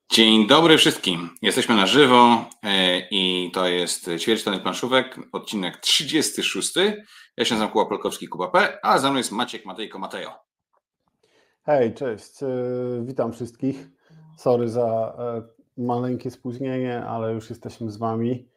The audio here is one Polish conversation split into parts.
Dzień dobry wszystkim. Jesteśmy na żywo i to jest ćwierćtonek planszówek, odcinek 36. Ja się nazywam Kuba Polkowski, Kuba P, a za mną jest Maciek Matejko Matejo. Hej, cześć. Witam wszystkich. Sorry za maleńkie spóźnienie, ale już jesteśmy z wami.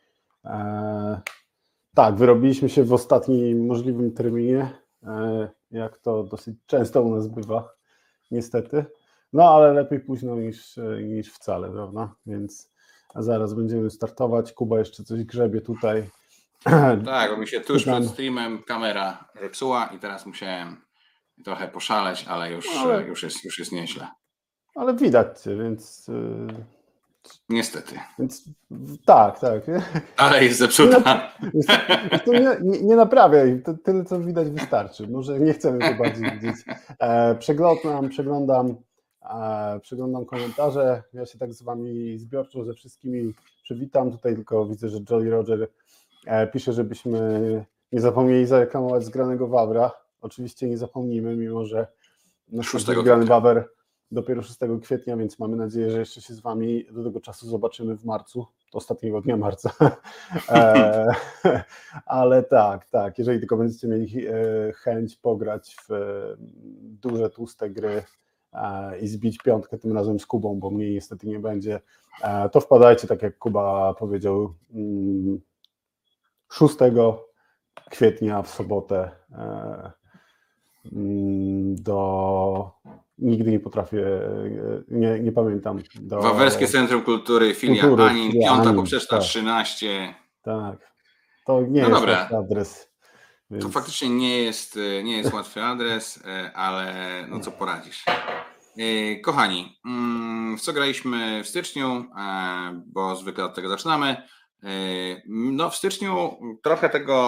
Tak, wyrobiliśmy się w ostatnim możliwym terminie, jak to dosyć często u nas bywa, niestety. No ale lepiej późno niż wcale, prawda? Więc zaraz będziemy startować. Kuba jeszcze coś grzebie tutaj. Tak, bo mi się tuż przed streamem kamera zepsuła i teraz musiałem trochę poszaleć, ale już jest nieźle. Ale widać cię, więc... Niestety. Więc tak. Ale jest zepsuta. Nie naprawiaj, to tyle co widać wystarczy. Może nie chcemy to bardziej widzieć. Przeglądam komentarze. Ja się tak z wami zbiorczo ze wszystkimi przywitam. Tutaj tylko widzę, że Jolly Roger pisze, żebyśmy nie zapomnieli zareklamować zgranego Wawra. Oczywiście nie zapomnimy, mimo że nasz zgrany Wawer dopiero 6 kwietnia, więc mamy nadzieję, że jeszcze się z wami do tego czasu zobaczymy w marcu, ostatniego dnia marca. Ale tak, jeżeli tylko będziecie mieli chęć pograć w duże, tłuste gry i zbić piątkę tym razem z Kubą, bo mnie niestety nie będzie, to wpadajcie, tak jak Kuba powiedział, 6 kwietnia w sobotę do... Nigdy nie potrafię, nie pamiętam. Wawerskie Centrum Kultury, filia Anin, Piąta Poprzeczna 13. Tak, to nie jest łatwy adres. Więc... To faktycznie nie jest łatwy adres, ale no co poradzisz. Kochani, w co graliśmy w styczniu, bo zwykle od tego zaczynamy. No w styczniu trochę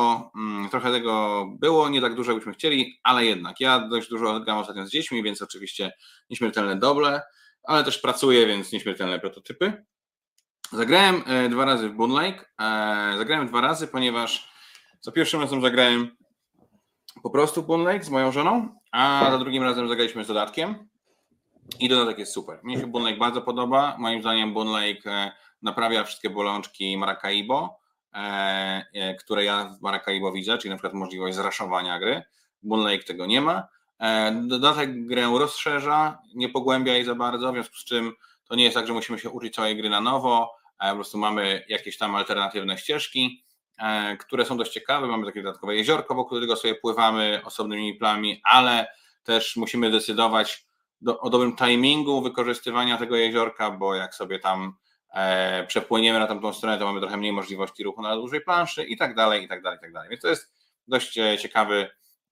tego było, nie tak dużo jakbyśmy chcieli, ale jednak ja dość dużo gram ostatnio z dziećmi, więc oczywiście nieśmiertelne doble, ale też pracuję, więc nieśmiertelne prototypy. Zagrałem 2 razy w Boon Lake, zagrałem 2 razy, ponieważ za pierwszym razem zagrałem po prostu Boon Lake z moją żoną, a za drugim razem zagraliśmy z dodatkiem i dodatek jest super. Mnie się Boon Lake bardzo podoba, moim zdaniem Boon Lake naprawia wszystkie bolączki Maracaibo, które ja w Maracaibo widzę, czyli na przykład możliwość zraszowania gry. Boon Lake tego nie ma. Dodatek grę rozszerza, nie pogłębia jej za bardzo, w związku z czym to nie jest tak, że musimy się uczyć całej gry na nowo, po prostu mamy jakieś tam alternatywne ścieżki, które są dość ciekawe. Mamy takie dodatkowe jeziorko, wokół którego sobie pływamy osobnymi plami, ale też musimy decydować o dobrym timingu wykorzystywania tego jeziorka, bo jak sobie tam przepłyniemy na tamtą stronę, to mamy trochę mniej możliwości ruchu na dużej planszy i tak dalej. Więc to jest dość ciekawy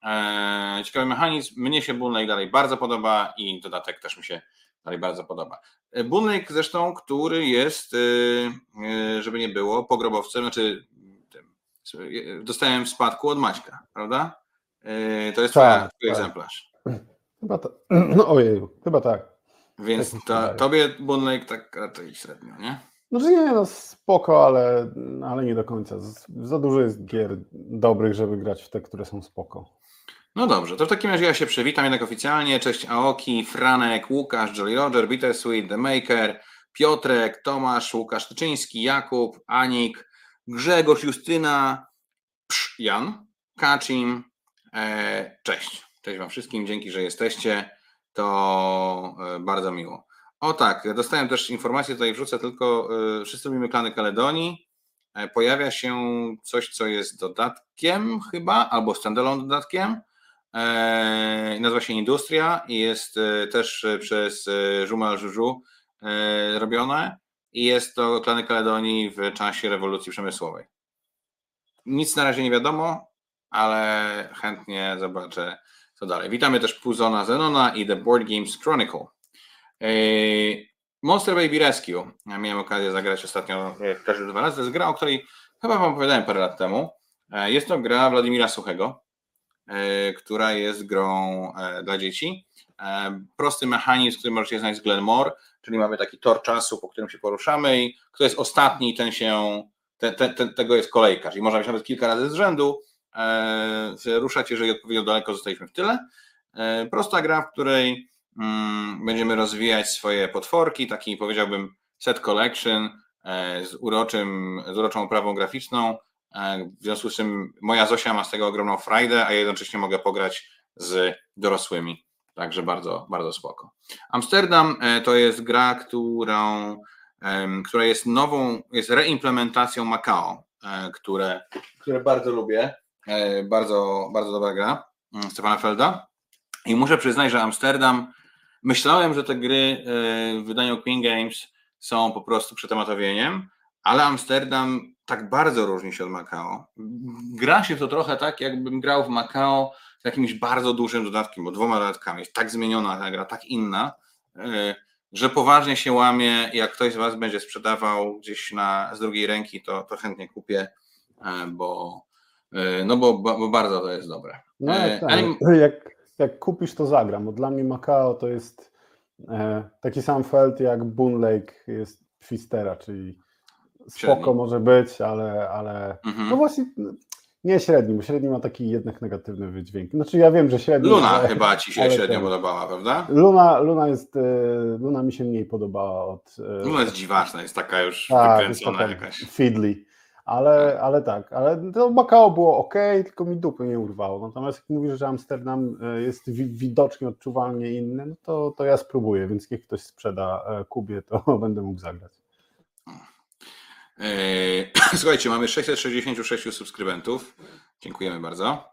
mechanizm. Mnie się Boon Lake dalej bardzo podoba i dodatek też mi się dalej bardzo podoba. Boon Lake zresztą, który jest, żeby nie było, pogrobowcem, znaczy dostałem w spadku od Maćka, prawda? To jest twój egzemplarz. Chyba tak. No ojeju, chyba tak. Więc tobie Boon Lake tak raczej średnio, nie? No spoko, ale nie do końca. Za dużo jest gier dobrych, żeby grać w te, które są spoko. No dobrze, to w takim razie ja się przywitam jednak oficjalnie. Cześć Aoki, Franek, Łukasz, Jolly Roger, Bittersweet, The Maker, Piotrek, Tomasz, Łukasz Tyczyński, Jakub, Anik, Grzegorz, Justyna, Jan, Kaczim. Cześć. Cześć wam wszystkim, dzięki, że jesteście. To bardzo miło. O tak, dostałem też informację, tutaj wrzucę tylko, wszyscy lubimy klany Kaledonii. Pojawia się coś, co jest dodatkiem chyba, albo standalone dodatkiem. Nazywa się Industria i jest też przez Żumal Żużu robione i jest to klany Kaledonii w czasie rewolucji przemysłowej. Nic na razie nie wiadomo, ale chętnie zobaczę co dalej. Witamy też Puzona Zenona i The Board Games Chronicle. Monster Baby Rescue. Ja miałem okazję zagrać ostatnio też 2 razy. To jest gra, o której chyba wam opowiadałem parę lat temu. Jest to gra Władimira Suchego, która jest grą dla dzieci. Prosty mechanizm, który możecie znaleźć z Glenmore, czyli mamy taki tor czasu, po którym się poruszamy i kto jest ostatni, tego jest kolejka, czyli można być nawet kilka razy z rzędu ruszać, jeżeli odpowiednio daleko zostaliśmy w tyle. Prosta gra, w której będziemy rozwijać swoje potworki, taki powiedziałbym set collection z uroczą oprawą graficzną. W związku z czym moja Zosia ma z tego ogromną frajdę, a ja jednocześnie mogę pograć z dorosłymi. Także bardzo, bardzo spoko. Amsterdam to jest gra, która jest reimplementacją Macao, które bardzo lubię. Bardzo, bardzo dobra gra Stefana Felda. I muszę przyznać, że Amsterdam, myślałem, że te gry w wydaniu Queen Games są po prostu przetematowieniem, ale Amsterdam tak bardzo różni się od Macao. Gra się w to trochę tak, jakbym grał w Macao z jakimś bardzo dużym dodatkiem, bo 2 dodatkami. Jest tak zmieniona ta gra, tak inna, że poważnie się łamie. Jak ktoś z Was będzie sprzedawał gdzieś z drugiej ręki, to chętnie kupię, bo bardzo to jest dobre. No jak kupisz, to zagram, bo dla mnie Macao to jest taki sam felt jak Boon Lake jest Twistera, czyli spoko średni może być, ale no właśnie nie średni, bo średni ma taki jednak negatywny wydźwięk. Znaczy ja wiem, że średni... Luna chyba Ci się średnio podobała, prawda? Luna mi się mniej podobała od... Luna jest dziwaczna, jest taka już wykręcona jakaś. Fiddly. Ale to Macao było ok, tylko mi dupy nie urwało. Natomiast jak mówisz, że Amsterdam jest widocznie, odczuwalnie inny, no to ja spróbuję, więc jak ktoś sprzeda Kubie, to będę mógł zagrać. Słuchajcie, mamy 666 subskrybentów. Dziękujemy bardzo.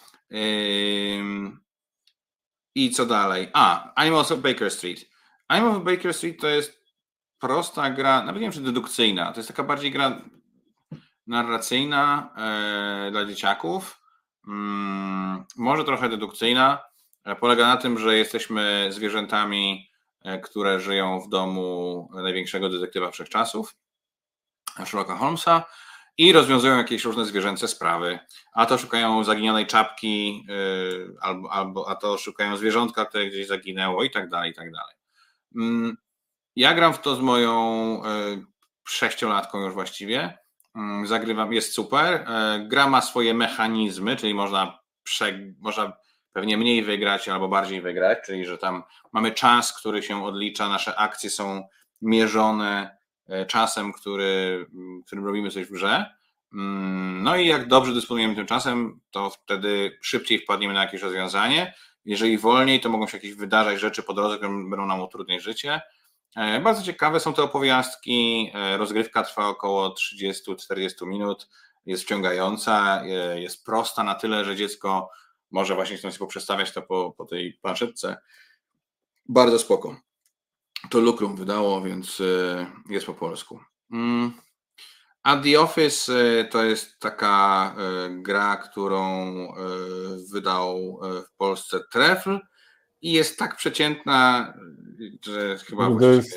I co dalej? Animals of Baker Street. Animals of Baker Street to jest prosta gra, nawet nie wiem, czy dedukcyjna. To jest taka bardziej gra narracyjna dla dzieciaków. Może trochę dedukcyjna. Polega na tym, że jesteśmy zwierzętami, które żyją w domu największego detektywa wszechczasów, Sherlocka Holmesa, i rozwiązują jakieś różne zwierzęce sprawy. A to szukają zaginionej czapki, a to szukają zwierzątka, które gdzieś zaginęło i tak dalej, i tak dalej. Ja gram w to z moją 6-latką już właściwie. Zagrywam, jest super. Gra ma swoje mechanizmy, czyli można pewnie mniej wygrać albo bardziej wygrać, czyli że tam mamy czas, który się odlicza, nasze akcje są mierzone czasem, którym robimy coś w grze. No i jak dobrze dysponujemy tym czasem, to wtedy szybciej wpadniemy na jakieś rozwiązanie. Jeżeli wolniej, to mogą się jakieś wydarzać rzeczy po drodze, które będą nam utrudniać życie. Bardzo ciekawe są te opowiastki. Rozgrywka trwa około 30-40 minut. Jest wciągająca, jest prosta na tyle, że dziecko może właśnie chcąc poprzestawiać to po tej planszetce. Bardzo spoko. To Lucrum wydało, więc jest po polsku. A The Office to jest taka gra, którą wydał w Polsce Trefl i jest tak przeciętna, że chyba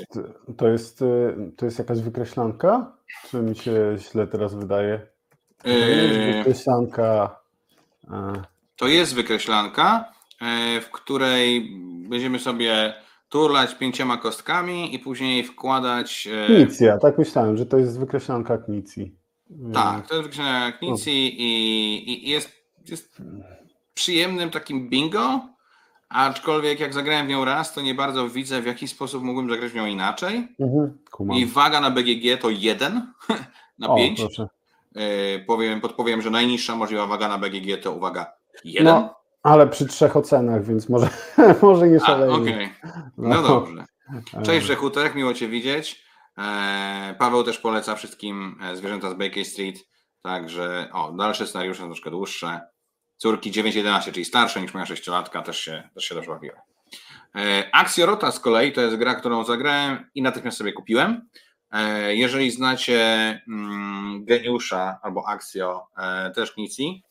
to jest jakaś wykreślanka? Czy mi się źle teraz wydaje? To jest wykreślanka. To jest wykreślanka, w której będziemy sobie turlać 5 kostkami i później wkładać... Knicja, tak myślałem, że to jest wykreślanka Knicji. Tak, to jest wykreślanka Knicji i jest przyjemnym takim bingo, aczkolwiek jak zagrałem w nią raz, to nie bardzo widzę, w jaki sposób mógłbym zagrać w nią inaczej. I waga na BGG to 1 na 5. Podpowiem, że najniższa możliwa waga na BGG to uwaga 1. No, ale przy 3 ocenach, więc może nie szalejmy. Okej. No dobrze. Cześć Rzechutek, miło Cię widzieć. Paweł też poleca wszystkim zwierzęta z Baker Street, także dalsze scenariusze są troszkę dłuższe. Córki 9-11, czyli starsze niż moja 6-latka, też się dobrze bawiły. Axiorota z kolei to jest gra, którą zagrałem i natychmiast sobie kupiłem. Jeżeli znacie Geniusza albo Axio też Knicji,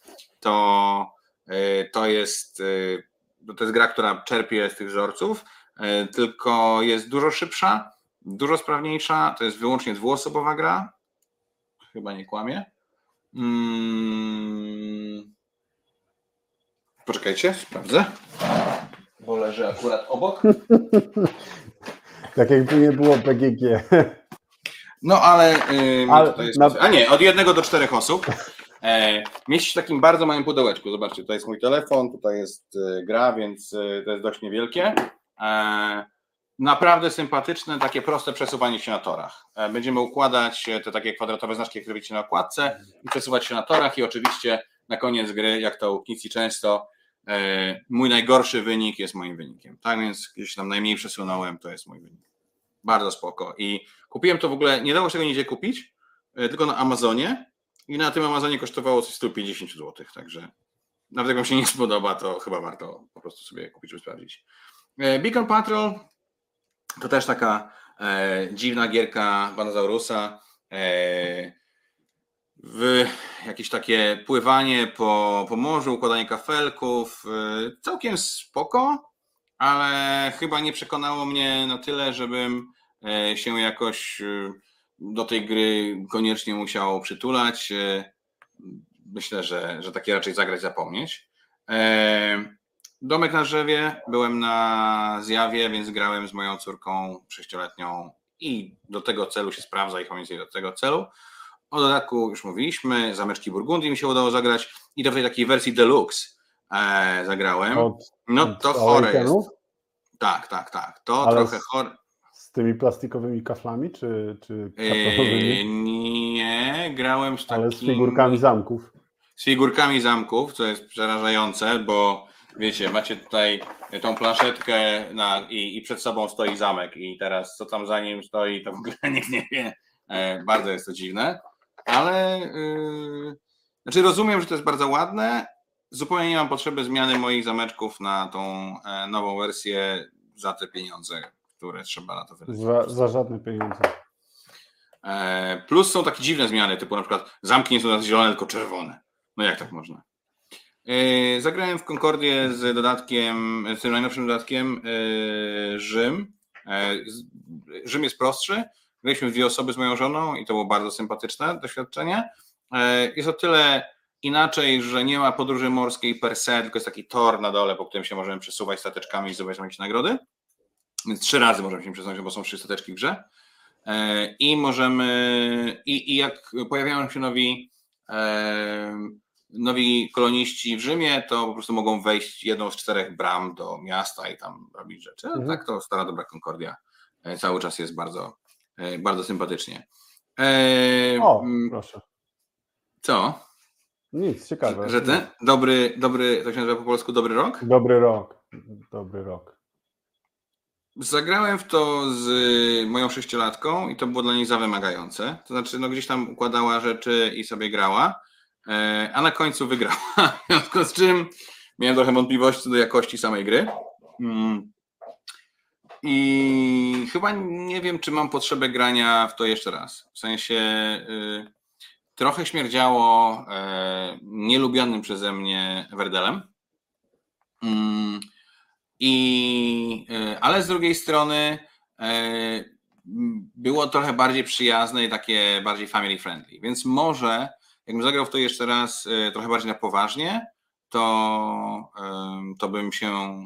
to jest gra, która czerpie z tych wzorców, tylko jest dużo szybsza, dużo sprawniejsza. To jest wyłącznie 2-osobowa gra. Chyba nie kłamie. Poczekajcie, sprawdzę. Bo leży akurat obok. Tak jakby nie było BGG. No ale tutaj jest... A nie, od 1 do 4 osób. Mieści się w takim bardzo małym pudełeczku. Zobaczcie, tutaj jest mój telefon, tutaj jest gra, więc to jest dość niewielkie. naprawdę sympatyczne, takie proste przesuwanie się na torach. Będziemy układać te takie kwadratowe znaczki, które widzicie na okładce i przesuwać się na torach i oczywiście na koniec gry, jak to u Knicji często, mój najgorszy wynik jest moim wynikiem. Tak więc gdzieś tam najmniej przesunąłem, to jest mój wynik. Bardzo spoko. I kupiłem to w ogóle, nie dało się tego nigdzie kupić, tylko na Amazonie i na tym Amazonie kosztowało coś 150 zł, także nawet jak wam się nie spodoba, to chyba warto po prostu sobie kupić, żeby sprawdzić. Beacon Patrol to też taka dziwna gierka Banazaurusa, w jakieś takie pływanie po morzu, układanie kafelków, całkiem spoko, ale chyba nie przekonało mnie na tyle, żebym się jakoś do tej gry koniecznie musiał przytulać. Myślę, że takie raczej zagrać, zapomnieć. Domek na drzewie, byłem na zjawie, więc grałem z moją córką 6-letnią i do tego celu się sprawdza i pamiętaj do tego celu. O dodatku już mówiliśmy, Zameczki Burgundii mi się udało zagrać i to w tej takiej wersji deluxe zagrałem. No to chore jest. Tak. To ale trochę chore. Z tymi plastikowymi kaflami czy kartonowymi? Nie, grałem z takimi... Ale z figurkami zamków. Z figurkami zamków, co jest przerażające, bo wiecie, macie tutaj tą planszetkę i przed sobą stoi zamek i teraz co tam za nim stoi, to w ogóle nikt nie wie. Bardzo jest to dziwne, ale znaczy rozumiem, że to jest bardzo ładne. Zupełnie nie mam potrzeby zmiany moich zameczków na tą nową wersję za te pieniądze, które trzeba na to wydać. Za żadne pieniądze. Plus są takie dziwne zmiany, typu na przykład zamki nie są teraz zielone, tylko czerwone. No jak tak można? Zagrałem w Concordię z dodatkiem, z tym najnowszym dodatkiem Rzym. Rzym jest prostszy. Graliśmy w 2 osoby z moją żoną i to było bardzo sympatyczne doświadczenie. Jest o tyle inaczej, że nie ma podróży morskiej per se, tylko jest taki tor na dole, po którym się możemy przesuwać stateczkami i zdobywać jakieś nagrody. Więc 3 razy możemy się przesunąć, bo są 3 stateczki w grze. I możemy, i jak pojawiają się nowi koloniści w Rzymie, to po prostu mogą wejść jedną z 4 bram do miasta i tam robić rzeczy. No, tak to stara dobra Concordia cały czas jest bardzo, bardzo sympatycznie. O, proszę. Co? Nic, ciekawe. Że ten dobry, to się nazywa po polsku Dobry Rok? Dobry rok. Zagrałem w to z moją 6-latką i to było dla niej za wymagające. To znaczy, no gdzieś tam układała rzeczy i sobie grała, a na końcu wygrała. W związku z czym miałem trochę wątpliwości co do jakości samej gry. I chyba nie wiem, czy mam potrzebę grania w to jeszcze raz. W sensie trochę śmierdziało nielubianym przeze mnie werdelem. Ale z drugiej strony było trochę bardziej przyjazne i takie bardziej family friendly. Więc może jakbym zagrał w to jeszcze raz trochę bardziej na poważnie, to bym się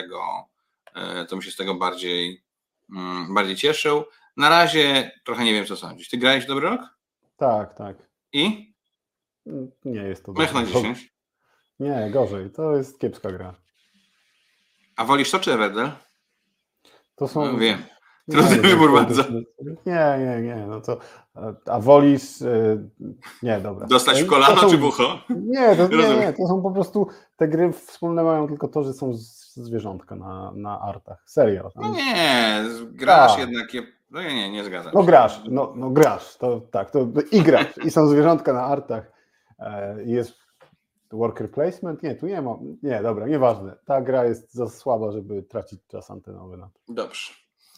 z tego bardziej cieszył. Na razie trochę nie wiem, co sądzić. Ty grałeś w Dobry Rok? Tak. I? Nie jest to Mech na 10? Nie, gorzej. To jest kiepska gra. A wolisz to czy Everdell? To są... No, wiem. Trudny wybór bardzo. Nie. No to, a wolisz... Nie, dobra. Dostać w kolano czy w ucho? Nie, to są po prostu... Te gry wspólne mają tylko to, że są zwierzątka na artach. Serio. No nie, grasz jednak... No nie zgadzam się. Grasz, no grasz. To tak, i grasz. I są zwierzątka na artach. Jest worker placement? Nie, tu nie ma. Nie, dobra, nieważne. Ta gra jest za słaba, żeby tracić czas antenowy na to. Dobrze.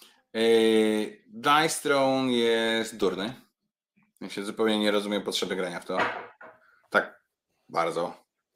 Dice Throne jest durny. Ja się zupełnie nie rozumiem potrzeby grania w to. Tak bardzo.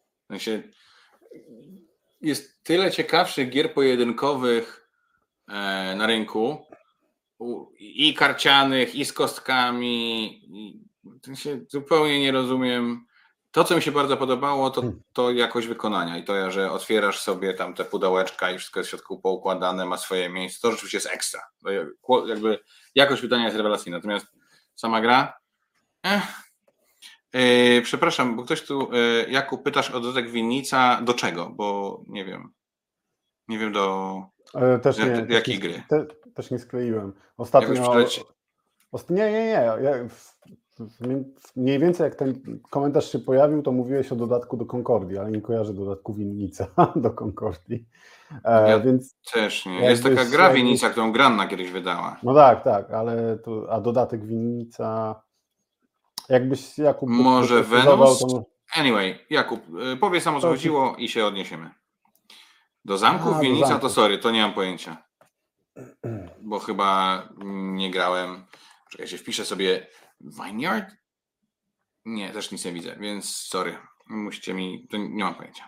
Jest tyle ciekawszych gier pojedynkowych na rynku i karcianych, i z kostkami. Zupełnie nie rozumiem. To, co mi się bardzo podobało, to jakość wykonania i to, że otwierasz sobie tam te pudełeczka i wszystko jest w środku poukładane, ma swoje miejsce. To rzeczywiście jest ekstra. Jakby jakość wydania jest rewelacyjna. Natomiast sama gra... Przepraszam, bo ktoś tu, Jakub, pytasz o dodatek winnica. Do czego? Bo nie wiem. Nie wiem do Też nie, jakiej gry. Też nie skleiłem. Jakoś Nie. Mniej więcej jak ten komentarz się pojawił, to mówiłeś o dodatku do Concordii, ale nie kojarzę dodatku Winnica do Concordii. Ja więc też nie. Jest taka gra Winnica, którą Granna kiedyś wydała. No tak, ale a dodatek Winnica, jakbyś Jakub może Venus? to... Anyway, Jakub, powiedz nam o co chodziło i się odniesiemy. Do zamków Winnica to sorry, to nie mam pojęcia. Bo chyba nie grałem. Czekajcie, wpiszę sobie Vineyard? Nie, też nic nie widzę, więc sorry. Musicie mi, to nie mam pojęcia.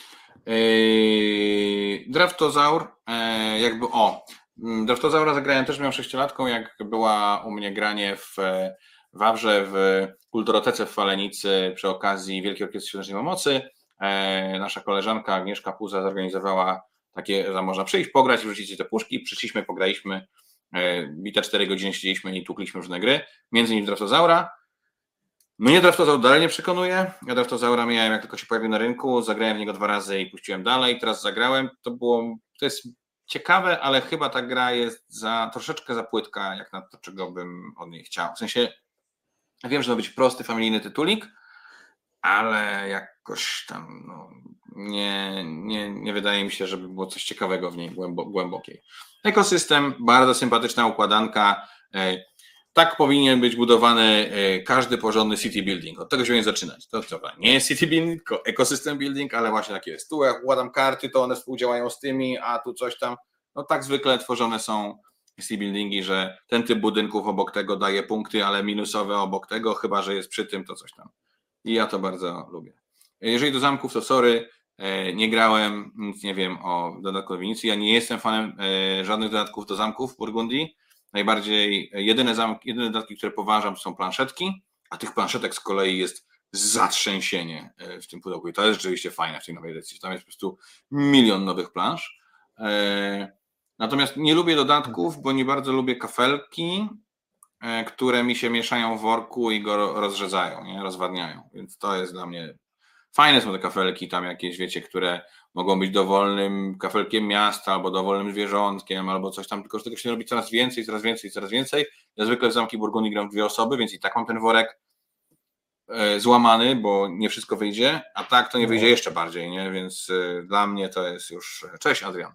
Draftozaur, Draftozaura zagrałem też, miałem 6-latką, jak była u mnie granie w Wawrze w Kulturotece w Falenicy przy okazji Wielkiej Orkiestry Świątecznej Pomocy. Nasza koleżanka Agnieszka Puza zorganizowała takie, że można przyjść, pograć i wrzucić te puszki. Przyszliśmy, pograliśmy, bite 4 godziny siedzieliśmy i tukliśmy różne gry, między innymi Draftozaura. Mnie Draftozaur dalej nie przekonuje. Ja Draftozaura miałem, jak tylko się pojawił na rynku, zagrałem w niego 2 razy i puściłem dalej. Teraz zagrałem. To jest ciekawe, ale chyba ta gra jest troszeczkę za płytka, jak na to, czego bym od niej chciał. W sensie, wiem, że to ma być prosty, familijny tytulik, ale jakoś tam nie wydaje mi się, żeby było coś ciekawego w niej głębokiej. Ekosystem, bardzo sympatyczna układanka. Tak powinien być budowany każdy porządny city building. Od tego się będzie zaczynać. To nie jest city building, tylko ekosystem building, ale właśnie tak jest. Tu jak układam karty, to one współdziałają z tymi, a tu coś tam. No tak zwykle tworzone są city buildingi, że ten typ budynków obok tego daje punkty, ale minusowe obok tego, chyba że jest przy tym, to coś tam. I ja to bardzo lubię. Jeżeli do zamków, to sorry, nie grałem, nic nie wiem o dodatku do Winicji. Ja nie jestem fanem żadnych dodatków do zamków w Burgundii. Najbardziej jedyne dodatki, które poważam, są planszetki, a tych planszetek z kolei jest zatrzęsienie w tym pudełku. I to jest rzeczywiście fajne w tej nowej edycji. Tam jest po prostu milion nowych plansz. Natomiast nie lubię dodatków, bo nie bardzo lubię kafelki, które mi się mieszają w worku i go rozrzedzają, nie? Rozwadniają. Więc to jest dla mnie... Fajne są te kafelki tam jakieś, wiecie, które mogą być dowolnym kafelkiem miasta, albo dowolnym zwierzątkiem, albo coś tam, tylko że tego się robi coraz więcej. Ja zwykle w Zamki Burgundii gram 2 osoby, więc i tak mam ten worek złamany, bo nie wszystko wyjdzie, a tak to nie wyjdzie jeszcze bardziej, nie? Więc dla mnie to jest już... Cześć Adrian.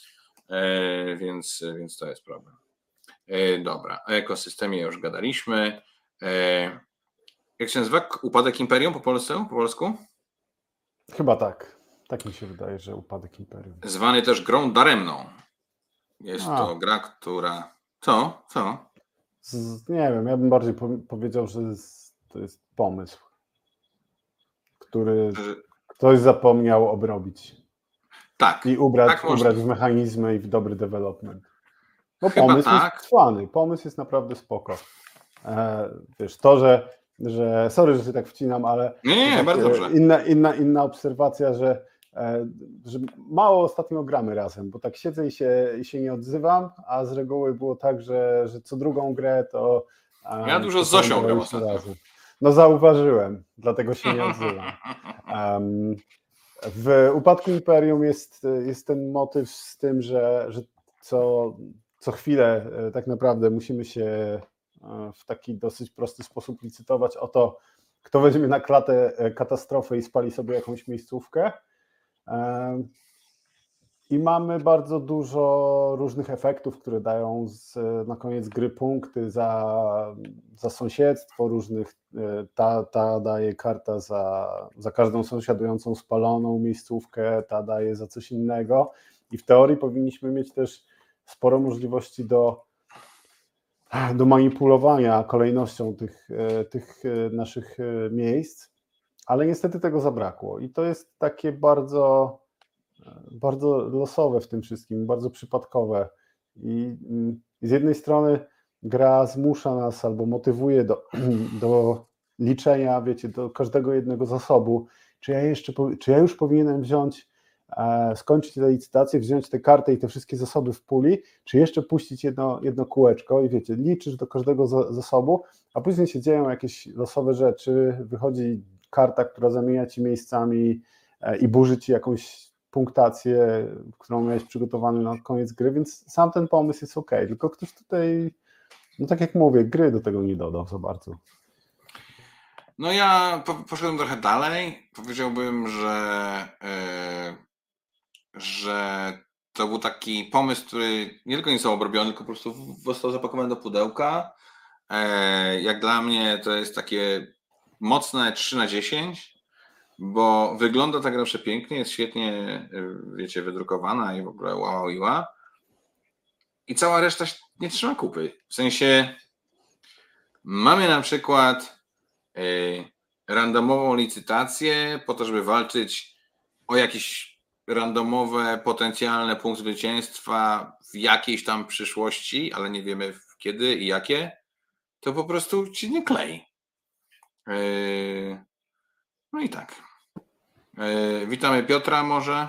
Więc to jest problem. Dobra, o ekosystemie już gadaliśmy. Jak się nazywa? Upadek Imperium po polsku? Chyba tak. Tak mi się wydaje, że Upadek Imperium. Zwany też grą daremną. Jest to gra, która... Co? Nie wiem, ja bym bardziej powiedział, że to jest pomysł, który ktoś zapomniał obrobić. Tak. I ubrać w mechanizmy i w dobry development. Bo chyba pomysł tak. jest trwany, pomysł jest naprawdę spoko. Wiesz, to, że sorry, że się tak wcinam, ale nie, bardzo dobrze. Inna obserwacja, że mało ostatnio gramy razem, bo tak siedzę i się nie odzywam, a z reguły było tak, że co drugą grę to... Ja dużo z Zosią gram ostatnio. Razem. No zauważyłem, dlatego się nie odzywam. W Upadku Imperium jest ten motyw z tym, że co chwilę tak naprawdę musimy się w taki dosyć prosty sposób licytować o to, kto weźmie na klatę katastrofę i spali sobie jakąś miejscówkę. I mamy bardzo dużo różnych efektów, które dają na koniec gry punkty za sąsiedztwo różnych. Ta daje karta za każdą sąsiadującą spaloną miejscówkę, ta daje za coś innego. I w teorii powinniśmy mieć też sporo możliwości do manipulowania kolejnością tych naszych miejsc, ale niestety tego zabrakło. I to jest takie bardzo, bardzo losowe w tym wszystkim, bardzo przypadkowe. I z jednej strony gra zmusza nas albo motywuje do liczenia, wiecie, do każdego jednego zasobu. Czy ja już powinienem skończyć tę licytację, wziąć tę kartę i te wszystkie zasoby w puli, czy jeszcze puścić jedno kółeczko i wiecie, liczysz do każdego zasobu, a później się dzieją jakieś losowe rzeczy, wychodzi karta, która zamienia ci miejscami i burzy ci jakąś punktację, którą miałeś przygotowaną na koniec gry, więc sam ten pomysł jest ok. Tylko ktoś tutaj, no tak jak mówię, gry do tego nie dodał za bardzo. No ja poszedłem trochę dalej. Powiedziałbym, że to był taki pomysł, który nie tylko nie został obrobiony, tylko po prostu został zapakowany do pudełka. Jak dla mnie to jest takie mocne 3/10, bo wygląda ta gra przepięknie, jest świetnie, wiecie, wydrukowana i w ogóle wow. I cała reszta nie trzyma kupy. W sensie mamy na przykład randomową licytację po to, żeby walczyć o jakieś randomowe, potencjalne punkt zwycięstwa w jakiejś tam przyszłości, ale nie wiemy kiedy i jakie, to po prostu ci nie klei. No i tak. Witamy Piotra może.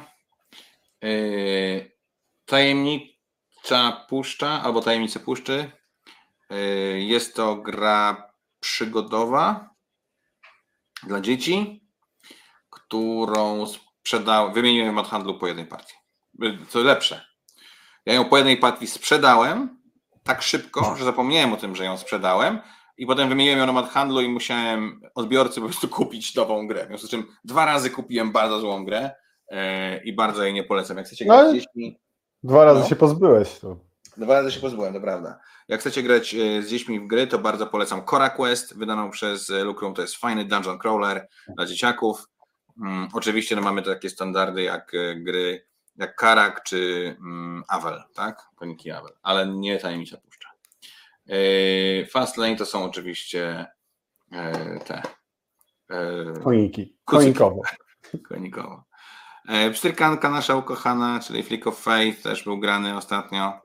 Tajemnicza Puszcza albo Tajemnice Puszczy. Jest to gra przygodowa dla dzieci, którą wymieniłem od handlu po jednej partii. Co lepsze, ja ją po jednej partii sprzedałem tak szybko, że zapomniałem o tym, że ją sprzedałem i potem wymieniłem ją od handlu i musiałem odbiorcy po prostu kupić nową grę. W związku z czym 2 razy kupiłem bardzo złą grę i bardzo jej nie polecam. Jak chcecie grać z dziećmi... 2 razy się pozbyłeś. To 2 razy się pozbyłem, to prawda. Jak chcecie grać z dziećmi w gry, to bardzo polecam Cora Quest, wydaną przez Lucrum. To jest fajny dungeon crawler dla dzieciaków. Oczywiście mamy takie standardy jak gry jak Karak czy Avel, tak? Koniki Avel, ale nie Tajemnicza Puszcza. Fastlane to są oczywiście te koniki. Konikowo. Konikowo. Pstrkanka nasza ukochana, czyli Flick of Faith, też był grany ostatnio.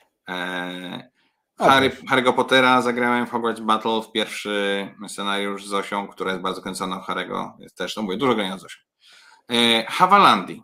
Harry'ego Pottera zagrałem w Hogwarts Battle, w pierwszy scenariusz z Zosią, która jest bardzo kręcona o Harry'ego. Jest też, no mówię, dużo grania z Zosią. Havalandi.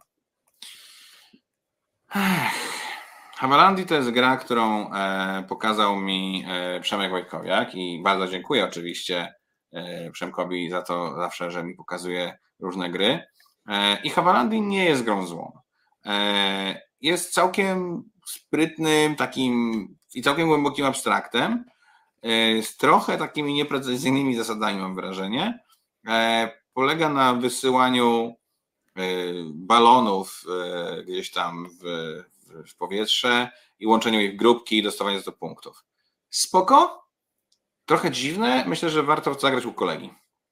Havalandi to jest gra, którą pokazał mi Przemek Wojtkowiak i bardzo dziękuję oczywiście Przemkowi za to zawsze, że mi pokazuje różne gry. I Havalandi nie jest grą złą. Jest całkiem sprytnym takim i całkiem głębokim abstraktem, z trochę takimi nieprecyzyjnymi zasadami, mam wrażenie. Polega na wysyłaniu balonów gdzieś tam w powietrze i łączeniu ich w grupki i dostawaniu do punktów. Spoko? Trochę dziwne. Myślę, że warto w to zagrać u kolegi.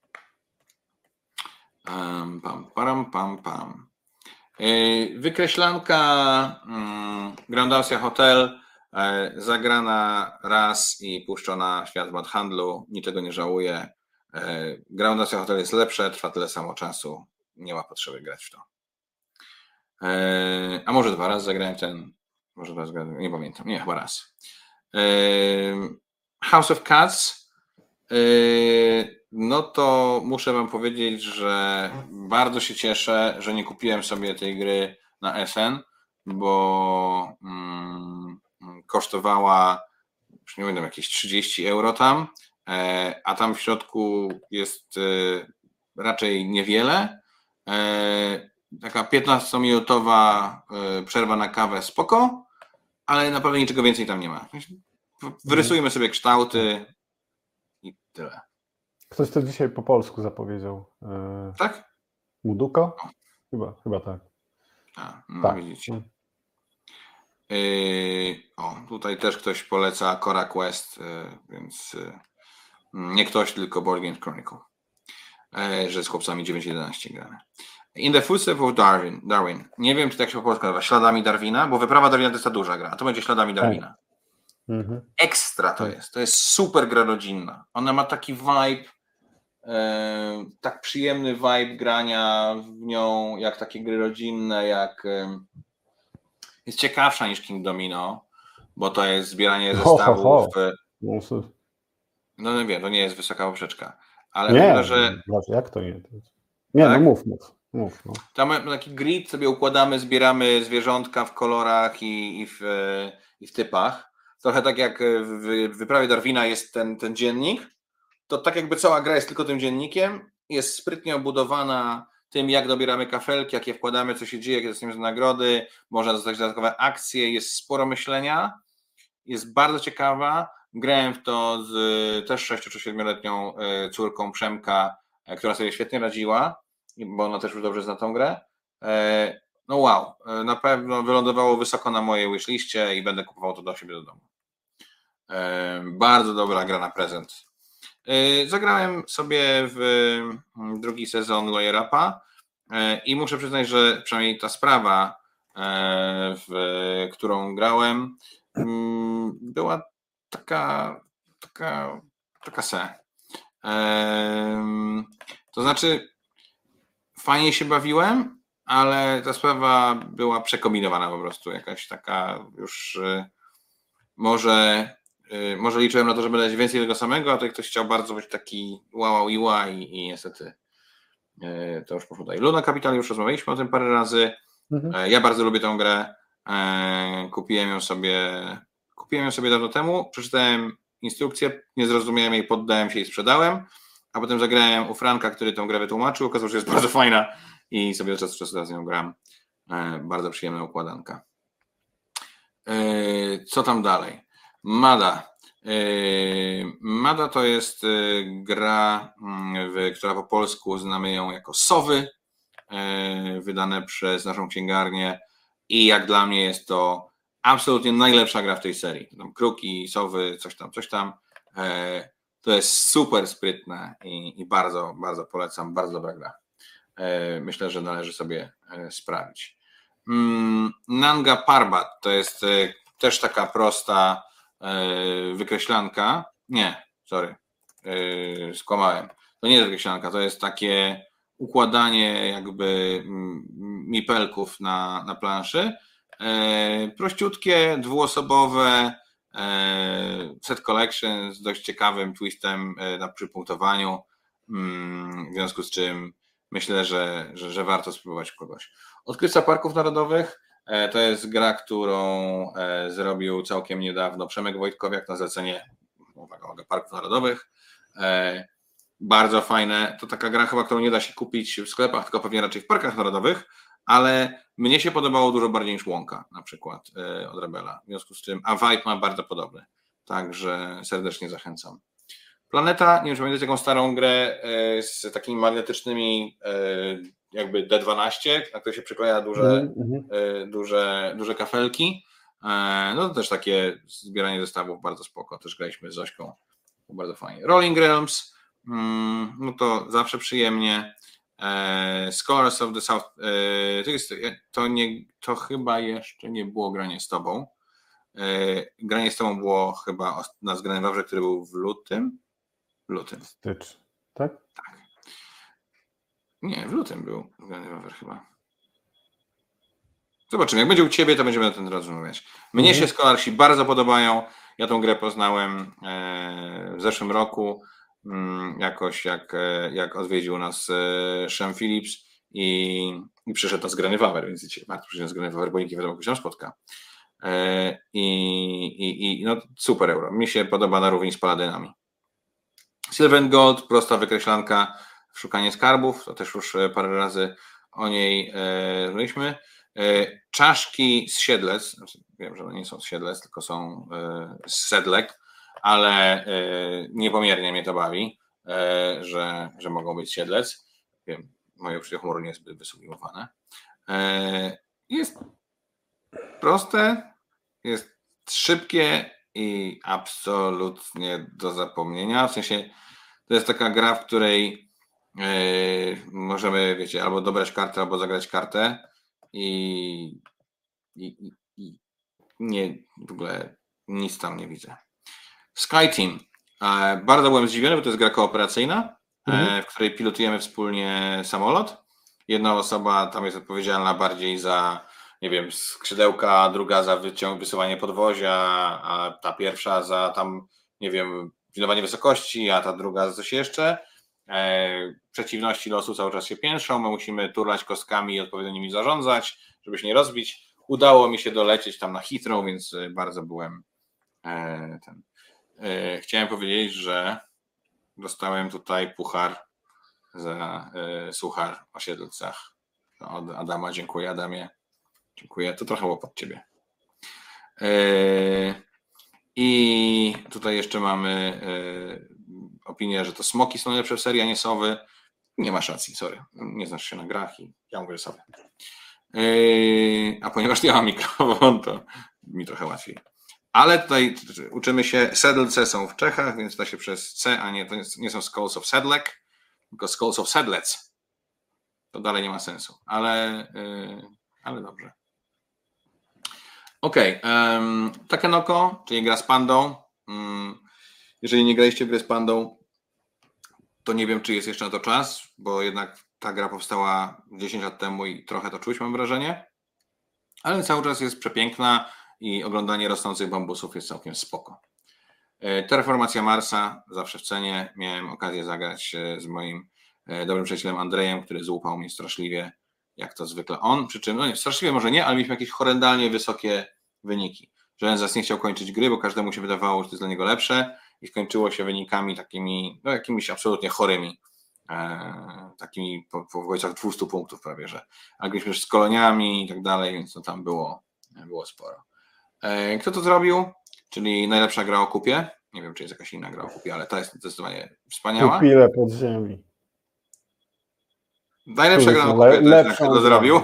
Pam. Wykreślanka Groundhouse'a Hotel, zagrana raz i puszczona w świat w handlu. Niczego nie żałuję. Groundhouse'a Hotel jest lepsze, trwa tyle samo czasu. Nie ma potrzeby grać w to. A może 2 razy zagrałem może 2 razy zagrałem, nie pamiętam. Nie, chyba raz. House of Cards. No to muszę wam powiedzieć, że bardzo się cieszę, że nie kupiłem sobie tej gry na SN, bo kosztowała, już nie wiem, jakieś 30 euro tam, a tam w środku jest raczej niewiele. Taka 15-minutowa przerwa na kawę spoko, ale naprawdę niczego więcej tam nie ma. Wyrysujmy sobie kształty i tyle. Ktoś to dzisiaj po polsku zapowiedział. Tak? Muduko? Chyba tak. No tak. Widzicie. Tutaj też ktoś poleca Cora Quest, więc nie ktoś, tylko Board Game Chronicle, że z chłopcami 9.11 grane. In the Footsteps of Darwin. Nie wiem, czy tak się po polsku nazywa. Śladami Darwina, bo Wyprawa Darwina to jest ta duża gra, a to będzie Śladami Darwina. Ekstra to jest. To jest super gra rodzinna. Ona ma taki vibe, tak przyjemny vibe grania w nią, jak takie gry rodzinne, jest ciekawsza niż King Domino, bo to jest zbieranie zestawów. No nie wiem, to nie jest wysoka poprzeczka. Ale myślę, że... Jak to nie? Nie, tak? No mów. Tam taki grid sobie układamy, zbieramy zwierzątka w kolorach i w typach. Trochę tak jak w Wyprawie Darwina jest ten dziennik, to tak jakby cała gra jest tylko tym dziennikiem, jest sprytnie obudowana tym, jak dobieramy kafelki, jak je wkładamy, co się dzieje, jakie dostaniemy za nagrody, można dostać dodatkowe akcje, jest sporo myślenia, jest bardzo ciekawa. Grałem w to z też 6 czy 7-letnią córką Przemka, która sobie świetnie radziła, bo ona też już dobrze zna tą grę. No wow, na pewno wylądowało wysoko na mojej wishliście i będę kupował to do siebie do domu. Bardzo dobra gra na prezent. Zagrałem sobie w drugi sezon Lawyer Upa i muszę przyznać, że przynajmniej ta sprawa, w którą grałem, była taka se. To znaczy fajnie się bawiłem, ale ta sprawa była przekombinowana po prostu, jakaś taka już może liczyłem na to, że będę dać więcej tego samego, a tutaj ktoś chciał bardzo być taki wow i niestety to już poszło dalej. Luna Capital, już rozmawialiśmy o tym parę razy. Ja bardzo lubię tę grę. Kupiłem ją sobie dawno temu, przeczytałem instrukcję, nie zrozumiałem jej, poddałem się i sprzedałem, a potem zagrałem u Franka, który tę grę wytłumaczył, okazało się, że jest bardzo fajna i sobie od czasu do czasu z nią gram. Bardzo przyjemna układanka. Co tam dalej? Mada to jest gra, która po polsku znamy ją jako Sowy, wydane przez naszą księgarnię i jak dla mnie jest to absolutnie najlepsza gra w tej serii. Tam kruki, sowy, coś tam. To jest super sprytne i bardzo, bardzo polecam. Bardzo dobra gra. Myślę, że należy sobie sprawić. Nanga Parbat to jest też taka prosta wykreślanka. Nie, sorry, skłamałem. To nie jest wykreślanka, to jest takie układanie jakby mipelków na planszy. Prościutkie, dwuosobowe, set collection z dość ciekawym twistem przy punktowaniu, w związku z czym myślę, że warto spróbować kogoś. Odkrywca Parków Narodowych to jest gra, którą zrobił całkiem niedawno Przemek Wojtkowiak na zlecenie Parków Narodowych. Bardzo fajne. To taka gra chyba, którą nie da się kupić w sklepach, tylko pewnie raczej w parkach narodowych, ale mnie się podobało dużo bardziej niż Łąka na przykład od Rebela. W związku z czym, a vibe ma bardzo podobny. Także serdecznie zachęcam. Planeta, nie wiem, czy pamiętacie taką starą grę z takimi magnetycznymi jakby D12, na które się przykleja duże kafelki. No to też takie zbieranie zestawów bardzo spoko. Też graliśmy z Zośką. Bardzo fajnie. Rolling Realms, no to zawsze przyjemnie. Scholars of the South, to chyba jeszcze nie było granie z tobą. Granie z tobą było chyba na zgranym Wawrze, który był w lutym. Stycz, tak? Tak. Nie, w lutym był zgrany Wawr chyba. Zobaczymy, jak będzie u ciebie, to będziemy na ten rozmawiać. Mnie się Scholarsi bardzo podobają. Ja tą grę poznałem w zeszłym roku. Jakoś jak odwiedził nas Sean Phillips i przyszedł na zgrany Wawr, więc dzisiaj warto przyjść na zgrany Wawr, bo nikt nie wiadomo, jak się tam spotka. No super euro. Mi się podoba na równi z Paladynami. Silver and Gold, prosta wykreślanka w szukanie skarbów, to też już parę razy o niej mówiliśmy. Czaszki z Siedlec, znaczy wiem, że one nie są z Siedlec, tylko są z Sedlek, ale niepomiernie mnie to bawi, że mogą być z Siedlec. Wiem, moje uczucie humoru nie jest zbyt wysublimowane. Jest proste, jest szybkie i absolutnie do zapomnienia. W sensie to jest taka gra, w której możemy, wiecie, albo dobrać kartę, albo zagrać kartę i nie, w ogóle nic tam nie widzę. Skyteam. Bardzo byłem zdziwiony, bo to jest gra kooperacyjna, w której pilotujemy wspólnie samolot. Jedna osoba tam jest odpowiedzialna bardziej za, nie wiem, skrzydełka, druga za wysuwanie podwozia, a ta pierwsza za tam, nie wiem, pilnowanie wysokości, a ta druga za coś jeszcze. Przeciwności losu cały czas się piętrzą, my musimy turlać kostkami i odpowiednio nimi zarządzać, żeby się nie rozbić. Udało mi się dolecieć tam na Heathrow, więc bardzo byłem chciałem powiedzieć, że dostałem tutaj puchar za suchar o Siedlcach. Od Adama, dziękuję Adamie. Dziękuję, to trochę było pod ciebie. I tutaj jeszcze mamy opinię, że to smoki są najlepsze w serii, a nie sowy. Nie masz racji, sorry. Nie znasz się na grach i ja mówię sowy. A ponieważ ja mam mikrofon, to mi trochę łatwiej. Ale tutaj uczymy się, Sedlce są w Czechach, więc to się przez C, a nie, to nie są Skulls of Sedlec, tylko Skulls of Sedlec. To dalej nie ma sensu, ale dobrze. Okej, Takenoko, czyli gra z pandą. Jeżeli nie graliście w grę z pandą, to nie wiem, czy jest jeszcze na to czas, bo jednak ta gra powstała 10 lat temu i trochę to czuć, mam wrażenie. Ale cały czas jest przepiękna i oglądanie rosnących bambusów jest całkiem spoko. Terraformacja Marsa, zawsze w cenie. Miałem okazję zagrać z moim dobrym przyjacielem Andrejem, który złupał mnie straszliwie, jak to zwykle on. Przy czym, no nie, straszliwie może nie, ale mieliśmy jakieś horrendalnie wysokie wyniki. Żaden z nas nie chciał kończyć gry, bo każdemu się wydawało, że to jest dla niego lepsze i skończyło się wynikami takimi, no jakimiś absolutnie chorymi. Takimi po okolicach 200 punktów prawie, że. A graliśmy już z koloniami i tak dalej, więc to tam było sporo. Kto to zrobił? Czyli najlepsza gra o kupie. Nie wiem, czy jest jakaś inna gra o kupie, ale ta jest zdecydowanie wspaniała. Pupile podziemi. Najlepsza gra o kupie, to jest kto to zrobił.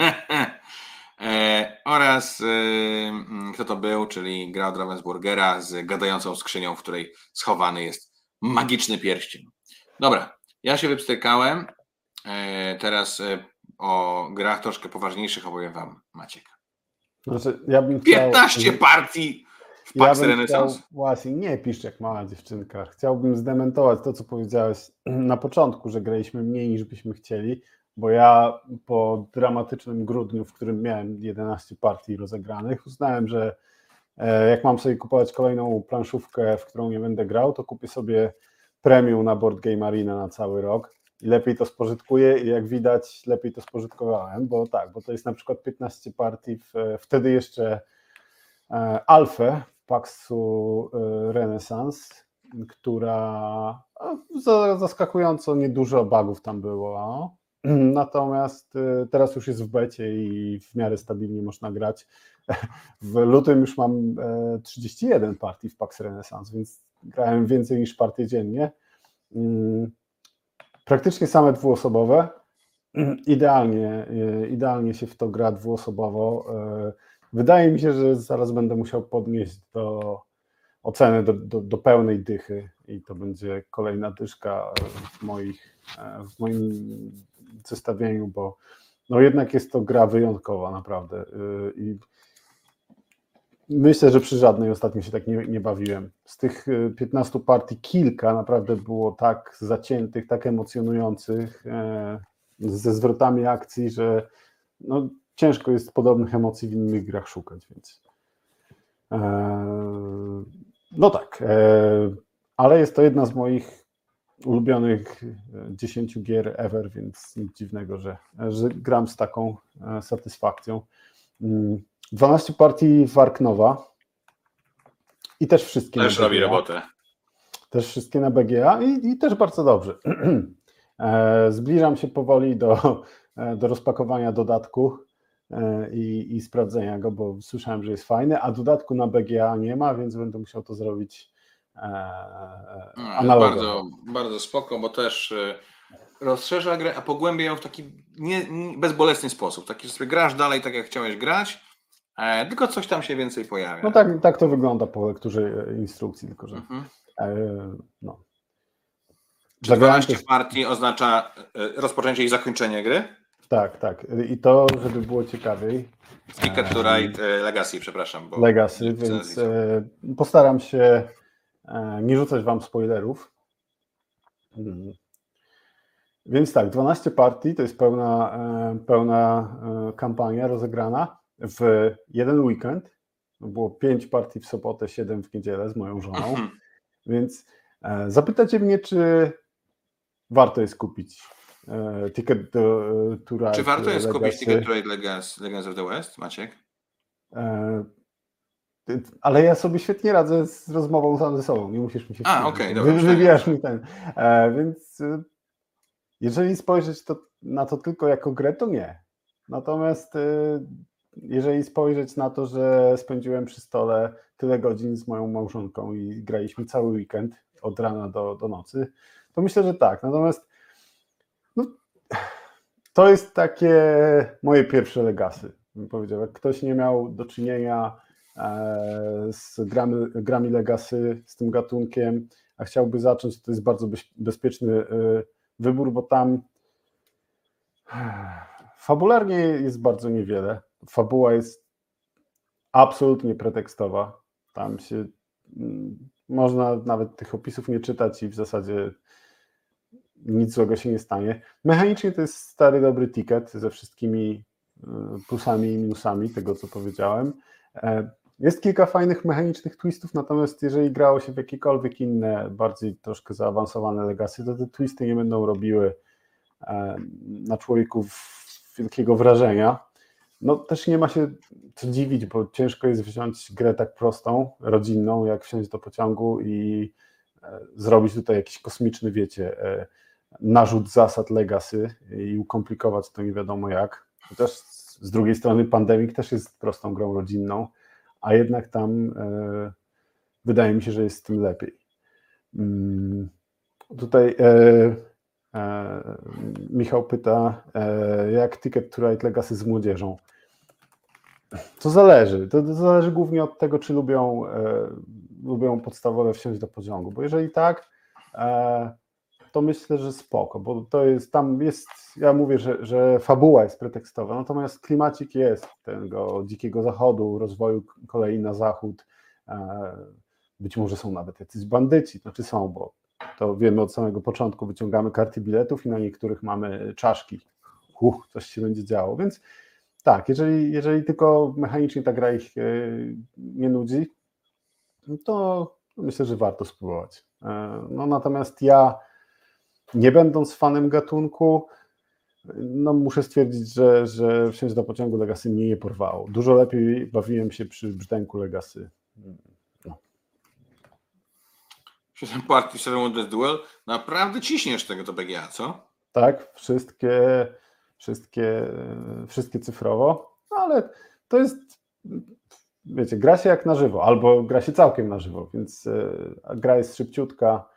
Oraz kto to był, czyli gra od Ravensburgera z gadającą skrzynią, w której schowany jest magiczny pierścień. Dobra, ja się wypstykałem. Teraz o grach troszkę poważniejszych opowiem wam Maciek. Znaczy, ja bym 15 partii w Pax Renaissance. Właśnie, nie pisz jak mała dziewczynka. Chciałbym zdementować to, co powiedziałeś na początku, że graliśmy mniej niż byśmy chcieli, bo ja po dramatycznym grudniu, w którym miałem 11 partii rozegranych, uznałem, że jak mam sobie kupować kolejną planszówkę, w którą nie będę grał, to kupię sobie premium na Board Game Arena na cały rok i lepiej to spożytkuję i jak widać lepiej to spożytkowałem, bo to jest na przykład 15 partii wtedy jeszcze alfę w Paxu Renaissance, która zaskakująco niedużo bugów tam było, natomiast teraz już jest w becie i w miarę stabilnie można grać. W lutym już mam 31 partii w Pax Renaissance, więc grałem więcej niż partię dziennie. Praktycznie same dwuosobowe. Idealnie się w to gra dwuosobowo. Wydaje mi się, że zaraz będę musiał podnieść do oceny do pełnej dychy i to będzie kolejna dyszka w moim zestawieniu, bo no jednak jest to gra wyjątkowa naprawdę i myślę, że przy żadnej ostatnio się tak nie bawiłem. Z tych 15 partii kilka naprawdę było tak zaciętych, tak emocjonujących, ze zwrotami akcji, że no, ciężko jest podobnych emocji w innych grach szukać, więc no tak, ale jest to jedna z moich ulubionych 10 gier ever, więc nic dziwnego, że gram z taką satysfakcją. 12 partii Wark Nova i też wszystkie też na BGA. Robi robotę. Też wszystkie na BGA i też bardzo dobrze. Zbliżam się powoli do rozpakowania dodatku i sprawdzenia go, bo słyszałem, że jest fajny, a dodatku na BGA nie ma, więc będę musiał to zrobić analogowo. Bardzo, bardzo spoko, bo też rozszerza grę, a pogłębia ją w taki bezbolesny sposób. Taki, że sobie grasz dalej tak, jak chciałeś grać, tylko coś tam się więcej pojawia. No tak to wygląda po lekturze instrukcji, tylko że no. Czy 12 partii oznacza rozpoczęcie i zakończenie gry? Tak. I to, żeby było ciekawiej. Ticket to Ride Legacy, przepraszam. Legacy, więc postaram się nie rzucać wam spoilerów. Więc tak, 12 partii to jest pełna kampania rozegrana w jeden weekend. Było 5 partii w sobotę, 7 w niedzielę z moją żoną. Więc zapytacie mnie, czy warto jest kupić Ticket to Ride. Czy warto jest kupić Ticket to Ride Legends of the West, Maciek? Ale ja sobie świetnie radzę z rozmową sam ze sobą. Nie musisz mi się okej, dobra. Wybierasz mi ten. Więc Jeżeli spojrzeć na to tylko jako grę, to nie. Natomiast jeżeli spojrzeć na to, że spędziłem przy stole tyle godzin z moją małżonką i graliśmy cały weekend od rana do nocy, to myślę, że tak. Natomiast no, to jest takie moje pierwsze legacy, bym powiedział. Jak ktoś nie miał do czynienia z grami legacy, z tym gatunkiem, a chciałby zacząć, to jest bardzo bezpieczny wybór, bo tam fabularnie jest bardzo niewiele. Fabuła jest absolutnie pretekstowa. Tam się można nawet tych opisów nie czytać i w zasadzie nic złego się nie stanie. Mechanicznie to jest stary, dobry ticket ze wszystkimi plusami i minusami tego, co powiedziałem. Jest kilka fajnych mechanicznych twistów, natomiast jeżeli grało się w jakiekolwiek inne, bardziej troszkę zaawansowane legacy, to te twisty nie będą robiły na człowieku wielkiego wrażenia. No też nie ma się co dziwić, bo ciężko jest wziąć grę tak prostą, rodzinną, jak wsiąść do pociągu i zrobić tutaj jakiś kosmiczny, wiecie, narzut zasad legacy i ukomplikować to nie wiadomo jak. Chociaż z drugiej strony Pandemic też jest prostą grą rodzinną, a jednak tam wydaje mi się, że jest z tym lepiej. Tutaj Michał pyta, jak Ticket to Ride Legacy z młodzieżą. To zależy. To zależy głównie od tego, czy lubią podstawowe wsiąść do pociągu, bo jeżeli tak, to myślę, że spoko, bo to jest, tam jest, ja mówię, że fabuła jest pretekstowa, natomiast klimacik jest tego dzikiego zachodu, rozwoju kolei na zachód, być może są nawet jacyś bandyci, znaczy są, bo to wiemy od samego początku, wyciągamy karty biletów i na niektórych mamy czaszki, coś się będzie działo, więc tak, jeżeli tylko mechanicznie ta gra ich nie nudzi, to myślę, że warto spróbować. No natomiast ja, nie będąc fanem gatunku, no muszę stwierdzić, że wsiąść do pociągu Legacy mnie nie porwało. Dużo lepiej bawiłem się przy brzdęku Legacy. No. 7 partii, 7 Wounded Duel. Naprawdę ciśniesz tego do BGA, co? Tak, wszystkie cyfrowo, no ale to jest, wiecie, gra się jak na żywo, albo gra się całkiem na żywo, więc gra jest szybciutka.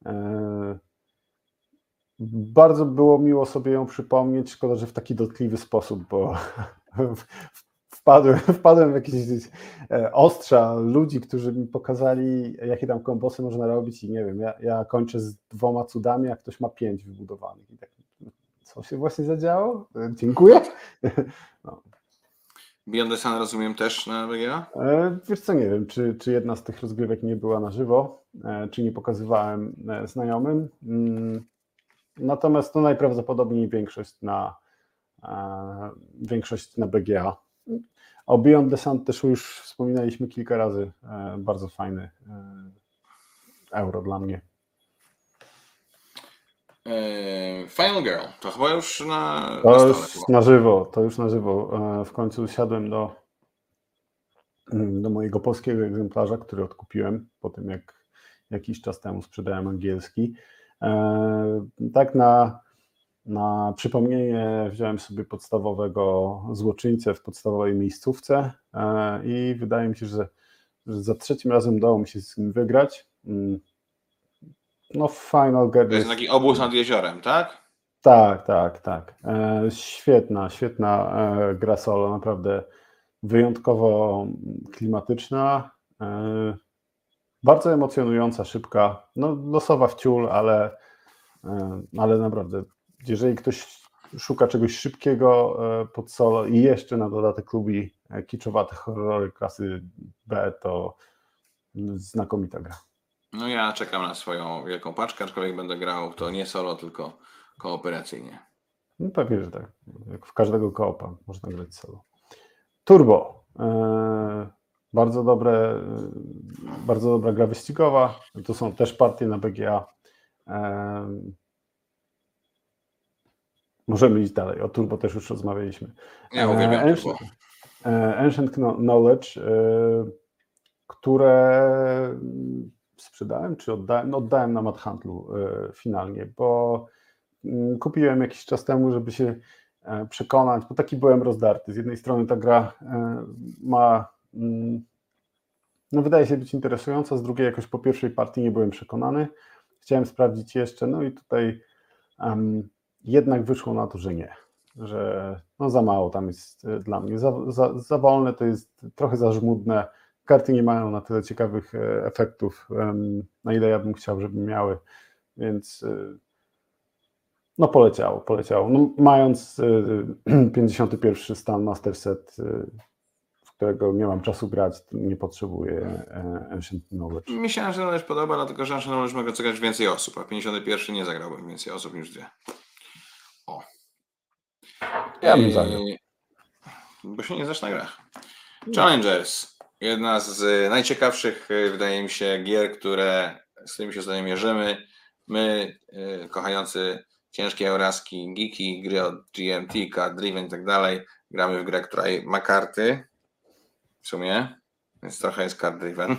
Bardzo było miło sobie ją przypomnieć, szkoda, że w taki dotkliwy sposób, bo wpadłem w jakieś ostrza ludzi, którzy mi pokazali, jakie tam kombosy można robić i nie wiem, ja kończę z 2 cudami, a ktoś ma 5 wybudowanych. I tak, co się właśnie zadziało? Dziękuję. No. Beyond the Sun rozumiem też na BGA? Wiesz co, nie wiem, czy jedna z tych rozgrywek nie była na żywo, czy nie pokazywałem znajomym. Natomiast to najprawdopodobniej większość na BGA. O Beyond the Sun też już wspominaliśmy kilka razy. Bardzo fajny euro dla mnie. Final Girl, to chyba już na żywo. To już na żywo. W końcu siadłem do mojego polskiego egzemplarza, który odkupiłem po tym, jak jakiś czas temu sprzedałem angielski. Tak na przypomnienie wziąłem sobie podstawowego złoczyńcę w podstawowej miejscówce i wydaje mi się, że za 3. razem udało mi się z nim wygrać. No Final Girl to jest taki obóz nad jeziorem, tak? Tak. Świetna gra solo, naprawdę wyjątkowo klimatyczna, bardzo emocjonująca, szybka, no losowa wciul, ale naprawdę, jeżeli ktoś szuka czegoś szybkiego pod solo i jeszcze na dodatek lubi kiczowate horrory klasy B, to znakomita gra. No ja czekam na swoją wielką paczkę, aczkolwiek będę grał to nie solo, tylko kooperacyjnie. No pewnie, że tak. Jak w każdego koopa można grać solo. Turbo. Bardzo dobra gra wyścigowa. To są też partie na BGA. Możemy iść dalej. O Turbo też już rozmawialiśmy. Ja uwielbiam Turbo. Ancient Knowledge, które sprzedałem, czy oddałem? No, oddałem na Mad Handlu finalnie, bo kupiłem jakiś czas temu, żeby się przekonać, bo taki byłem rozdarty. Z jednej strony ta gra ma, no wydaje się być interesująca, z drugiej jakoś po pierwszej partii nie byłem przekonany. Chciałem sprawdzić jeszcze, no i tutaj jednak wyszło na to, że nie, że no za mało tam jest dla mnie, za wolne, to jest trochę za żmudne, karty nie mają na tyle ciekawych efektów, na ile ja bym chciał, żeby miały, więc no poleciało. No, mając 51 stan Master Set, w którego nie mam czasu grać, to nie potrzebuję Ancient Knowledge. Mi się Ancient Knowledge podoba, dlatego że Ancient Knowledge mogę zagrać więcej osób, a 51 nie zagrałbym więcej osób niż 2. O. Ja bym zagrał. Bo się nie zaczyna gra. Challengers. Jedna z najciekawszych, wydaje mi się, gier, z którymi się sobie mierzymy. My, kochający ciężkie eurazki, geeki, gry od GMT, Card Driven i tak dalej, gramy w grę, która ma karty w sumie, więc trochę jest Card Driven,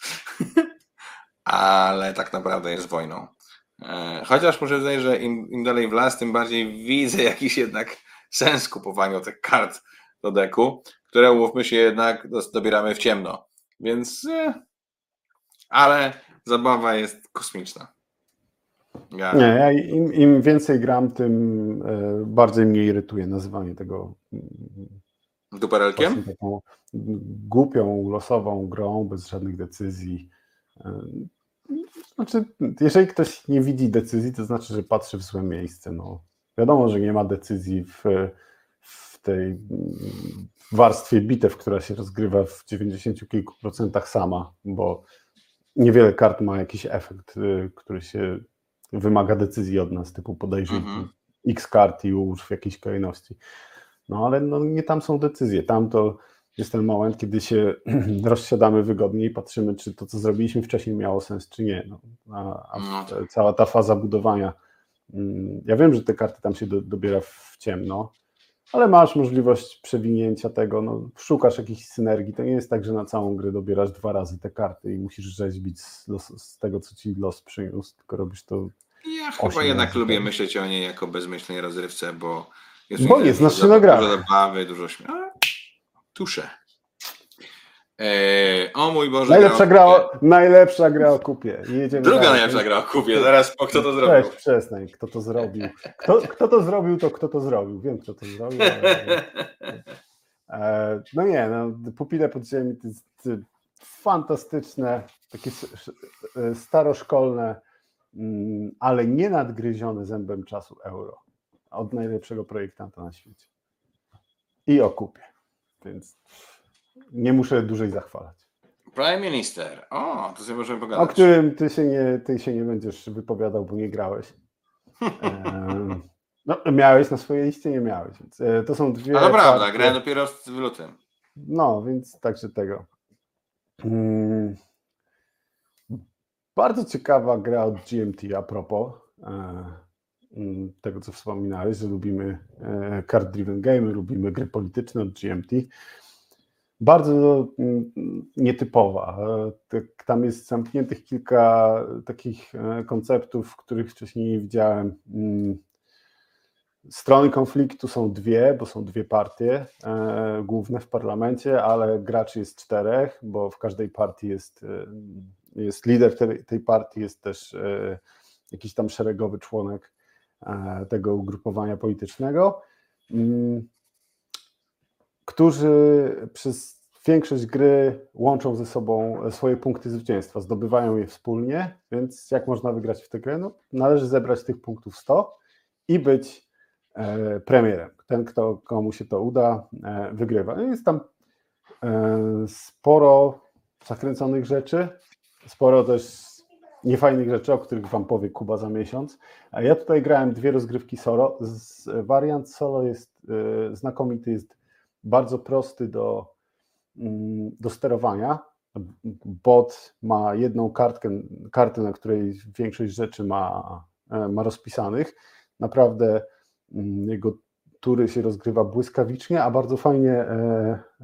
ale tak naprawdę jest wojną. Chociaż muszę powiedzieć, że im dalej w las, tym bardziej widzę jakiś jednak sens kupowania tych kart do deku, które, umówmy się, jednak dobieramy w ciemno. Więc ale zabawa jest kosmiczna. Nie, im więcej gram, tym bardziej mnie irytuje nazywanie tego duperelkiem? Taką głupią, losową grą, bez żadnych decyzji. Znaczy, jeżeli ktoś nie widzi decyzji, to znaczy, że patrzy w złe miejsce. No, wiadomo, że nie ma decyzji w tej warstwie bitew, która się rozgrywa w 90 kilku procentach sama, bo niewiele kart ma jakiś efekt, który się wymaga decyzji od nas, typu podejrzyj X kart i ułóż w jakiejś kolejności. No ale no, nie tam są decyzje. Tam to jest ten moment, kiedy się rozsiadamy wygodnie i patrzymy, czy to, co zrobiliśmy wcześniej, miało sens, czy nie. Cała ta faza budowania. Ja wiem, że te karty tam się dobiera w ciemno, ale masz możliwość przewinięcia tego, no, szukasz jakichś synergii. To nie jest tak, że na całą grę dobierasz 2 razy te karty i musisz rzeźbić z tego, co ci los przyniósł, tylko robisz to. Ja chyba jednak lubię myśleć o niej jako bezmyślnej rozrywce, bo jest dużo zabawy, dużo śmiechu. Tusze. O mój Boże. Najlepsza gra o kupie. Druga najlepsza gra o kupie. Zaraz kto to zrobił. Cześć, przestań. Kto to zrobił? Kto to zrobił, to kto to zrobił. Wiem, kto to zrobił. No nie, no, Pupile Podziemi to jest fantastyczne, takie staroszkolne, ale nie nadgryzione zębem czasu euro. Od najlepszego projektanta na świecie. I o kupie. Więc nie muszę dłużej zachwalać. Prime Minister. O, to sobie możemy pogadać. O którym ty się nie będziesz wypowiadał, bo nie grałeś. No, miałeś na swojej liście, nie miałeś. Więc to są dwie. Ale prawda, grałem dopiero w lutym. No, więc także tego. Bardzo ciekawa gra od GMT a propos tego, co wspominałeś, że lubimy card-driven game, lubimy gry polityczne od GMT. Bardzo nietypowa. Tam jest zamkniętych kilka takich konceptów, których wcześniej nie widziałem. Strony konfliktu są 2, bo są 2 partie główne w parlamencie, ale graczy jest 4, bo w każdej partii jest lider tej partii, jest też jakiś tam szeregowy członek tego ugrupowania politycznego, którzy przez większość gry łączą ze sobą swoje punkty zwycięstwa, zdobywają je wspólnie, więc jak można wygrać w tę grę? No, należy zebrać tych punktów 100 i być premierem. Ten, komu się to uda, wygrywa. Jest tam sporo zakręconych rzeczy, sporo też niefajnych rzeczy, o których wam powie Kuba za miesiąc. A ja tutaj grałem 2 rozgrywki solo. Wariant solo jest znakomity, jest bardzo prosty do sterowania. Bot ma jedną kartę, na której większość rzeczy ma rozpisanych. Naprawdę jego tury się rozgrywa błyskawicznie, a bardzo fajnie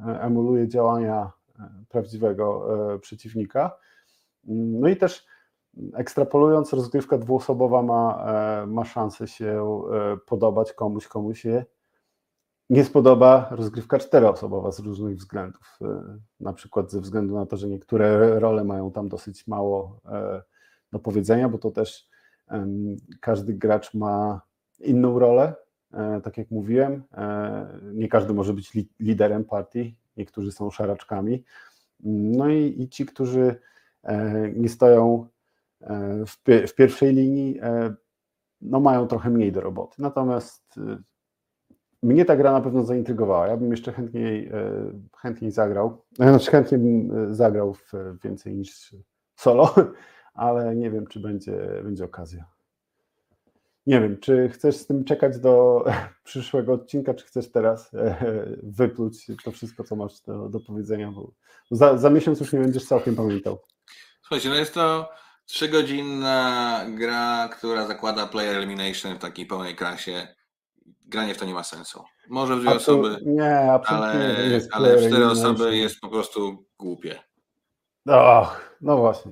emuluje działania prawdziwego przeciwnika. No i też ekstrapolując, rozgrywka dwuosobowa ma szansę się podobać komuś się nie spodoba rozgrywka czteroosobowa z różnych względów. Na przykład ze względu na to, że niektóre role mają tam dosyć mało do powiedzenia, bo to też każdy gracz ma inną rolę, tak jak mówiłem. Nie każdy może być liderem partii, niektórzy są szaraczkami. No i ci, którzy nie stoją w pierwszej linii, no mają trochę mniej do roboty. Natomiast mnie ta gra na pewno zaintrygowała. Ja bym jeszcze chętniej zagrał. Znaczy chętnie bym zagrał w więcej niż solo, ale nie wiem, czy będzie okazja. Nie wiem, czy chcesz z tym czekać do przyszłego odcinka, czy chcesz teraz wypluć to wszystko, co masz do powiedzenia, bo za miesiąc już nie będziesz całkiem pamiętał. Słuchajcie, no jest to 3-godzinna gra, która zakłada player elimination w takiej pełnej krasie. Granie w to nie ma sensu. Może w 2 osoby, nie, absolutnie nie jest ale w 4 osoby jest po prostu głupie. No właśnie.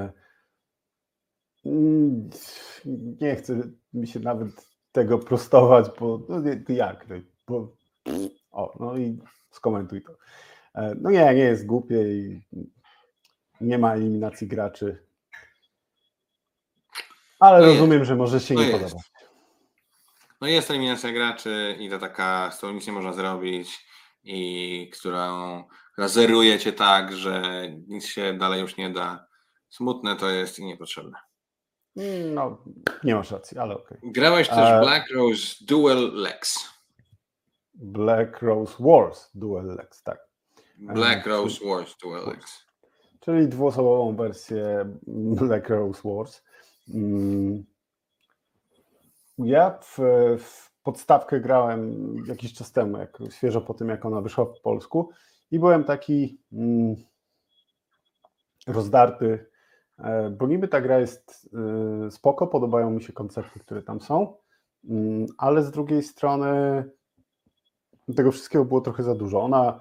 Nie chcę mi się nawet tego prostować, bo jak? No i skomentuj to. No nie jest głupie i nie ma eliminacji graczy. Ale rozumiem, że może się nie podobać. No jest eliminacja graczy i to taka, z którą nic nie można zrobić i która zeruje cię tak, że nic się dalej już nie da. Smutne to jest i niepotrzebne. No, nie masz racji, ale okej. Grałeś też Black Rose Dual Legs. Black Rose Wars Dual Legs, tak. Black Rose Wars Dual Legs. Czyli dwuosobową wersję Black Rose Wars. Ja w podstawkę grałem jakiś czas temu, świeżo po tym, jak ona wyszła po polsku i byłem taki rozdarty, bo niby ta gra jest spoko, podobają mi się koncepty, które tam są, ale z drugiej strony tego wszystkiego było trochę za dużo. Ona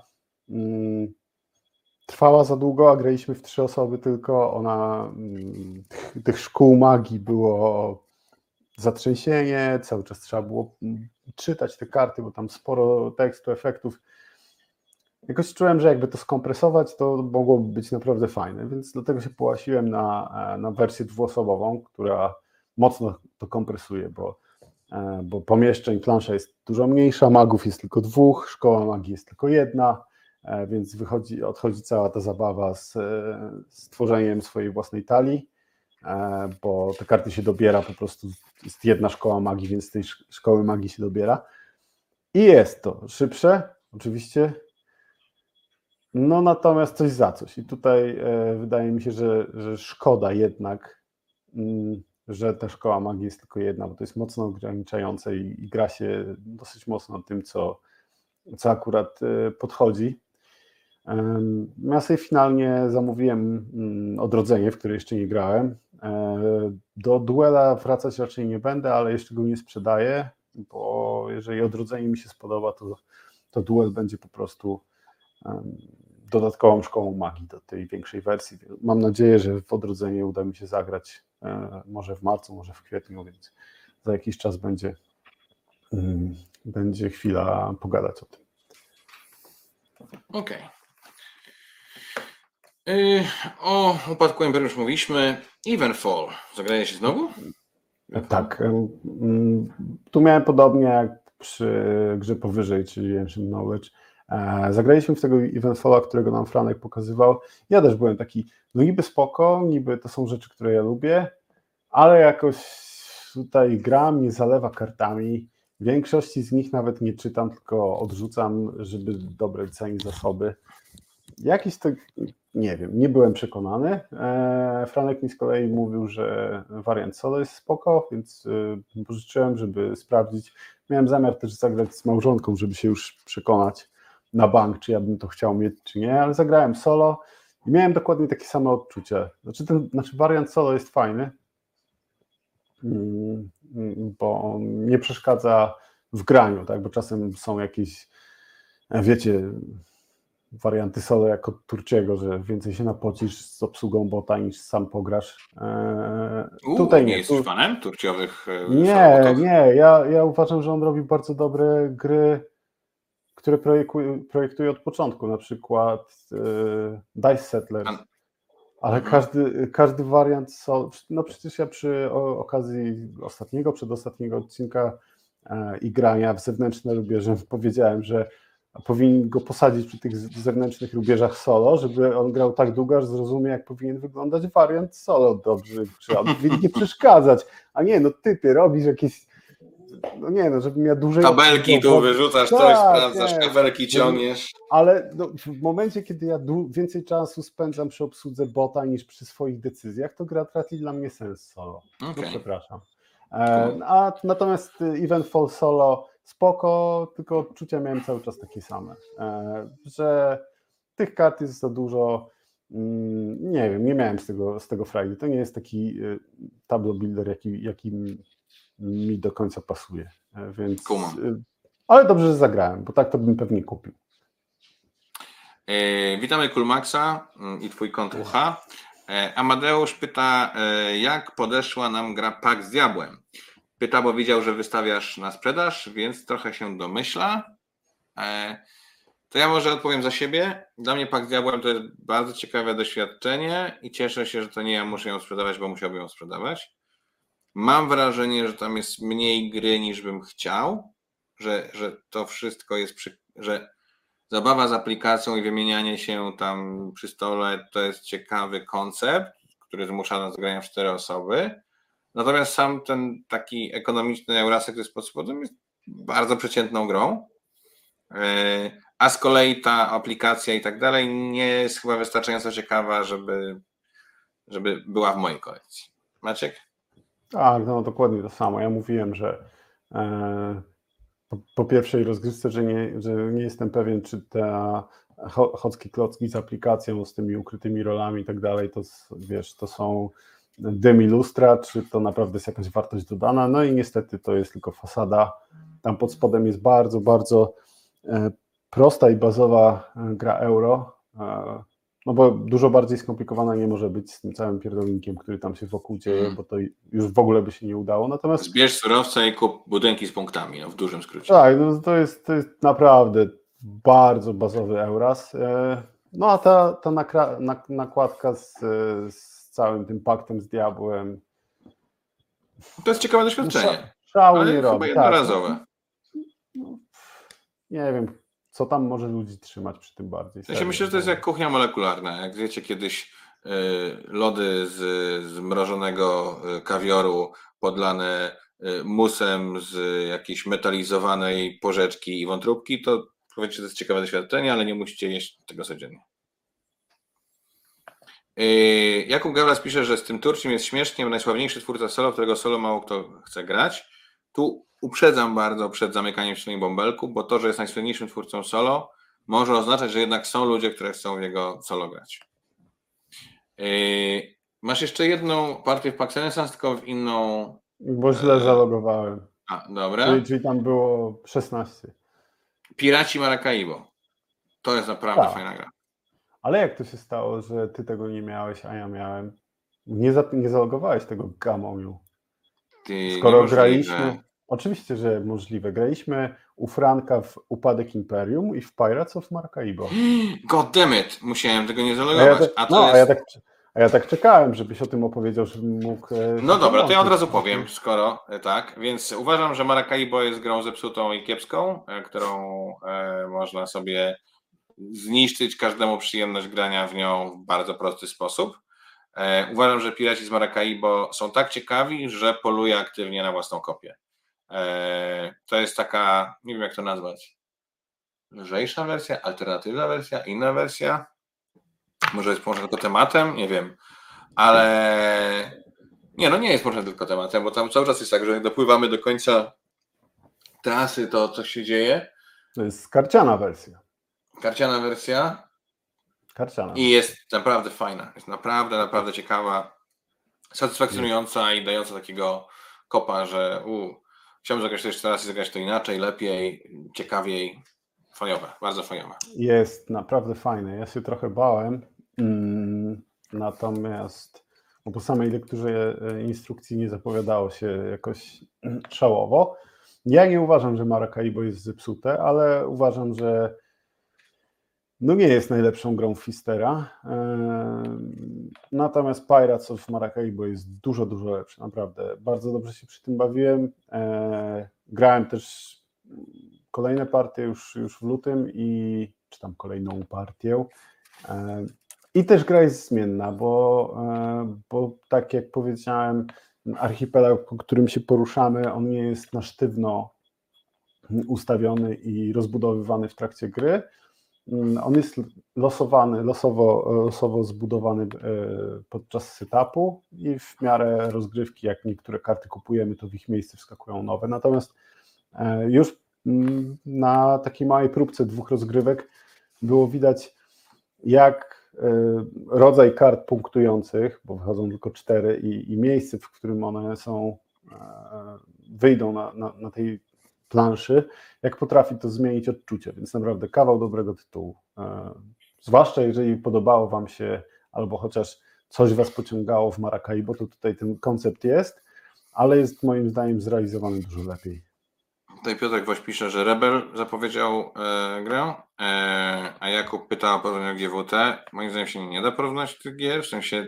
trwała za długo, a graliśmy w 3 osoby tylko. Tych szkół magii było zatrzęsienie, cały czas trzeba było czytać te karty, bo tam sporo tekstu, efektów. Jakoś czułem, że jakby to skompresować, to mogłoby być naprawdę fajne, więc dlatego się połasiłem na wersję dwuosobową, która mocno to kompresuje, bo pomieszczeń, plansza jest dużo mniejsza, magów jest tylko 2, szkoła magii jest tylko 1, więc odchodzi cała ta zabawa z tworzeniem swojej własnej talii, bo te karty się dobiera, po prostu jest jedna szkoła magii, więc z tej szkoły magii się dobiera. I jest to szybsze, oczywiście, no natomiast coś za coś. I tutaj wydaje mi się, że szkoda jednak, że ta szkoła magii jest tylko jedna, bo to jest mocno ograniczające i gra się dosyć mocno tym, co akurat podchodzi. Ja sobie finalnie zamówiłem Odrodzenie, w które jeszcze nie grałem. Do Duela wracać raczej nie będę, ale jeszcze go nie sprzedaję, bo jeżeli Odrodzenie mi się spodoba, to Duel będzie po prostu dodatkową szkołą magii do tej większej wersji. Mam nadzieję, że w Odrodzenie uda mi się zagrać może w marcu, może w kwietniu, więc za jakiś czas będzie chwila pogadać o tym. Okej. O Upadku Imperium już mówiliśmy. Evenfall. Zagrałeś się znowu? Tak. Tu miałem podobnie jak przy grze powyżej, czyli Ancient Knowledge. Zagraliśmy w tego Evenfalla, którego nam Franek pokazywał. Ja też byłem taki, no niby spoko, niby to są rzeczy, które ja lubię, ale jakoś tutaj gra mnie zalewa kartami. Większości z nich nawet nie czytam, tylko odrzucam, żeby dobrać cenić zasoby. Jakiś to, nie wiem, nie byłem przekonany. Franek mi z kolei mówił, że wariant solo jest spoko, więc pożyczyłem, żeby sprawdzić. Miałem zamiar też zagrać z małżonką, żeby się już przekonać na bank, czy ja bym to chciał mieć, czy nie, ale zagrałem solo i miałem dokładnie takie same odczucia. Znaczy wariant solo jest fajny, bo nie przeszkadza w graniu, tak? Bo czasem są jakieś, wiecie, warianty solo jako Turciego, że więcej się napocisz z obsługą bota niż sam pograsz. Tutaj nie jesteś fanem turciowych solo Nie, botów? nie. Ja uważam, że on robi bardzo dobre gry, które projektuje od początku, na przykład Dice Settlers. Ale każdy wariant solo, no przecież ja przy okazji przedostatniego odcinka i grania w zewnętrzne rubieże powiedziałem, że powinien go posadzić przy tych zewnętrznych rubieżach solo, żeby on grał tak długo, aż zrozumie, jak powinien wyglądać wariant solo dobrze, czy on powinien nie przeszkadzać, a nie, no typie, robisz jakieś, no nie, no żebym ja dłużej... Tabelki tu wyrzucasz, coś sprawdzasz, kabelki ciągniesz. Ale no, w momencie, kiedy ja więcej czasu spędzam przy obsłudze bota niż przy swoich decyzjach, to gra traci dla mnie sens solo. No przepraszam. A natomiast Eventfall solo spoko, tylko odczucia miałem cały czas takie same, że tych kart jest za dużo, nie wiem, nie miałem z tego frajdy. To nie jest taki tableau builder, jaki mi do końca pasuje, więc... Ale dobrze, że zagrałem, bo tak to bym pewnie kupił. Witamy Kulmaxa i twój kąt UH. Amadeusz pyta, jak podeszła nam gra Pact z Diabłem. Pyta, bo widział, że wystawiasz na sprzedaż, więc trochę się domyśla. To ja może odpowiem za siebie. Dla mnie Pact z Diabłem to jest bardzo ciekawe doświadczenie i cieszę się, że to nie ja muszę ją sprzedawać, bo musiałbym ją sprzedawać. Mam wrażenie, że tam jest mniej gry niż bym chciał, że to wszystko jest, że zabawa z aplikacją i wymienianie się tam przy stole to jest ciekawy koncept, który zmusza nas do grania w 4 osoby. Natomiast sam ten taki ekonomiczny Eurasek, który jest pod spodem, jest bardzo przeciętną grą. A z kolei ta aplikacja i tak dalej nie jest chyba wystarczająco ciekawa, żeby była w mojej kolekcji. Maciek? Tak, no dokładnie to samo. Ja mówiłem, że po pierwszej rozgrywce, że nie jestem pewien, czy te chocki klocki z aplikacją, z tymi ukrytymi rolami i tak dalej, to wiesz, to są demi lustra, czy to naprawdę jest jakaś wartość dodana. No i niestety to jest tylko fasada. Tam pod spodem jest bardzo, bardzo prosta i bazowa gra euro. No bo dużo bardziej skomplikowana nie może być z tym całym pierdolnikiem, który tam się wokół dzieje, bo to już w ogóle by się nie udało. Natomiast zbierz surowce i kup budynki z punktami, no w dużym skrócie. Tak, no to jest naprawdę bardzo bazowy Euras. No a ta nakładka z całym tym paktem z diabłem. To jest ciekawe doświadczenie. Szału ale nie chyba robi. jednorazowe. No, nie wiem, co tam może ludzi trzymać przy tym bardziej. Ja myślę, że to jest jak kuchnia molekularna. Jak wiecie, kiedyś lody z mrożonego kawioru podlane musem z jakiejś metalizowanej porzeczki i wątróbki, to powiedzcie, że to jest ciekawe doświadczenie, ale nie musicie jeść tego codziennie. Jakub Gawlas pisze, że z tym Turciem jest śmiesznie, bo najsławniejszy twórca solo, którego solo mało kto chce grać. Tu uprzedzam bardzo przed zamykaniem się w bąbelku, bo to, że jest najsławniejszym twórcą solo, może oznaczać, że jednak są ludzie, które chcą w jego solo grać. Masz jeszcze jedną partię w Pax Renaissance, tylko w inną... Bo źle zalogowałem. Dobra. Czyli tam było 16. Piraci Maracaibo. To jest naprawdę fajna gra. Ale jak to się stało, że ty tego nie miałeś, a ja miałem? Nie zalogowałeś tego Gamoniu. Skoro graliśmy... Oczywiście, że możliwe. Graliśmy u Franka w Upadek Imperium i w Pirates of Maracaibo. God damn it! Musiałem tego nie zalogować. A ja tak czekałem, żebyś o tym opowiedział, żebym mógł... No dobra, to ja od razu powiem, skoro tak. Więc uważam, że Maracaibo jest grą zepsutą i kiepską, którą można sobie zniszczyć każdemu przyjemność grania w nią w bardzo prosty sposób. Uważam, że Piraci z Maracaibo są tak ciekawi, że poluje aktywnie na własną kopię. To jest taka, nie wiem jak to nazwać, lżejsza wersja, alternatywna wersja, inna wersja, może jest połączona tylko tematem, nie wiem, ale nie jest połączona tylko tematem, bo tam cały czas jest tak, że jak dopływamy do końca trasy, to coś się dzieje. To jest karciana wersja. Karciana wersja. I jest naprawdę fajna, jest naprawdę ciekawa, satysfakcjonująca i dająca takiego kopa, że chciałbym zagrać to jeszcze raz i zagrać to inaczej, lepiej, ciekawiej. fajowe, bardzo fajowe. Jest naprawdę fajne. Ja się trochę bałem, natomiast po samej lekturze instrukcji nie zapowiadało się jakoś szałowo. Ja nie uważam, że Maracaibo jest zepsute, ale uważam, że no nie jest najlepszą grą Fistera. Natomiast Pirates of Maracaibo jest dużo, dużo lepszy, naprawdę. Bardzo dobrze się przy tym bawiłem. Grałem też kolejne partie już w lutym czy tam kolejną partię. I też gra jest zmienna, bo tak jak powiedziałem, archipelag, po którym się poruszamy, on nie jest na sztywno ustawiony i rozbudowywany w trakcie gry. On jest losowo zbudowany podczas setupu i w miarę rozgrywki, jak niektóre karty kupujemy, to w ich miejsce wskakują nowe. Natomiast już na takiej małej próbce 2 rozgrywek było widać, jak rodzaj kart punktujących, bo wychodzą tylko 4 i miejsce, w którym one wyjdą na tej planszy, jak potrafi to zmienić odczucie, więc naprawdę kawał dobrego tytułu. Zwłaszcza jeżeli podobało Wam się, albo chociaż coś Was pociągało w Maracaibo, to tutaj ten koncept jest, ale jest moim zdaniem zrealizowany dużo lepiej. Tutaj Piotrek Woś pisze, że Rebel zapowiedział grę, a Jakub pyta o porównanie GWT. Moim zdaniem się nie da porównać tych gier, w sensie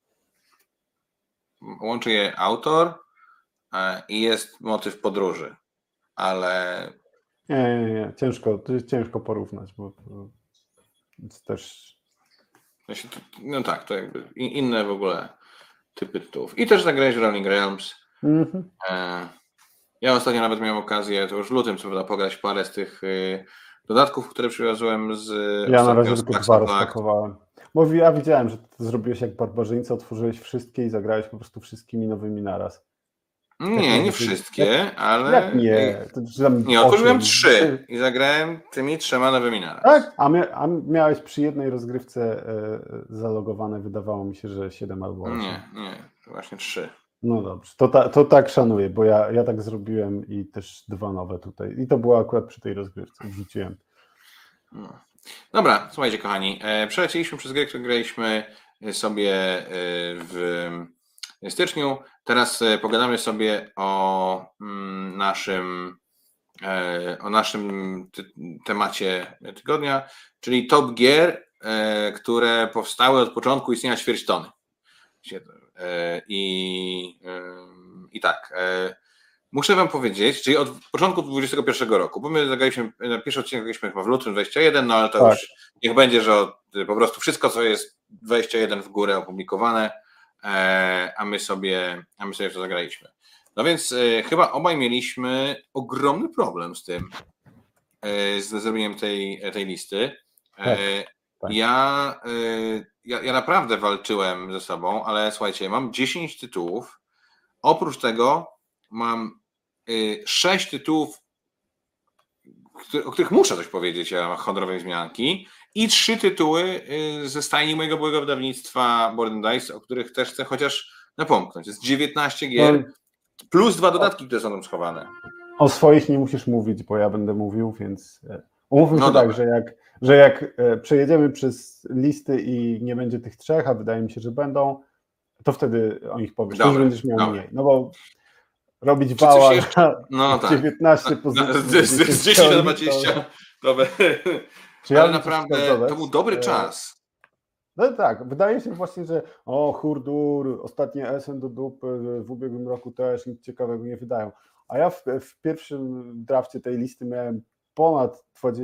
łączy je autor i jest motyw podróży, ale... Nie. Ciężko porównać, bo to też... No tak, to jakby inne w ogóle typy tytułów. I też zagrałeś Rolling Realms. Ja ostatnio nawet miałem okazję, to już w lutym, co prawda, pograć parę z tych dodatków, które przywiozłem z... Ja na razie tylko 2 rozpakowałem. Bo ja widziałem, że to zrobiłeś jak barbarzyńca, otworzyłeś wszystkie i zagrałeś po prostu wszystkimi nowymi naraz. Nie wszystkie, ale... Jak nie? Nie, otworzyłem 3 i zagrałem tymi 3 nowymi naraz. Tak? A miałeś przy jednej rozgrywce zalogowane, wydawało mi się, że 7 albo 8. Nie, właśnie 3. No dobrze, to tak szanuję, bo ja tak zrobiłem i też 2 nowe tutaj. I to było akurat przy tej rozgrywce, wrzuciłem. No. Dobra, słuchajcie kochani, przelecieliśmy przez grę, którą graliśmy sobie w styczniu. Teraz pogadamy sobie o naszym temacie tygodnia, czyli top gier, które powstały od początku istnienia ćwierćtony. I tak, muszę Wam powiedzieć, czyli od początku 2021 roku, bo my zagraliśmy, pierwszy odcinek graliśmy chyba w lutym 21, no ale to już niech będzie, że po prostu wszystko, co jest 21 w górę opublikowane, a my sobie w to zagraliśmy. No więc chyba obaj mieliśmy ogromny problem z tym, z zrobieniem tej listy. Tak. Ja naprawdę walczyłem ze sobą, ale słuchajcie, mam 10 tytułów. Oprócz tego mam 6 tytułów, o których muszę coś powiedzieć, ja mam honorowej wzmianki, i 3 tytuły ze stajni mojego byłego wydawnictwa Board & Dice, o których też chcę chociaż napomknąć. Jest 19 gier, plus 2 dodatki, które są tam schowane. O swoich nie musisz mówić, bo ja będę mówił, więc umówmy się tak, że jak przejedziemy przez listy i nie będzie tych 3, a wydaje mi się, że będą, to wtedy o nich powiesz. To już będziesz miał mniej. No bo robić wała na 19 pozycji. Z 10 do 20. Ale naprawdę to był dobry czas. No tak, wydaje się właśnie, że hurdur, ostatnie SN do dupy w ubiegłym roku też nic ciekawego nie wydają. A ja w pierwszym drafcie tej listy miałem ponad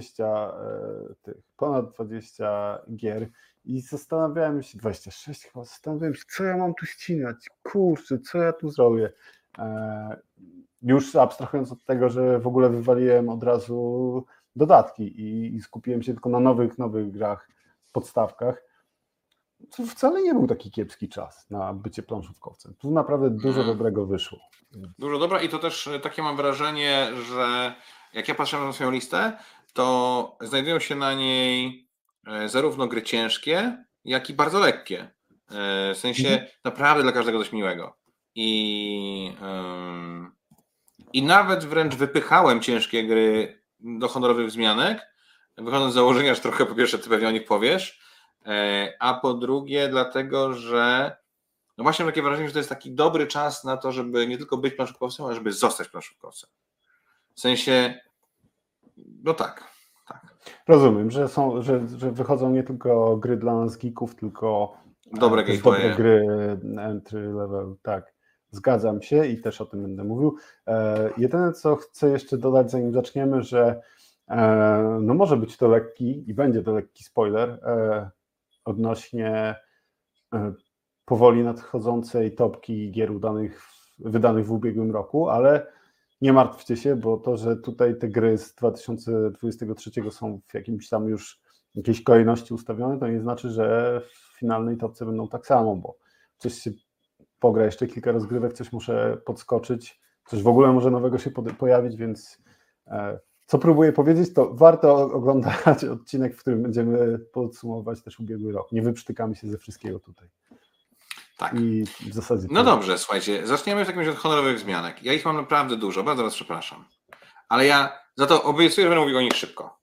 20 gier i zastanawiałem się, 26 chyba, zastanawiałem się, co ja mam tu ścinać, kurczę, co ja tu zrobię. Już abstrahując od tego, że w ogóle wywaliłem od razu dodatki i skupiłem się tylko na nowych grach, podstawkach, to wcale nie był taki kiepski czas na bycie planszówkowcem. Tu naprawdę dużo dobrego wyszło. Dużo dobra i to też takie mam wrażenie, że jak ja patrzę na swoją listę, to znajdują się na niej zarówno gry ciężkie, jak i bardzo lekkie. W sensie naprawdę dla każdego coś miłego. I nawet wręcz wypychałem ciężkie gry do honorowych wzmianek, wychodząc z założenia, że trochę po pierwsze ty pewnie o nich powiesz, a po drugie dlatego, że no właśnie mam takie wrażenie, że to jest taki dobry czas na to, żeby nie tylko być planszówkowcem, ale żeby zostać planszówkowcem. W sensie, no tak. Rozumiem, że wychodzą nie tylko gry dla nas geeków, tylko Dobre też gatewaye. dobre gry entry level, tak. Zgadzam się i też o tym będę mówił. Jedyne, co chcę jeszcze dodać, zanim zaczniemy, że no może być to lekki i będzie to lekki spoiler odnośnie powoli nadchodzącej topki gier wydanych w ubiegłym roku, ale nie martwcie się, bo to, że tutaj te gry z 2023 są w jakimś tam już jakiejś kolejności ustawione, to nie znaczy, że w finalnej topce będą tak samo, bo coś się pogra, jeszcze kilka rozgrywek, coś muszę podskoczyć, coś w ogóle może nowego się pojawić, więc co próbuję powiedzieć, to warto oglądać odcinek, w którym będziemy podsumowywać też ubiegły rok. Nie wyprztykamy się ze wszystkiego tutaj. Tak. I w zasadzie no dobrze, słuchajcie, zaczniemy w takim razie od honorowych wzmianek. Ja ich mam naprawdę dużo, bardzo was przepraszam. Ale ja za to obiecuję, że będę mówił o nich szybko.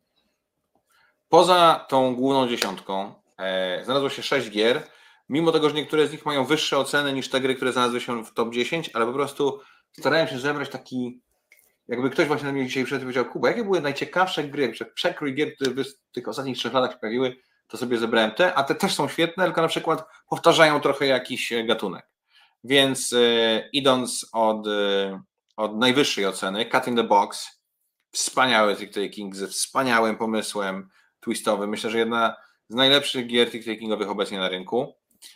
Poza tą główną dziesiątką znalazło się 6 gier, mimo tego, że niektóre z nich mają wyższe oceny niż te gry, które znalazły się w top 10, ale po prostu starałem się zebrać taki, jakby ktoś właśnie na mnie dzisiaj przyszedł i powiedział: Kuba, jakie były najciekawsze gry, przekrój gier, które w tych ostatnich 3 latach się pojawiły, to sobie zebrałem te, a te też są świetne, tylko na przykład powtarzają trochę jakiś gatunek. Więc idąc od najwyższej oceny, Cat in the Box, wspaniały trick-taking ze wspaniałym pomysłem twistowym. Myślę, że jedna z najlepszych gier trick-takingowych obecnie na rynku.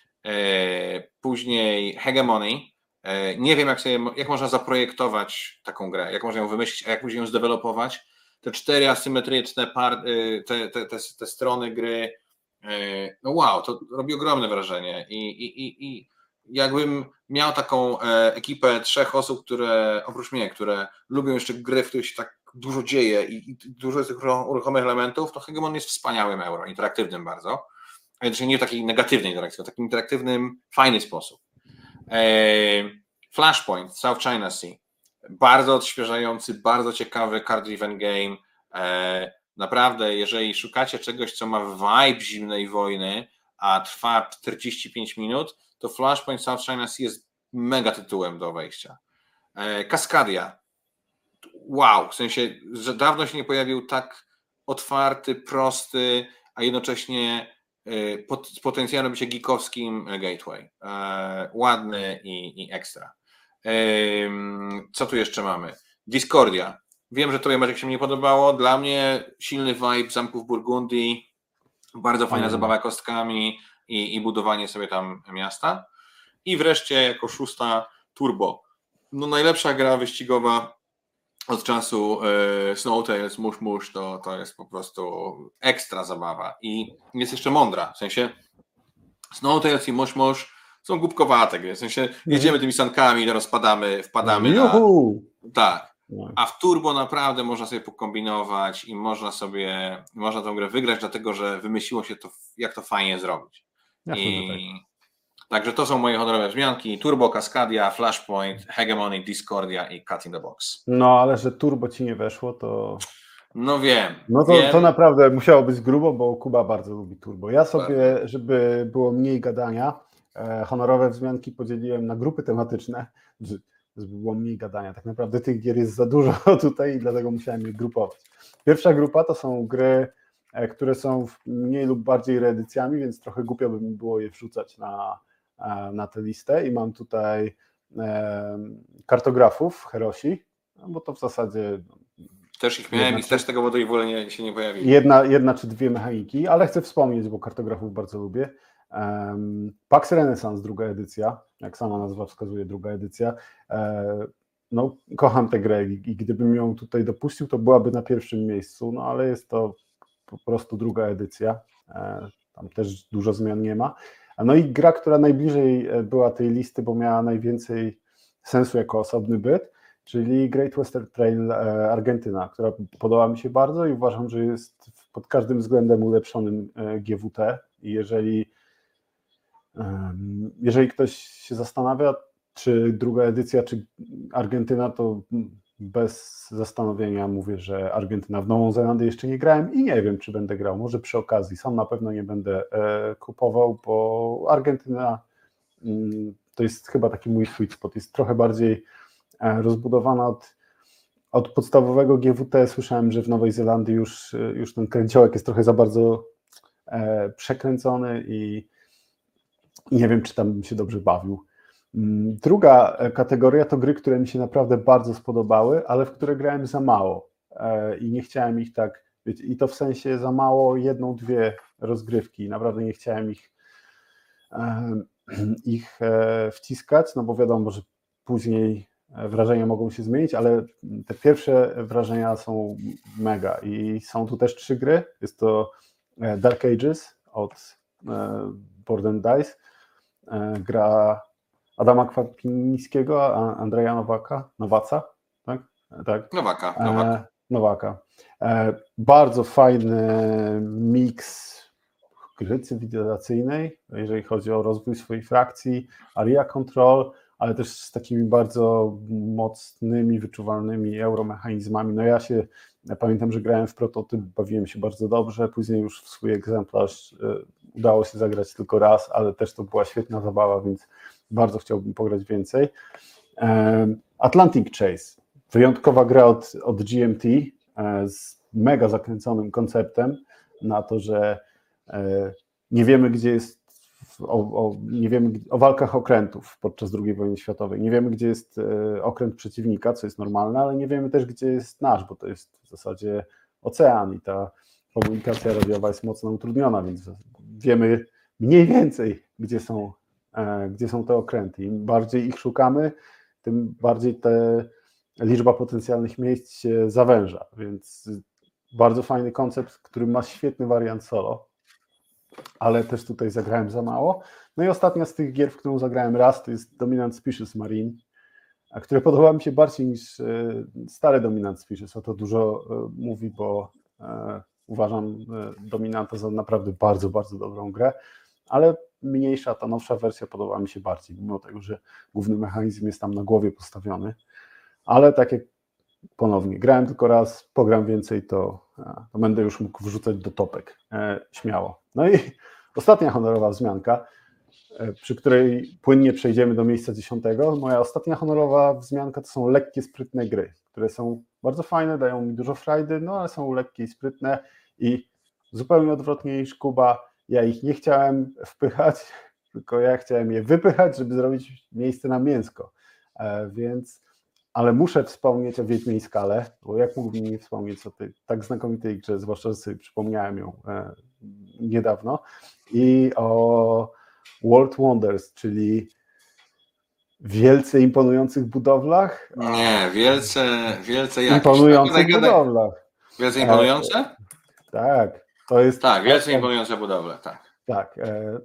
Później Hegemony. Nie wiem, jak można zaprojektować taką grę, jak można ją wymyślić, a jak później ją zdevelopować. Te 4 asymetryczne te strony gry, no wow, to robi ogromne wrażenie i jakbym miał taką ekipę 3 osób, które oprócz mnie, które lubią jeszcze gry, w których się tak dużo dzieje i dużo jest tych uruchomych elementów, to Hegemon jest wspaniałym euro, interaktywnym bardzo. Znaczy nie w takiej negatywnej interakcji, w takim interaktywnym, fajny sposób. Flashpoint, South China Sea. Bardzo odświeżający, bardzo ciekawy card-driven game. Naprawdę, jeżeli szukacie czegoś, co ma vibe zimnej wojny, a trwa 45 minut, to Flashpoint South China Sea jest mega tytułem do wejścia. Cascadia. Wow, w sensie, że dawno się nie pojawił tak otwarty, prosty, a jednocześnie z potencjalem bycia geekowskim gateway. Ładny i ekstra. Co tu jeszcze mamy? Discordia. Wiem, że tobie, Maciek, się nie podobało. Dla mnie silny vibe zamków Burgundii, bardzo fajna zabawa kostkami i budowanie sobie tam miasta. I wreszcie jako 6 Turbo. No najlepsza gra wyścigowa od czasu Snow Tales, Mush, to jest po prostu ekstra zabawa. I jest jeszcze mądra, w sensie Snow Tales i Mush są głupkowate gry, w sensie jedziemy tymi sankami, teraz wpadamy na... Tak. A w Turbo naprawdę można sobie pokombinować i można tę grę wygrać, dlatego że wymyśliło się to, jak to fajnie zrobić. Także to są moje honorowe wzmianki. Turbo, Cascadia, Flashpoint, Hegemony, Discordia i Cat in the Box. No, ale że Turbo ci nie weszło, to... No wiem. No to naprawdę musiało być grubo, bo Kuba bardzo lubi Turbo. Ja sobie, żeby było mniej gadania, honorowe wzmianki podzieliłem na grupy tematyczne, żeby było mniej gadania. Tak naprawdę tych gier jest za dużo tutaj i dlatego musiałem je grupować. Pierwsza grupa to są gry, które są mniej lub bardziej reedycjami, więc trochę głupio by mi było je wrzucać na tę listę i mam tutaj kartografów Herosi, no bo to w zasadzie... Też ich miałem i też tego powodu w ogóle się nie pojawiło. Jedna czy dwie mechaniki, ale chcę wspomnieć, bo kartografów bardzo lubię. Pax Renaissance, druga edycja, jak sama nazwa wskazuje, druga edycja. No, kocham tę grę i gdybym ją tutaj dopuścił, to byłaby na pierwszym miejscu, no ale jest to po prostu druga edycja. Tam też dużo zmian nie ma. No i gra, która najbliżej była tej listy, bo miała najwięcej sensu jako osobny byt, czyli Great Western Trail Argentyna, która podoba mi się bardzo i uważam, że jest pod każdym względem ulepszonym GWT i jeżeli ktoś się zastanawia, czy druga edycja, czy Argentyna, to bez zastanowienia mówię, że Argentyna. W Nową Zelandię jeszcze nie grałem i nie wiem, czy będę grał. Może przy okazji. Sam na pewno nie będę kupował, bo Argentyna to jest chyba taki mój sweet spot. Jest trochę bardziej rozbudowana od podstawowego GWT. Słyszałem, że w Nowej Zelandii już ten kręciołek jest trochę za bardzo przekręcony i nie wiem, czy tam bym się dobrze bawił. Druga kategoria to gry, które mi się naprawdę bardzo spodobały, ale w które grałem za mało i nie chciałem ich tak, wiecie, i to w sensie za mało, 1-2 rozgrywki, naprawdę nie chciałem ich wciskać, no bo wiadomo, że później wrażenia mogą się zmienić, ale te pierwsze wrażenia są mega i są tu też 3 gry, jest to Dark Ages od Board & Dice, gra Adama Kwapińskiego, Andrzeja Nowaca, tak? Tak. Nowaka. Bardzo fajny miks gry cywilizacyjnej, jeżeli chodzi o rozwój swojej frakcji, area control, ale też z takimi bardzo mocnymi, wyczuwalnymi euromechanizmami. No ja pamiętam, że grałem w prototyp, bawiłem się bardzo dobrze, później już w swój egzemplarz udało się zagrać tylko raz, ale też to była świetna zabawa, więc bardzo chciałbym pograć więcej. Atlantic Chase, wyjątkowa gra od GMT z mega zakręconym konceptem na to, że nie wiemy, gdzie jest nie wiemy o walkach okrętów podczas II wojny światowej. Nie wiemy, gdzie jest okręt przeciwnika, co jest normalne, ale nie wiemy też, gdzie jest nasz, bo to jest w zasadzie ocean i ta komunikacja radiowa jest mocno utrudniona, więc wiemy mniej więcej, gdzie są te okręty. Im bardziej ich szukamy, tym bardziej liczba potencjalnych miejsc się zawęża, więc bardzo fajny koncept, który ma świetny wariant solo, ale też tutaj zagrałem za mało. No i ostatnia z tych gier, w którą zagrałem raz, to jest Dominant Species Marine, które podoba mi się bardziej niż stare Dominant Species. O to dużo mówi, bo uważam Dominanta za naprawdę bardzo, bardzo dobrą grę, ale mniejsza, ta nowsza wersja podoba mi się bardziej, mimo tego, że główny mechanizm jest tam na głowie postawiony, ale tak jak ponownie, grałem tylko raz, pogram więcej, to będę już mógł wrzucać do topek, śmiało. No i ostatnia honorowa wzmianka, przy której płynnie przejdziemy do miejsca 10. Moja ostatnia honorowa wzmianka to są lekkie, sprytne gry, które są bardzo fajne, dają mi dużo frajdy, no ale są lekkie i sprytne i zupełnie odwrotnie niż Kuba, ja ich nie chciałem wpychać, tylko ja chciałem je wypychać, żeby zrobić miejsce na mięsko, ale muszę wspomnieć o Wiedźmie i Skale, bo jak mógłbym nie wspomnieć o tej tak znakomitej grze, zwłaszcza, że sobie przypomniałem ją niedawno, i o World Wonders, czyli wielce imponujących budowlach. Nie, wielce jakieś. Imponujących budowlach. Wielce imponujące? Tak, to jest... Tak, wielce imponujące budowle, tak. Tak,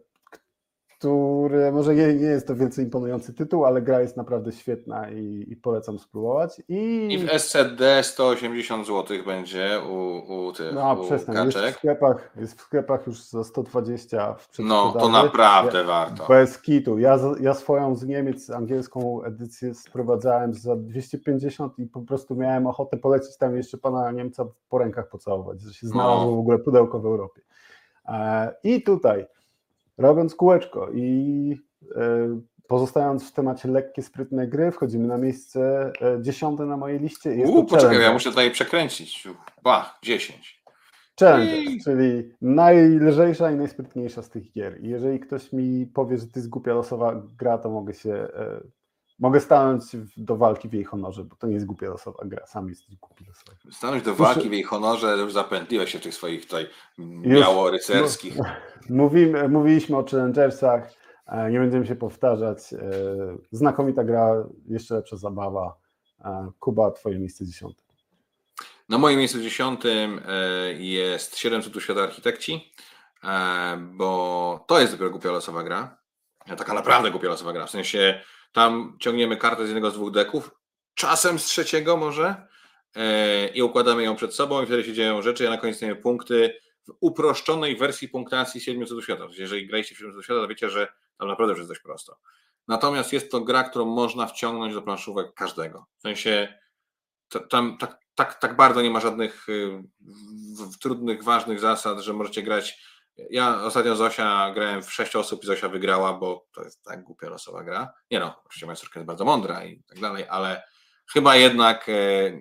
które może nie jest to wielce imponujący tytuł, ale gra jest naprawdę świetna i polecam spróbować. I w SCD 180 zł będzie u tych kaczek. Jest w sklepach już za 120 w przedsprzedaży. No, to naprawdę warto. Bez kitu. Ja swoją z Niemiec angielską edycję sprowadzałem za 250 i po prostu miałem ochotę polecić tam jeszcze pana Niemca po rękach pocałować, że się znalazło w ogóle pudełko w Europie. I tutaj robiąc kółeczko i pozostając w temacie lekkie, sprytne gry, wchodzimy na miejsce 10 na mojej liście. Poczekaj, ja muszę tutaj przekręcić. 10. Challenger, czyli najlżejsza i najsprytniejsza z tych gier. I jeżeli ktoś mi powie, że to jest głupia losowa gra, to mogę stanąć do walki w jej honorze, bo to nie jest głupia losowa gra, sam jesteś głupi losowy. Stanąć do walki w jej honorze, już zapętliłeś się w tych swoich tutaj białorycerskich. Mówiliśmy o Challengersach, nie będziemy się powtarzać. Znakomita gra, jeszcze lepsza zabawa. Kuba, twoje miejsce 10. Na moim miejscu 10 jest 700 Świata Architekci, bo to jest dopiero głupia losowa gra. Taka naprawdę głupia losowa gra. W sensie tam ciągniemy kartę z jednego z 2 deków, czasem z 3 może i układamy ją przed sobą i wtedy się dzieją rzeczy, a na koniec mamy punkty w uproszczonej wersji punktacji 700 Świata. Jeżeli graliście w 700 Świata, to wiecie, że tam naprawdę już jest dość prosto. Natomiast jest to gra, którą można wciągnąć do planszówek każdego. W sensie tam tak bardzo nie ma żadnych trudnych, ważnych zasad, że możecie grać. Ja ostatnio Zosia grałem w 6 osób i Zosia wygrała, bo to jest tak głupia losowa gra. Nie no, oczywiście moja córka jest bardzo mądra i tak dalej, ale chyba jednak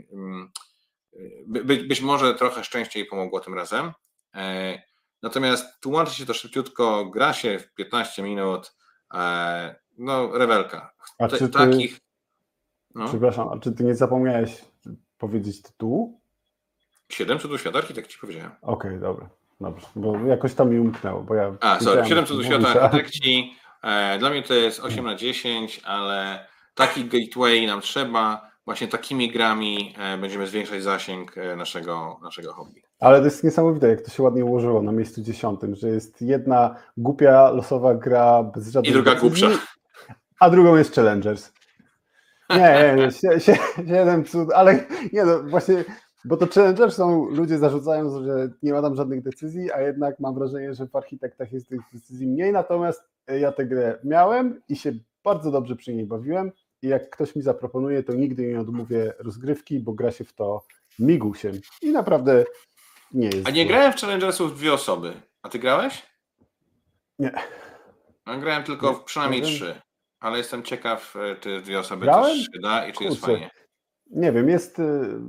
być może trochę szczęście jej pomogło tym razem. Natomiast tłumaczy się to szybciutko, gra się w 15 minut, no rewelka. A czy ty, Takich... No. Przepraszam, a czy ty nie zapomniałeś powiedzieć tytułu? 7 cudów świata, architekt ci powiedziałem. Okej, dobra, dobrze, bo jakoś tam mi umknęło, bo ja... 7 cudów świata, architekci. Dla mnie to jest 8/10, ale taki gateway nam trzeba. Właśnie takimi grami będziemy zwiększać zasięg naszego hobby. Ale to jest niesamowite, jak to się ładnie ułożyło na miejscu 10, że jest jedna głupia, losowa gra bez żadnej I druga decyzji, głupsza. A drugą jest Challengers. Nie, 7 cud, ale nie no, właśnie, bo to Challengers ludzie zarzucają, że nie ma tam żadnych decyzji, a jednak mam wrażenie, że w architektach jest tych decyzji mniej, natomiast ja tę grę miałem i się bardzo dobrze przy niej bawiłem i jak ktoś mi zaproponuje, to nigdy nie odmówię rozgrywki, bo gra się w to migusiem i naprawdę nie jest. A nie grałem w Challengersów 2 osoby. A ty grałeś? Nie. No, grałem tylko przynajmniej 3. Ale jestem ciekaw, czy 2 osoby grałem? też się da i czy jest fajnie. Nie wiem, jest...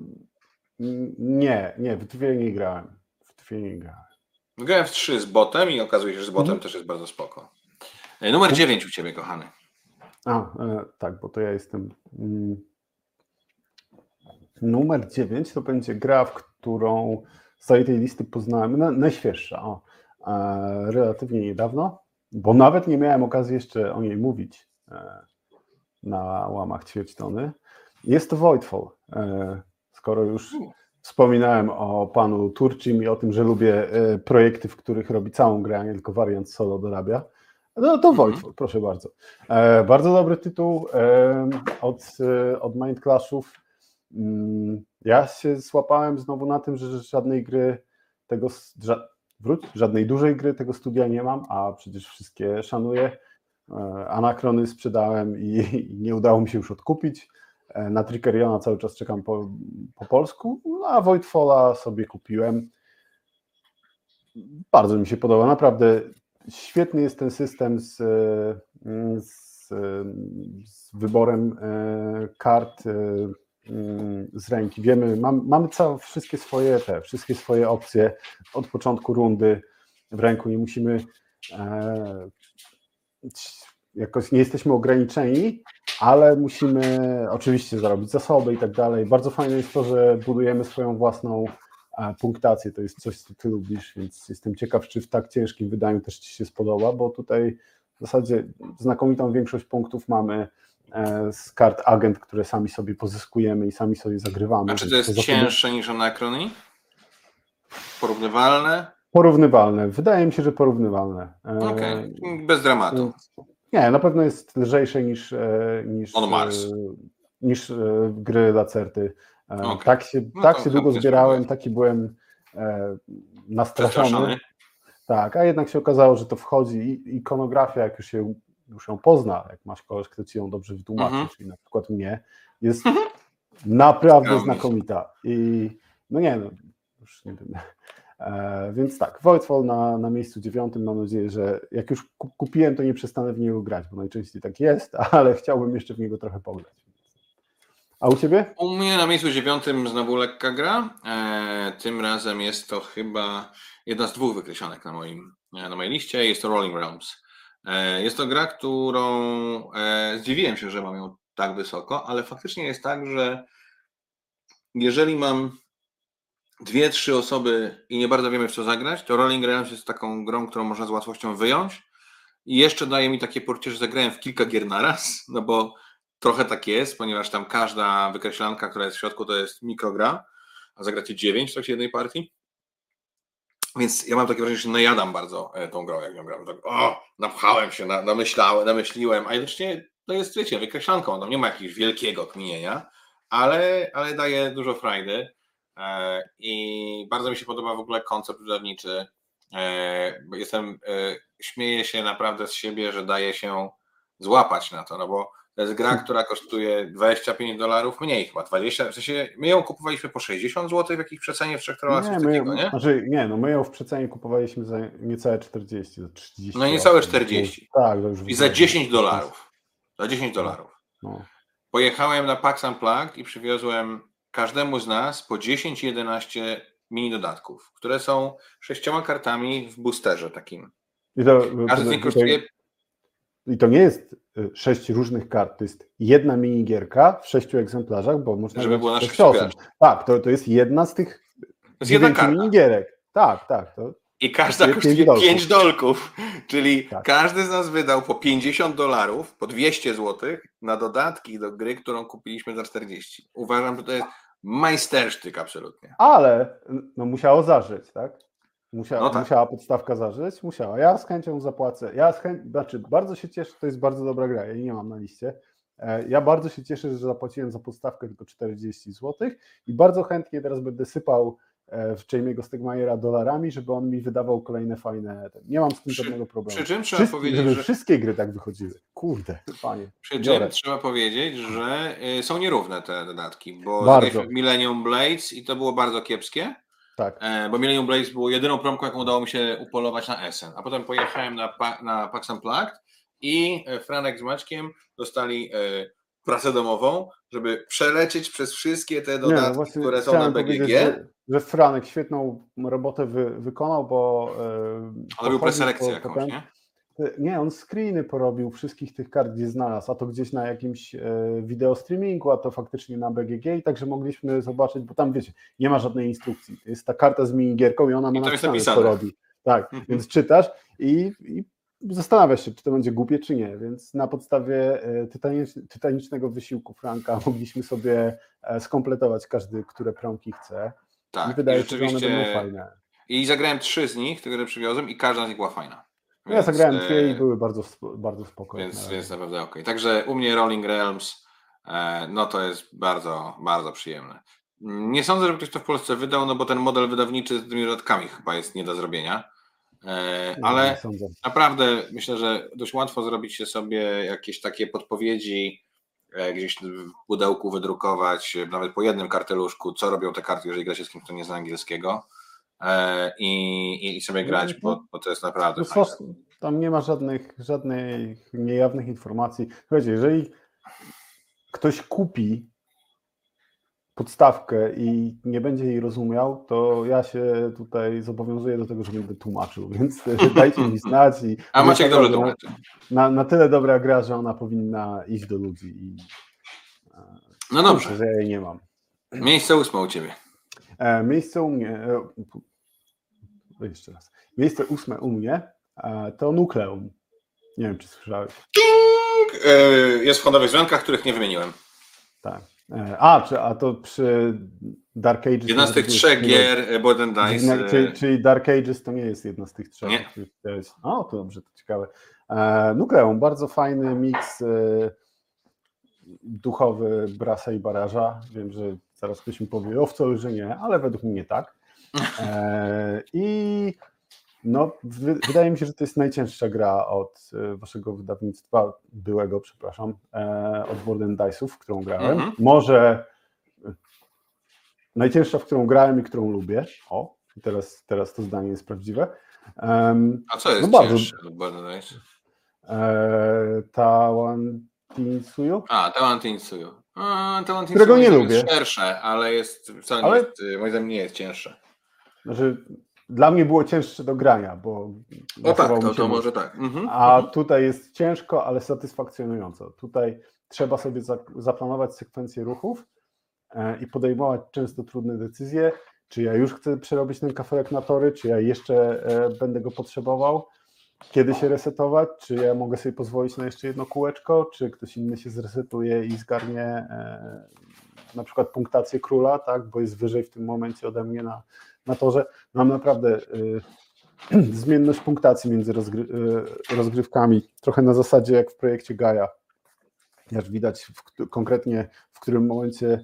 Nie, w 2 nie grałem. Grałem w 3 z botem i okazuje się, że z botem też jest bardzo spoko. Numer 9 u ciebie, kochany. Tak, bo to ja jestem... Numer 9 to będzie gra, w którą z całej tej listy poznałem, najświeższa, relatywnie niedawno, bo nawet nie miałem okazji jeszcze o niej mówić na łamach ćwierćtony. Jest to Voidfall. Skoro już wspominałem o panu Turcim i o tym, że lubię projekty, w których robi całą grę, a nie tylko wariant solo dorabia, no to Voidfall, proszę bardzo. Bardzo dobry tytuł od Mind Clashów. Ja się złapałem znowu na tym, że żadnej gry żadnej dużej gry tego studia nie mam, a przecież wszystkie szanuję. Anakrony sprzedałem i nie udało mi się już odkupić. Na Trickeriona cały czas czekam po polsku, a Voidfalla sobie kupiłem. Bardzo mi się podoba, naprawdę świetny jest ten system z wyborem kart z ręki. Wiemy, mamy wszystkie swoje opcje od początku rundy w ręku. Nie musimy jakoś, nie jesteśmy ograniczeni, ale musimy oczywiście zarobić zasoby i tak dalej. Bardzo fajne jest to, że budujemy swoją własną punktację. To jest coś, co ty lubisz, więc jestem ciekaw, czy w tak ciężkim wydaniu też ci się spodoba, bo tutaj w zasadzie znakomitą większość punktów mamy z kart agent, które sami sobie pozyskujemy i sami sobie zagrywamy. A czy to jest cięższe niż Anakrony? Porównywalne? Porównywalne. Wydaje mi się, że porównywalne. Okej, bez dramatu. Nie, na pewno jest lżejsze niż gry Lacerty. Okay. Tak się długo zbierałem, taki byłem nastraszony. Tak, a jednak się okazało, że to wchodzi i ikonografia, jak już ją pozna, jak masz kogoś, kto ci ją dobrze wytłumaczy, czyli na przykład mnie, jest naprawdę znakomita. I już nie wiem. Więc tak, Voidfall na miejscu 9. Mam nadzieję, że jak już kupiłem, to nie przestanę w niego grać, bo najczęściej tak jest, ale chciałbym jeszcze w niego trochę pograć. A u ciebie? U mnie na miejscu 9 znowu lekka gra. Tym razem jest to chyba jedna z 2 wykreślonek na mojej liście. Jest to Rolling Realms. Jest to gra, którą zdziwiłem się, że mam ją tak wysoko, ale faktycznie jest tak, że jeżeli mam 2-3 osoby i nie bardzo wiemy, w co zagrać, to Rolling Realms jest taką grą, którą można z łatwością wyjąć i jeszcze daje mi takie poczucie, że zagrałem w kilka gier naraz, no bo trochę tak jest, ponieważ tam każda wykreślanka, która jest w środku, to jest mikrogra, a zagracie 9 w trakcie jednej partii. Więc ja mam takie wrażenie, że się najadam bardzo tą grą, jak ją gram. Tak, napchałem się, namyśliłem, a jednocześnie to jest, wiecie, wykreślanką, tam nie ma jakiegoś wielkiego kminienia, ale daje dużo frajdy i bardzo mi się podoba w ogóle koncept wydawniczy. Śmieję się naprawdę z siebie, że daje się złapać na to, no bo To jest gra, która kosztuje $25 mniej chyba, 20, w sensie my ją kupowaliśmy po 60 zł w jakiejś przecenie w Wszechtrola, coś takiego, nie? Znaczy, nie, no my ją w przecenie kupowaliśmy za niecałe 40, za 30. No niecałe 40. Tak, to już i za $10. Za $10. No. Pojechałem na PAX Unplugged i przywiozłem każdemu z nas po 10-11 mini dodatków, które są 6 kartami w boosterze takim. Każdy z nich kosztuje... I to nie jest 6 różnych kart, to jest jedna minigierka w 6 egzemplarzach, bo można... Żeby było na 6 graczy. Tak, to jest jedna z tych 9 minigierek. Tak. I każda kosztuje $5, czyli tak. Każdy z nas wydał po $50, po 200 zł na dodatki do gry, którą kupiliśmy za 40. Uważam, że to jest majstersztyk absolutnie. Ale no musiało zażyć, tak? Musiała podstawka zażyć, musiała. Ja z chęcią zapłacę. Bardzo się cieszę, to jest bardzo dobra gra, ja jej nie mam na liście. Ja bardzo się cieszę, że zapłaciłem za podstawkę tylko 40 zł i bardzo chętnie teraz będę sypał w Jamie'ego Stegmajera dolarami, żeby on mi wydawał kolejne fajne... Nie mam z tym żadnego problemu. Przy czym trzeba powiedzieć, że wszystkie gry tak wychodziły. Kurde, panie. Przy czym trzeba powiedzieć, że są nierówne te dodatki, bo zagraliśmy Millennium Blades i to było bardzo kiepskie. Tak. Bo Millennium Blades było jedyną promką, jaką udało mi się upolować na Essen. A potem pojechałem na PAX Unplugged i Franek z Maćkiem dostali pracę domową, żeby przelecieć przez wszystkie te dodatki, które są na BGG. Że Franek świetną robotę wykonał, bo... On robił preselekcję jakąś, nie? Nie, on screeny porobił wszystkich tych kart, gdzie znalazł, a to gdzieś na jakimś wideo streamingu, a to faktycznie na BGG i także mogliśmy zobaczyć, bo tam wiecie, nie ma żadnej instrukcji. Jest ta karta z minigierką i ona ma napisane, co robi. Tak, więc czytasz i zastanawiasz się, czy to będzie głupie, czy nie, więc na podstawie tytanicznego wysiłku Franka mogliśmy sobie skompletować każdy, które promki chce. Tak, i wydaje się, że one będą fajne. I zagrałem 3 z nich, które przywiozłem i każda z nich była fajna. Więc, ja zagrałem 2 i były bardzo spokojne. Więc naprawdę okej. Także u mnie Rolling Realms, no to jest bardzo, bardzo przyjemne. Nie sądzę, żeby ktoś to w Polsce wydał, no bo ten model wydawniczy z tymi dodatkami chyba jest nie do zrobienia. Ale naprawdę myślę, że dość łatwo zrobić się sobie jakieś takie podpowiedzi, gdzieś w pudełku wydrukować, nawet po jednym karteluszku, co robią te karty, jeżeli gra się z kimś, kto nie zna angielskiego, i sobie grać, bo to jest naprawdę fajne. Tam nie ma żadnych niejawnych informacji. Słuchajcie, jeżeli ktoś kupi podstawkę i nie będzie jej rozumiał, to ja się tutaj zobowiązuję do tego, że będę tłumaczył, więc dajcie mi znać. A Maciek dobrze tłumaczy. Na tyle dobra gra, że ona powinna iść do ludzi. No dobrze. Że ja jej nie mam. Miejsce 8 u Ciebie. Miejsce u mnie... Jeszcze raz. Miejsce 8 u mnie to Nukleum. Nie wiem, czy słyszałeś. Jest w honorowych zmiankach, których nie wymieniłem. Tak. A to przy Dark Ages... Jedna z tych 3 gier Board and Dice. Czyli Dark Ages to nie jest jedna z tych 3. Nie. O, to dobrze, to ciekawe. Nukleum, bardzo fajny miks duchowy Brasa i Baraża. Wiem, że zaraz ktoś mi powie, wcale, że nie, ale według mnie tak. I no, wydaje mi się, że to jest najcięższa gra od waszego wydawnictwa, od Board and Dice'ów, w którą grałem. Może najcięższa, w którą grałem i którą lubię. O, teraz to zdanie jest prawdziwe. A co jest cięższe od Board and Dice? Tawantinsuyu. Tawantinsuyu. Którego nie lubię. Jest szersze, ale wcale jest, moim zdaniem nie jest cięższe. Znaczy, dla mnie było cięższe do grania, bo... No tak, to może tak. Tutaj jest ciężko, ale satysfakcjonująco. Tutaj trzeba sobie zaplanować sekwencję ruchów i podejmować często trudne decyzje, czy ja już chcę przerobić ten kafelek na tory, czy ja jeszcze będę go potrzebował, kiedy się resetować, czy ja mogę sobie pozwolić na jeszcze jedno kółeczko, czy ktoś inny się zresetuje i zgarnie na przykład punktację króla, tak, bo jest wyżej w tym momencie ode mnie na torze. Mam naprawdę zmienność punktacji między rozgrywkami, trochę na zasadzie jak w projekcie Gaia. Jak widać konkretnie w którym momencie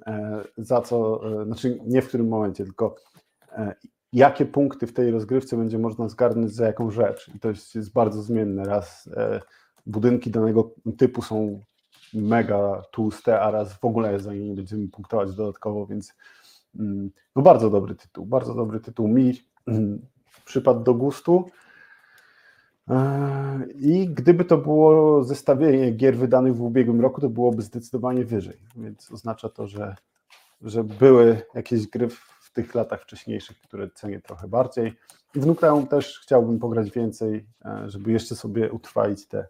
znaczy nie w którym momencie, tylko jakie punkty w tej rozgrywce będzie można zgarnąć za jaką rzecz. I to jest bardzo zmienne. Raz budynki danego typu są mega tłuste, a raz w ogóle za nie nie będziemy punktować dodatkowo, więc no bardzo dobry tytuł. Mi przypadł do gustu. I gdyby to było zestawienie gier wydanych w ubiegłym roku, to byłoby zdecydowanie wyżej, więc oznacza to, że były jakieś gry w tych latach wcześniejszych, które cenię trochę bardziej. I w Nukleum też chciałbym pograć więcej, żeby jeszcze sobie utrwalić te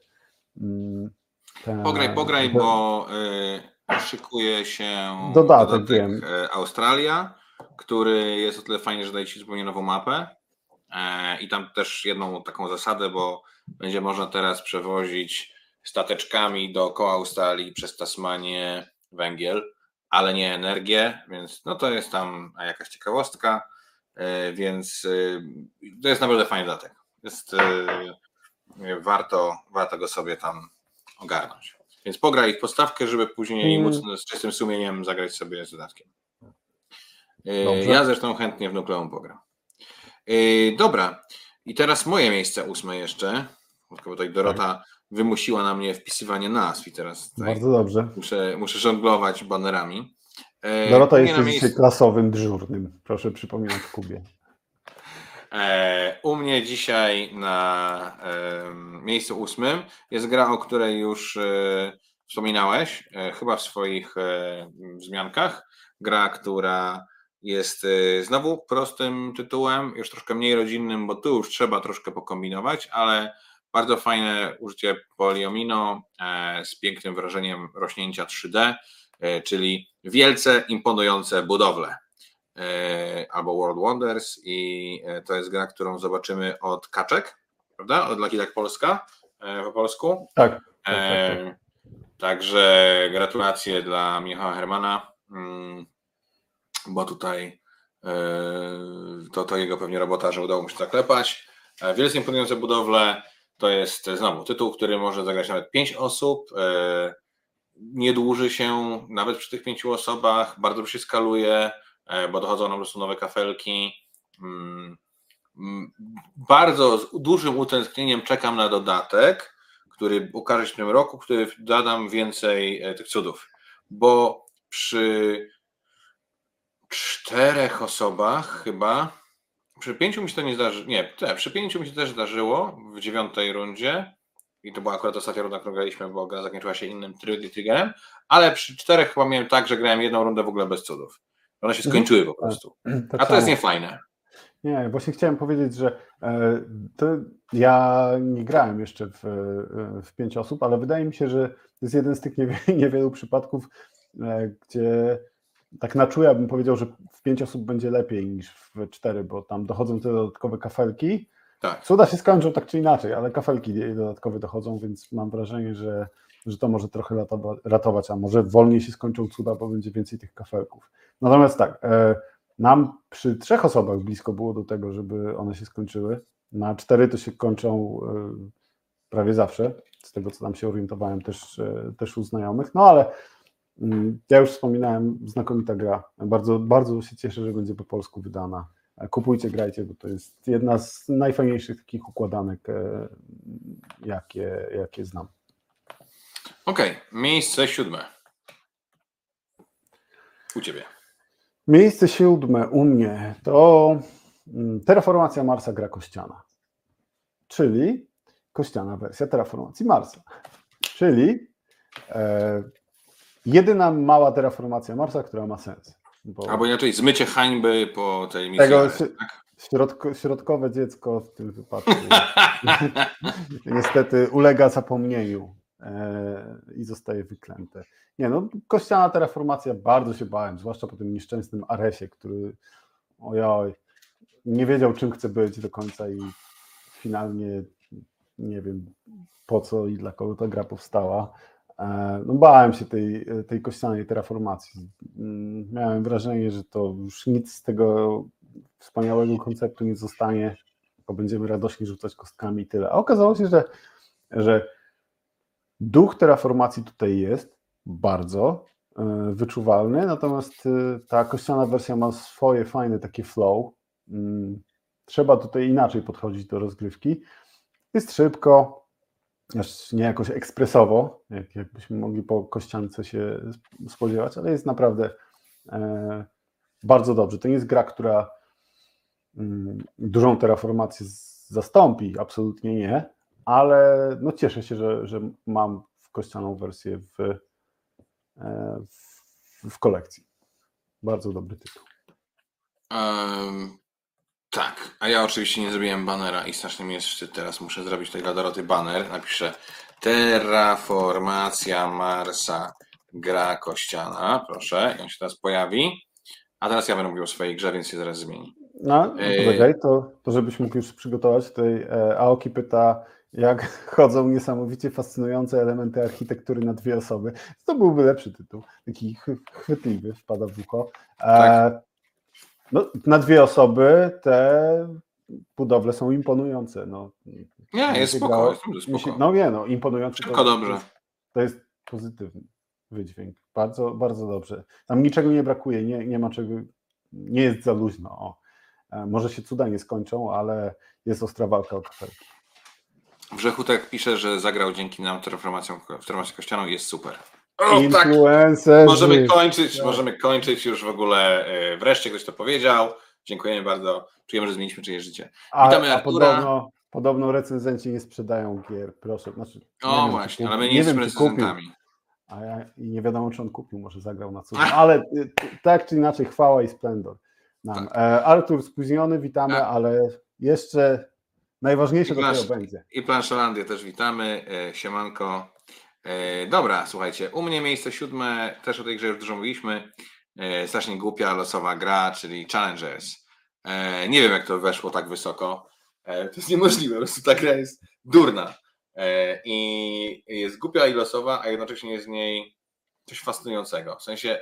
Pograj, bo szykuje się dodatek wiem. Australia, który jest o tyle fajny, że daje ci zupełnie nową mapę i tam też jedną taką zasadę, bo będzie można teraz przewozić stateczkami dookoła Australii przez Tasmanię węgiel, ale nie energię, więc no to jest tam jakaś ciekawostka, więc to jest naprawdę fajny dodatek. Warto go sobie tam ogarnąć. Więc pograj w podstawkę, żeby później móc z czystym sumieniem zagrać sobie z dodatkiem. Dobrze. Ja zresztą chętnie w Nukleum pogram. Dobra. I teraz moje miejsce 8 jeszcze. Bo tutaj Dorota wymusiła na mnie wpisywanie nazw i teraz bardzo dobrze. Muszę żonglować banerami. Dorota jest dzisiaj klasowym dyżurnym. Proszę przypominać Kubie. U mnie dzisiaj na miejscu 8 jest gra, o której już wspominałeś, chyba w swoich wzmiankach. Gra, która jest znowu prostym tytułem, już troszkę mniej rodzinnym, bo tu już trzeba troszkę pokombinować, ale bardzo fajne użycie polyomino z pięknym wrażeniem rośnięcia 3D, czyli wielce imponujące budowle. Albo World Wonders i to jest gra, którą zobaczymy od Kaczek, prawda? Od Lucky Duck Polska po polsku. Tak. Także gratulacje dla Michała Hermana, bo tutaj to jego pewnie robota, że udało mu się zaklepać. Wielce imponujące budowle to jest znowu tytuł, który może zagrać nawet 5 osób. Nie dłuży się nawet przy tych 5 osobach, bardzo się skaluje, bo dochodzą nam po prostu nowe kafelki. Bardzo z dużym utęsknieniem czekam na dodatek, który ukaże się w tym roku, który da nam więcej tych cudów, bo przy 4 osobach chyba, przy 5 mi się to nie zdarzyło, przy 5 mi się też zdarzyło w 9 rundzie i to była akurat ostatnia runda, którą graliśmy, bo gra zakończyła się innym triggerem, ale przy 4 chyba miałem tak, że grałem jedną rundę w ogóle bez cudów. One się skończyły po prostu. Tak a to jest niefajne. Nie, właśnie chciałem powiedzieć, że ja nie grałem jeszcze w 5 osób, ale wydaje mi się, że to jest jeden z tych niewielu przypadków, gdzie tak na czuja bym powiedział, że w 5 osób będzie lepiej niż w 4, bo tam dochodzą te dodatkowe kafelki. Tak. Cuda się skończą tak czy inaczej, ale kafelki dodatkowe dochodzą, więc mam wrażenie, że to może trochę ratować, a może wolniej się skończą cuda, bo będzie więcej tych kafelków. Natomiast tak, nam przy 3 osobach blisko było do tego, żeby one się skończyły. Na 4 to się kończą prawie zawsze, z tego co tam się orientowałem też u znajomych, no ale ja już wspominałem, znakomita gra. Bardzo, bardzo się cieszę, że będzie po polsku wydana. Kupujcie, grajcie, bo to jest jedna z najfajniejszych takich układanek, jakie znam. Okej, miejsce 7. U Ciebie. Miejsce 7 u mnie to Terraformacja Marsa gra kościana, czyli kościana wersja Terraformacji Marsa, czyli jedyna mała terraformacja Marsa, która ma sens. Albo inaczej zmycie hańby po tej misji. Środkowe dziecko w tym wypadku niestety ulega zapomnieniu i zostaje wyklęte. Nie no, kościana terraformacja, bardzo się bałem, zwłaszcza po tym nieszczęsnym Aresie, który nie wiedział, czym chce być do końca i finalnie nie wiem po co i dla kogo ta gra powstała. No, bałem się tej kościanej terraformacji. Miałem wrażenie, że to już nic z tego wspaniałego konceptu nie zostanie, bo będziemy radośnie rzucać kostkami i tyle. A okazało się, że duch terraformacji tutaj jest bardzo wyczuwalny, natomiast ta kościana wersja ma swoje fajne takie flow. Trzeba tutaj inaczej podchodzić do rozgrywki. Jest szybko, aż nie jakoś ekspresowo, jakbyśmy mogli po kościance się spodziewać, ale jest naprawdę bardzo dobrze. To nie jest gra, która dużą terraformację zastąpi, absolutnie nie, ale no cieszę się, że mam kościaną wersję w kolekcji. Bardzo dobry tytuł. Tak, a ja oczywiście nie zrobiłem banera i strasznie mi jest wstyd. Teraz muszę zrobić tutaj dla Doroty baner. Napiszę Terraformacja Marsa gra kościana. Proszę, i on się teraz pojawi. A teraz ja będę mówił o swojej grze, więc się zaraz zmieni. No, poczekaj, to żebyś mógł już przygotować. Tutaj Aoki pyta, jak chodzą niesamowicie fascynujące elementy architektury na dwie osoby. To byłby lepszy tytuł, taki chwytliwy, wpada w ucho. Tak. No, na dwie osoby te budowle są imponujące. No, nie, jest spoko, imponujące. Wszystko dobrze. To jest pozytywny wydźwięk. Bardzo, bardzo dobrze. Tam niczego nie brakuje, nie ma czego, nie jest za luźno. O. Może się cuda nie skończą, ale jest ostra walka o kafelki. Wrzechutek pisze, że zagrał dzięki nam Terraformacją kościaną i jest super. Influencerzy. Możemy kończyć już w ogóle. Wreszcie ktoś to powiedział. Dziękujemy bardzo. Czujemy, że zmieniliśmy czyjeś życie. Witamy Artura. Podobno recenzenci nie sprzedają gier. Proszę. Znaczy, właśnie, ale my nie jesteśmy recenzentami. A ja nie wiadomo, czy on kupił, może zagrał na coś. Ale tak czy inaczej, chwała i splendor nam. Tak. Artur spóźniony, witamy, ale jeszcze najważniejsze dopiero będzie. I Planszolandię też witamy. Siemanko. Dobra, słuchajcie, u mnie miejsce 7, też o tej grze już dużo mówiliśmy. Strasznie głupia, losowa gra, czyli Challengers. Nie wiem, jak to weszło tak wysoko. To jest niemożliwe, po prostu ta gra jest durna. I jest głupia i losowa, a jednocześnie jest w niej coś fascynującego. W sensie,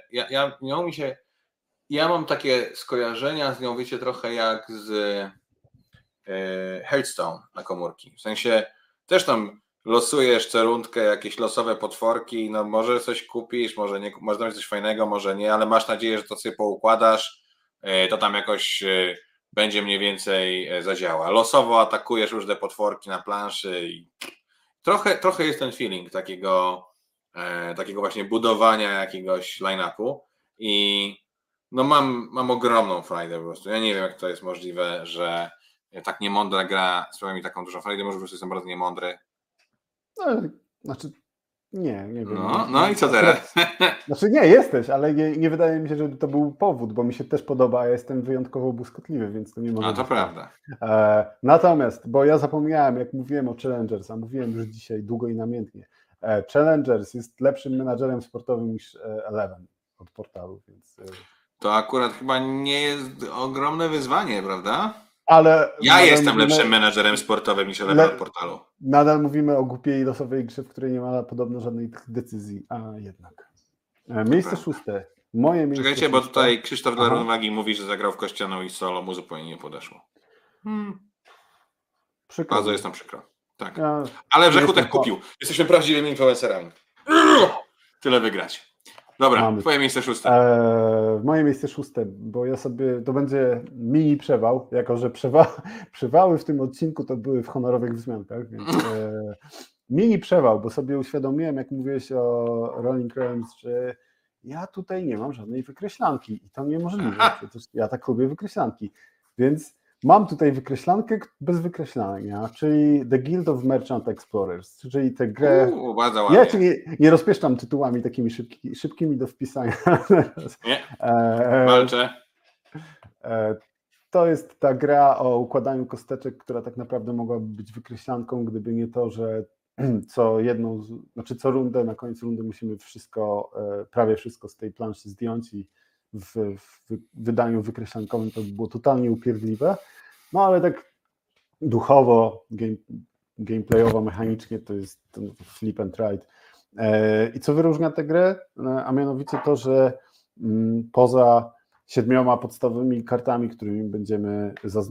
ja mam takie skojarzenia z nią, wiecie, trochę jak z Hearthstone na komórki. W sensie, też tam losujesz co rundkę jakieś losowe potworki, no może coś kupisz, może nie, może tam jest coś fajnego, może nie, ale masz nadzieję, że to sobie poukładasz, to tam jakoś będzie mniej więcej zadziała. Losowo atakujesz różne potworki na planszy i trochę jest ten feeling takiego właśnie budowania jakiegoś line-upu i no mam ogromną frajdę po prostu. Ja nie wiem, jak to jest możliwe, że tak niemądra gra sprawia mi taką dużą frajdę, może po prostu jestem bardzo niemądry. No, znaczy nie wiem. No i co teraz? Znaczy nie, jesteś, ale nie wydaje mi się, że to był powód, bo mi się też podoba, a jestem wyjątkowo błyskotliwy, więc to nie może być. To prawda. Natomiast, bo ja zapomniałem, jak mówiłem o Challengers, a mówiłem już dzisiaj długo i namiętnie, Challengers jest lepszym menadżerem sportowym niż Eleven od portalu, więc... To akurat chyba nie jest ogromne wyzwanie, prawda? Ale ja jestem lepszym menadżerem sportowym niż Eleven od portalu. Nadal mówimy o głupiej losowej grze, w której nie ma podobno żadnej decyzji, a jednak. Miejsce 6. Moje miejsce. Czekajcie, bo tutaj Krzysztof dla równowagi mówi, że zagrał w kościaną i solo mu zupełnie nie podeszło. Przykro. Bardzo jest nam przykro. Tak. Ale Wrzechutek kupił. Jesteśmy prawdziwymi influencerami. Tyle wygrać. Dobra, twoje miejsce 6. Moje miejsce 6, bo ja sobie, to będzie mini przewał, jako że przewały w tym odcinku to były w honorowych wzmiankach, więc mini przewał, bo sobie uświadomiłem, jak mówiłeś o Rolling Realms, że ja tutaj nie mam żadnej wykreślanki i to niemożliwe, przecież ja tak lubię wykreślanki, więc mam tutaj wykreślankę bez wykreślania, czyli The Guild of Merchant Explorers, czyli tę grę... Ja cię nie rozpieszczam tytułami takimi szybkimi do wpisania. Nie, walczę. To jest ta gra o układaniu kosteczek, która tak naprawdę mogłaby być wykreślanką, gdyby nie to, że co rundę, na końcu rundy musimy prawie wszystko z tej planszy zdjąć i w wydaniu wykreślankowym to by było totalnie upierdliwe. No ale tak duchowo, gameplayowo, mechanicznie to jest flip and ride. I co wyróżnia tę grę? A mianowicie to, że poza 7 podstawowymi kartami, którymi będziemy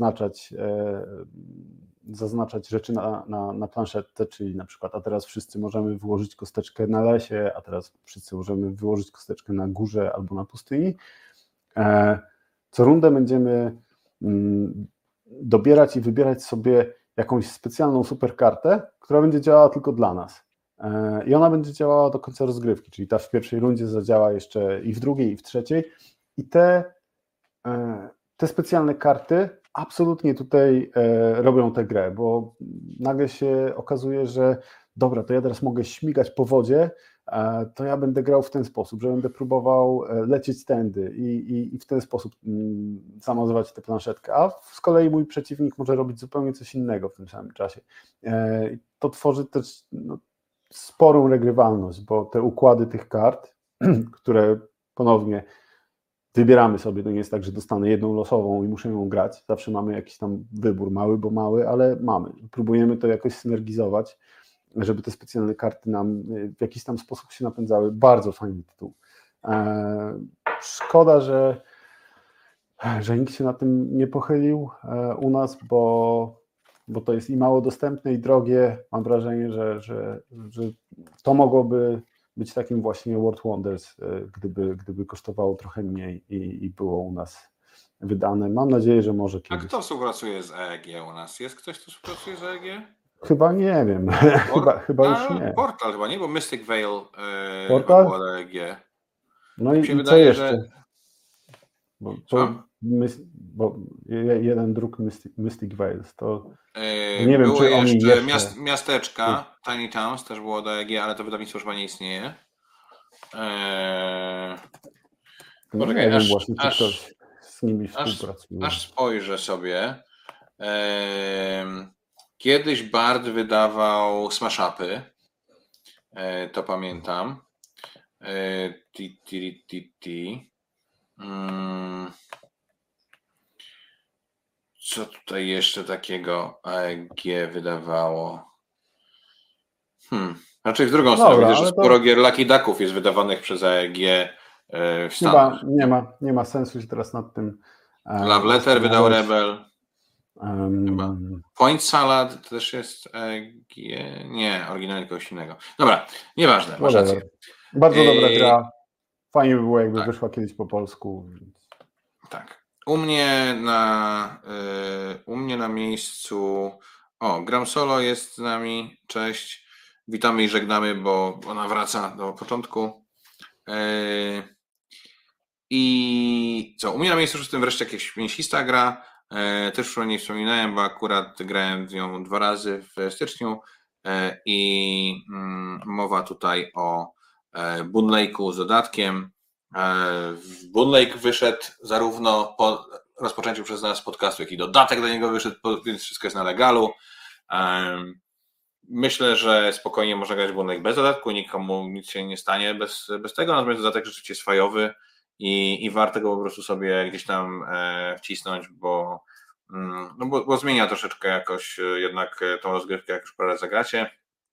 zaznaczać rzeczy na planszetce, czyli na przykład, a teraz wszyscy możemy wyłożyć kosteczkę na lesie, a teraz wszyscy możemy wyłożyć kosteczkę na górze albo na pustyni. Co rundę będziemy dobierać i wybierać sobie jakąś specjalną superkartę, która będzie działała tylko dla nas. I ona będzie działała do końca rozgrywki, czyli ta w pierwszej rundzie zadziała jeszcze i w drugiej, i w trzeciej. I te specjalne karty absolutnie tutaj robią tę grę, bo nagle się okazuje, że dobra, to ja teraz mogę śmigać po wodzie, to ja będę grał w ten sposób, że będę próbował lecieć tędy i w ten sposób zamazywać tę planszetkę, a z kolei mój przeciwnik może robić zupełnie coś innego w tym samym czasie. To tworzy też sporą regrywalność, bo te układy tych kart, które ponownie wybieramy sobie, to nie jest tak, że dostanę jedną losową i muszę ją grać, zawsze mamy jakiś tam wybór, mały, bo mały, ale mamy. Próbujemy to jakoś synergizować, żeby te specjalne karty nam w jakiś tam sposób się napędzały. Bardzo fajny tytuł. Szkoda, że nikt się na tym nie pochylił u nas, bo to jest i mało dostępne, i drogie. Mam wrażenie, że to mogłoby być takim właśnie World Wonders, gdyby kosztowało trochę mniej i było u nas wydane. Mam nadzieję, że może kiedyś. A kto współpracuje z EEG u nas? Jest ktoś, kto współpracuje z EEG? Chyba nie wiem. chyba już nie. Portal chyba nie, bo Mystic Veil Portal? była do EEG. No i wydaje, co jeszcze? Że... Bo jeden druk Mystic Veils, to nie wiem, było czy oni jeszcze... miasteczka, Tiny Towns też było do EEG, ale to wydawnictwo chyba nie istnieje. No nie wiem właśnie, czy ktoś z nimi współpracuje. Aż spojrzę sobie. Kiedyś Bard wydawał smash-upy, to pamiętam. Co tutaj jeszcze takiego EEG wydawało? Raczej w drugą stronę. Widzę, że sporo gier Lucky Ducków jest wydawanych przez EEG w Stanach. Chyba nie ma sensu się teraz nad tym... Love Letter wydał Rebel. Point Salad też jest EEG. Nie, oryginalnie kogoś innego. Dobra, nieważne, masz rację. Bardzo dobra gra. Fajnie by było, jakby wyszła kiedyś po polsku. Tak. U mnie na miejscu... Gram Solo jest z nami. Cześć. Witamy i żegnamy, bo ona wraca do początku. I co? U mnie na miejscu szóstym wreszcie jakaś mięsista gra. Też już o niej wspominałem, bo akurat grałem w nią 2 razy w styczniu. I mowa tutaj o Boon Lake'u z dodatkiem. Boon Lake wyszedł zarówno po rozpoczęciu przez nas podcastu, jak i dodatek do niego wyszedł, więc wszystko jest na legalu. Myślę, że spokojnie można grać Boon Lake bez dodatku, nikomu nic się nie stanie bez tego, natomiast dodatek rzeczywiście jest fajowy i warto go po prostu sobie gdzieś tam wcisnąć, bo zmienia troszeczkę jakoś jednak tą rozgrywkę, jak już parę razy zagracie.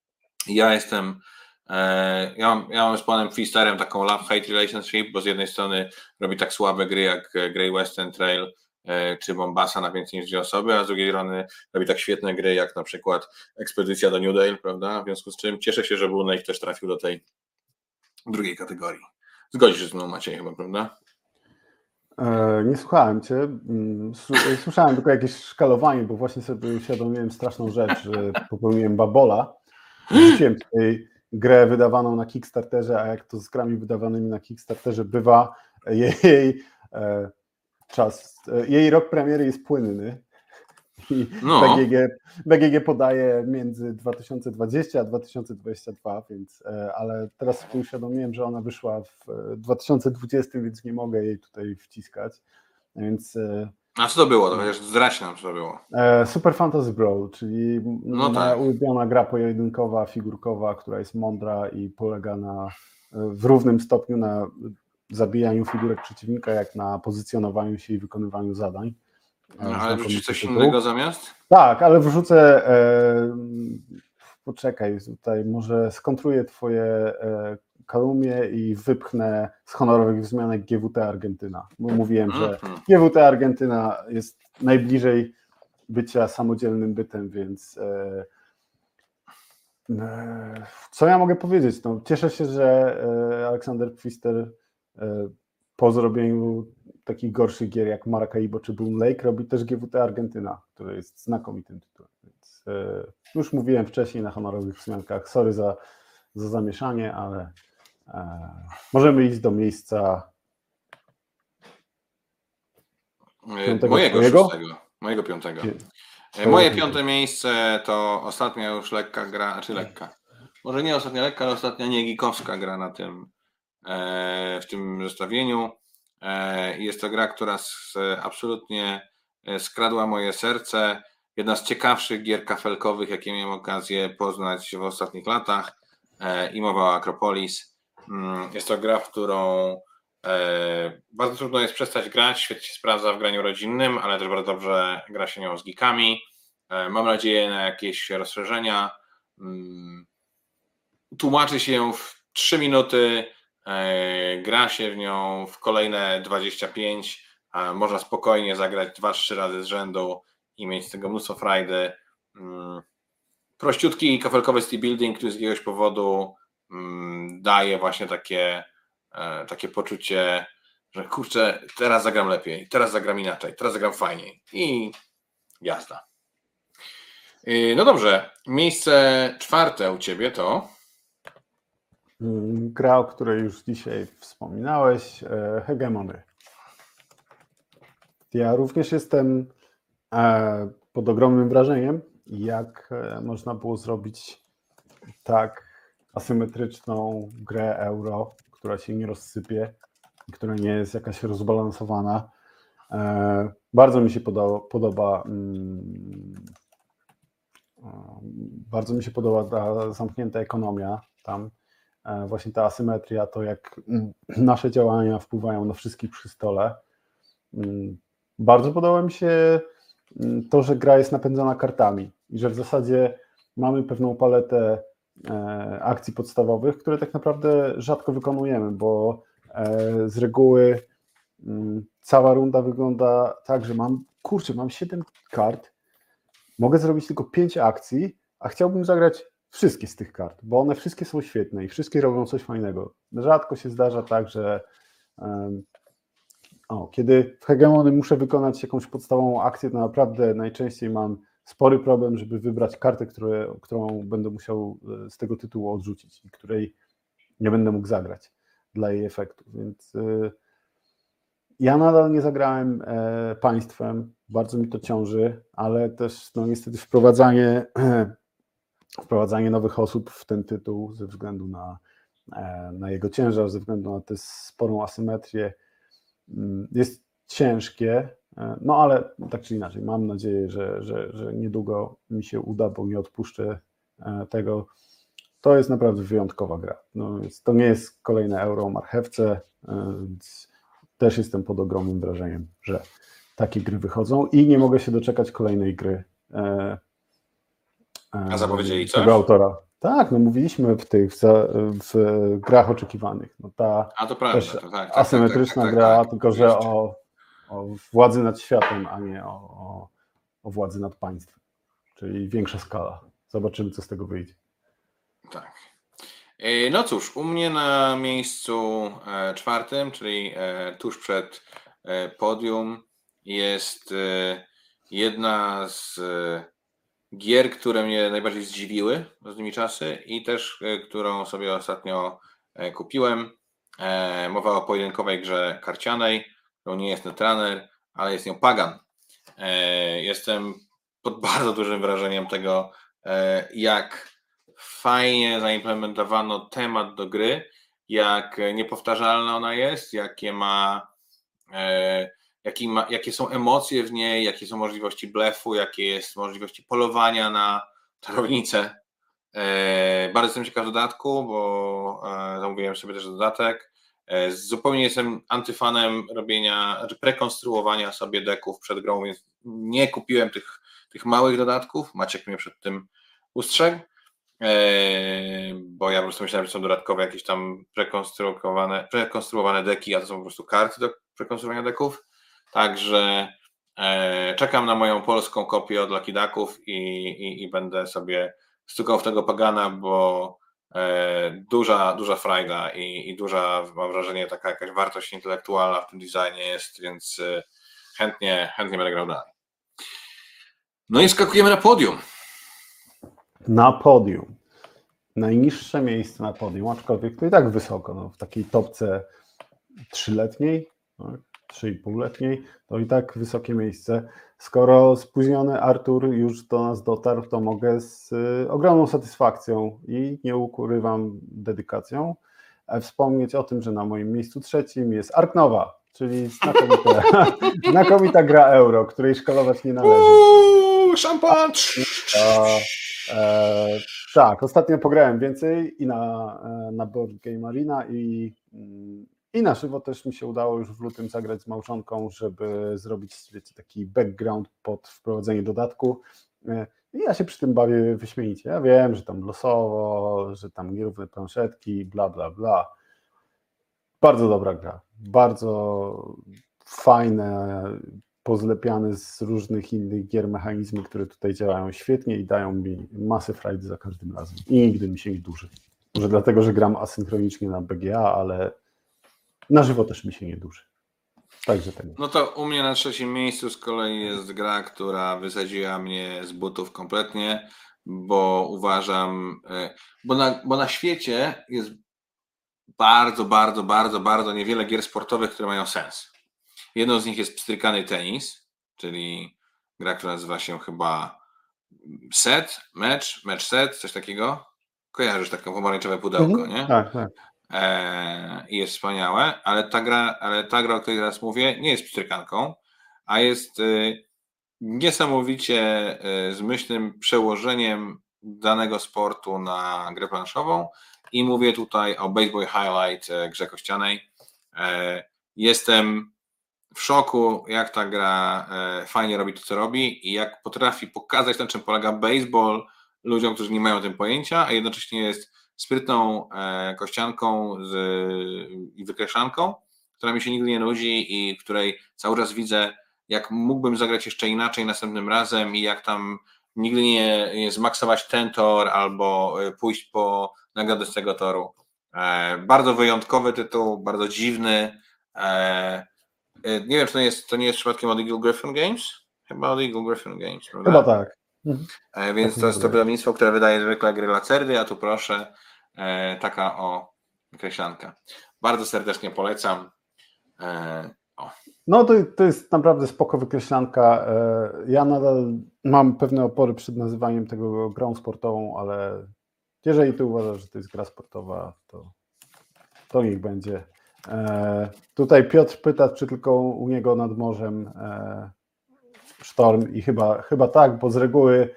Ja mam z panem Fisterem taką love-hate relationship, bo z jednej strony robi tak słabe gry jak Great Western Trail czy Mombasa na więcej niż 2 osoby, a z drugiej strony robi tak świetne gry jak na przykład Ekspedycja do New Dale, prawda? W związku z czym cieszę się, że Boon Lake też trafił do tej drugiej kategorii. Zgodzisz się z mną, Maciej, chyba, prawda? Nie słuchałem Cię. Słyszałem tylko jakieś szkalowanie, bo właśnie sobie uświadomiłem straszną rzecz, że popełniłem babola. Wrzuciłem tutaj grę wydawaną na Kickstarterze, a jak to z grami wydawanymi na Kickstarterze bywa, jej rok premiery jest płynny. I BGG podaje między 2020 a 2022, więc, ale teraz sobie uświadomiłem, że ona wyszła w 2020, więc nie mogę jej tutaj wciskać. Więc, a co to było? To chociaż zdradź nam, co to było. Super Fantasy Brawl, czyli moja ulubiona gra pojedynkowa, figurkowa, która jest mądra i polega w równym stopniu na zabijaniu figurek przeciwnika, jak na pozycjonowaniu się i wykonywaniu zadań. Ale wrzucisz coś innego zamiast? Tak, ale wrzucę, poczekaj, tutaj może skontruję twoje kalumnie i wypchnę z honorowych wzmianek GWT Argentyna, bo mówiłem, że GWT Argentyna jest najbliżej bycia samodzielnym bytem, więc co ja mogę powiedzieć? Cieszę się, że Aleksander Pfister po zrobieniu takich gorszych gier jak Maracaibo czy Boon Lake robi też GWT Argentyna, które jest znakomitym tytułem. Więc więc już mówiłem wcześniej na honorowych wzmiankach, sorry za zamieszanie, ale możemy iść do miejsca mojego piątego. Twojego Moje piąte miejsce to ostatnia już lekka gra, czy lekka. Może nie ostatnia lekka, ale ostatnia niegikowska gra w tym zestawieniu. Jest to gra, która absolutnie skradła moje serce. Jedna z ciekawszych gier kafelkowych, jakie miałem okazję poznać w ostatnich latach. I mowa o Acropolis. Jest to gra, w którą bardzo trudno jest przestać grać. Świetnie się sprawdza w graniu rodzinnym, ale też bardzo dobrze gra się nią z geekami. Mam nadzieję na jakieś rozszerzenia. Tłumaczy się ją w 3 minuty, gra się w nią w kolejne 25, można spokojnie zagrać 2-3 razy z rzędu i mieć z tego mnóstwo frajdy. Prościutki kafelkowy city building, który z jakiegoś powodu daje właśnie takie poczucie, że kurczę, teraz zagram lepiej, teraz zagram inaczej, teraz zagram fajniej i jazda. No dobrze, miejsce 4 u Ciebie to? Gra, o której już dzisiaj wspominałeś, Hegemony. Ja również jestem pod ogromnym wrażeniem, jak można było zrobić tak asymetryczną grę euro, która się nie rozsypie, która nie jest jakaś rozbalansowana. Bardzo mi się podoba ta zamknięta ekonomia tam. Właśnie ta asymetria, to jak nasze działania wpływają na wszystkich przy stole. Bardzo podoba mi się to, że gra jest napędzana kartami i że w zasadzie mamy pewną paletę akcji podstawowych, które tak naprawdę rzadko wykonujemy, bo z reguły cała runda wygląda tak, że mam 7 kart, mogę zrobić tylko 5 akcji, a chciałbym zagrać wszystkie z tych kart, bo one wszystkie są świetne i wszystkie robią coś fajnego. Rzadko się zdarza tak, że kiedy w Hegemony muszę wykonać jakąś podstawową akcję, to naprawdę najczęściej mam spory problem, żeby wybrać kartę, którą będę musiał z tego tytułu odrzucić i której nie będę mógł zagrać dla jej efektu. Więc ja nadal nie zagrałem państwem, bardzo mi to ciąży, ale też niestety wprowadzanie nowych osób w ten tytuł ze względu na jego ciężar, ze względu na tę sporą asymetrię jest ciężkie, ale tak czy inaczej mam nadzieję, że niedługo mi się uda, bo nie odpuszczę tego. To jest naprawdę wyjątkowa gra. To nie jest kolejne euro o marchewce, więc też jestem pod ogromnym wrażeniem, że takie gry wychodzą i nie mogę się doczekać kolejnej gry. A zapowiedzieli coś? Tego autora. Tak, mówiliśmy w grach oczekiwanych. To prawda. Też asymetryczna gra, tylko że o władzy nad światem, a nie o władzy nad państwem. Czyli większa skala. Zobaczymy, co z tego wyjdzie. Tak. No cóż, u mnie na miejscu 4, czyli tuż przed podium, jest jedna z gier, które mnie najbardziej zdziwiły ostatnimi czasy i też którą sobie ostatnio kupiłem. Mowa o pojedynkowej grze karcianej, którą nie jest Netrunner, ale jest nią Pagan. Jestem pod bardzo dużym wrażeniem tego, jak fajnie zaimplementowano temat do gry, jak niepowtarzalna ona jest, jakie są emocje w niej, jakie są możliwości blefu, jakie jest możliwości polowania na czarownicę. Bardzo jestem ciekaw dodatku, bo zamówiłem sobie też dodatek. Zupełnie jestem antyfanem prekonstruowania sobie deków przed grą, więc nie kupiłem tych małych dodatków. Maciek mnie przed tym ustrzegł, bo ja po prostu myślałem, że są dodatkowe jakieś tam prekonstruowane deki, a to są po prostu karty do prekonstruowania deków. Także czekam na moją polską kopię od Lucky Ducków i będę sobie stukał w tego Pagana, bo duża frajda i duża, mam wrażenie, taka jakaś wartość intelektualna w tym designie jest, więc chętnie będę grał dalej. No i skakujemy na podium. Na podium. Najniższe miejsce na podium, aczkolwiek to i tak wysoko, no, w takiej topce 3-letniej, tak, 3,5-letniej, to i tak wysokie miejsce. Skoro spóźniony Artur już do nas dotarł, to mogę z ogromną satysfakcją i nie ukrywam dedykacją wspomnieć o tym, że na moim miejscu 3 jest Ark Nova, czyli znakomita gra euro, której szkalować nie należy. Szampan! Tak, ostatnio pograłem więcej i na Board Game Arena i na żywo też mi się udało już w lutym zagrać z małżonką, żeby zrobić, wiecie, taki background pod wprowadzenie dodatku. I ja się przy tym bawię wyśmienicie. Ja wiem, że tam losowo, że tam nierówne planszetki, bla, bla, bla. Bardzo dobra gra. Bardzo fajne, pozlepiane z różnych innych gier mechanizmy, które tutaj działają świetnie i dają mi masę frajdy za każdym razem. I nigdy mi się nie duży. Może dlatego, że gram asynchronicznie na BGA, ale na żywo też mi się nie duży. Także tego. No to u mnie na 3. miejscu z kolei jest gra, która wysadziła mnie z butów kompletnie, bo uważam, bo na świecie jest bardzo, bardzo, bardzo, bardzo niewiele gier sportowych, które mają sens. Jedną z nich jest pstrykany tenis, czyli gra, która nazywa się chyba Match Set, coś takiego. Kojarzysz takie pomarańczowe pudełko, nie? Tak, tak. I jest wspaniałe, ale ta gra, o której teraz mówię, nie jest pstrykanką, a jest niesamowicie zmyślnym przełożeniem danego sportu na grę planszową i mówię tutaj o Baseball Highlight, grze kościanej. Jestem w szoku, jak ta gra fajnie robi to, co robi i jak potrafi pokazać, na czym polega baseball ludziom, którzy nie mają o tym pojęcia, a jednocześnie jest sprytną kościanką i wykreślanką, która mi się nigdy nie nudzi i w której cały czas widzę, jak mógłbym zagrać jeszcze inaczej następnym razem i jak tam nigdy nie zmaksować ten tor albo pójść po nagrodę z tego toru. Bardzo wyjątkowy tytuł, bardzo dziwny. Nie wiem, czy to nie jest przypadkiem od Eagle Gryphon Games? Chyba od Eagle Gryphon Games, prawda? Chyba tak. Więc to jest to wydawnictwo, które wydaje zwykle gry Lacerdy, a tu proszę, taka wykreślanka. Bardzo serdecznie polecam. No to jest naprawdę spoko wykreślanka. Ja nadal mam pewne opory przed nazywaniem tego grą sportową, ale jeżeli ty uważasz, że to jest gra sportowa, to niech będzie. Tutaj Piotr pyta, czy tylko u niego nad morzem sztorm i chyba tak, bo z reguły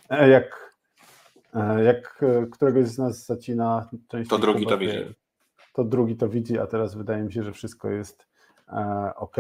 jak któregoś z nas zacina, to drugi to widzi. To drugi to widzi, a teraz wydaje mi się, że wszystko jest ok.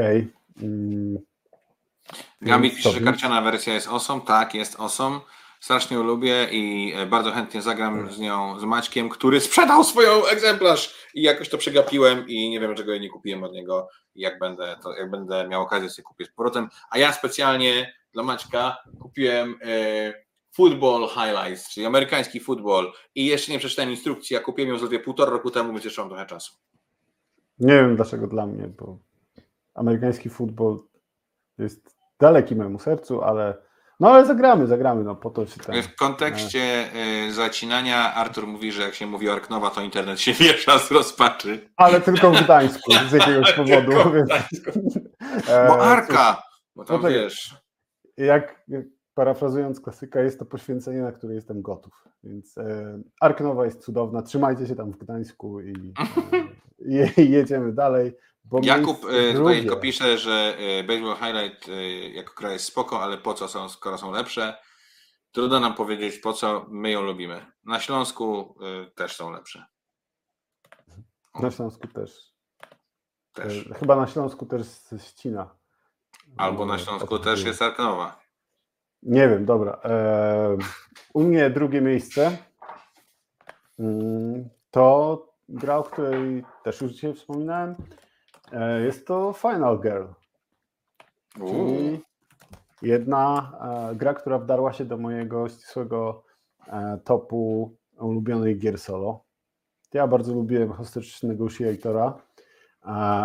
Gambit pisze, że karciana wersja jest awesome. Tak, jest awesome. Strasznie ją lubię i bardzo chętnie zagram z nią z Maćkiem, który sprzedał swoją egzemplarz i jakoś to przegapiłem i nie wiem, dlaczego ja nie kupiłem od niego i jak będę miał okazję, sobie kupię z powrotem. A ja specjalnie dla Maćka kupiłem Football Highlights, czyli amerykański futbol i jeszcze nie przeczytałem instrukcji, ja kupiłem ją zaledwie 1,5 roku temu, więc jeszcze mam trochę czasu. Nie wiem dlaczego dla mnie, bo amerykański futbol jest daleki memu sercu, ale zagramy, no po to się tam... W kontekście zacinania Artur mówi, że jak się mówi o Ark Nova, to internet się wiesza z rozpaczy. Ale tylko w Gdańsku, z jakiegoś powodu. Bo Arka, bo tam wiesz... Jak parafrazując klasyka, jest to poświęcenie, na które jestem gotów. Więc Ark Nova jest cudowna, trzymajcie się tam w Gdańsku i jedziemy dalej. Bo Jakub tutaj tylko pisze, że Baseball Highlight jako gra jest spoko, ale po co skoro są lepsze? Trudno nam powiedzieć, po co my ją lubimy. Na Śląsku też są lepsze. Na Śląsku też. Chyba na Śląsku też ze Ścina. Albo na Śląsku też jest Ark Nova. Nie wiem, dobra. U mnie drugie miejsce to gra, o której też już dzisiaj wspominałem. Jest to Final Girl. Czyli jedna gra, która wdarła się do mojego ścisłego topu ulubionych gier solo. Ja bardzo lubię Hostage Negotiatora.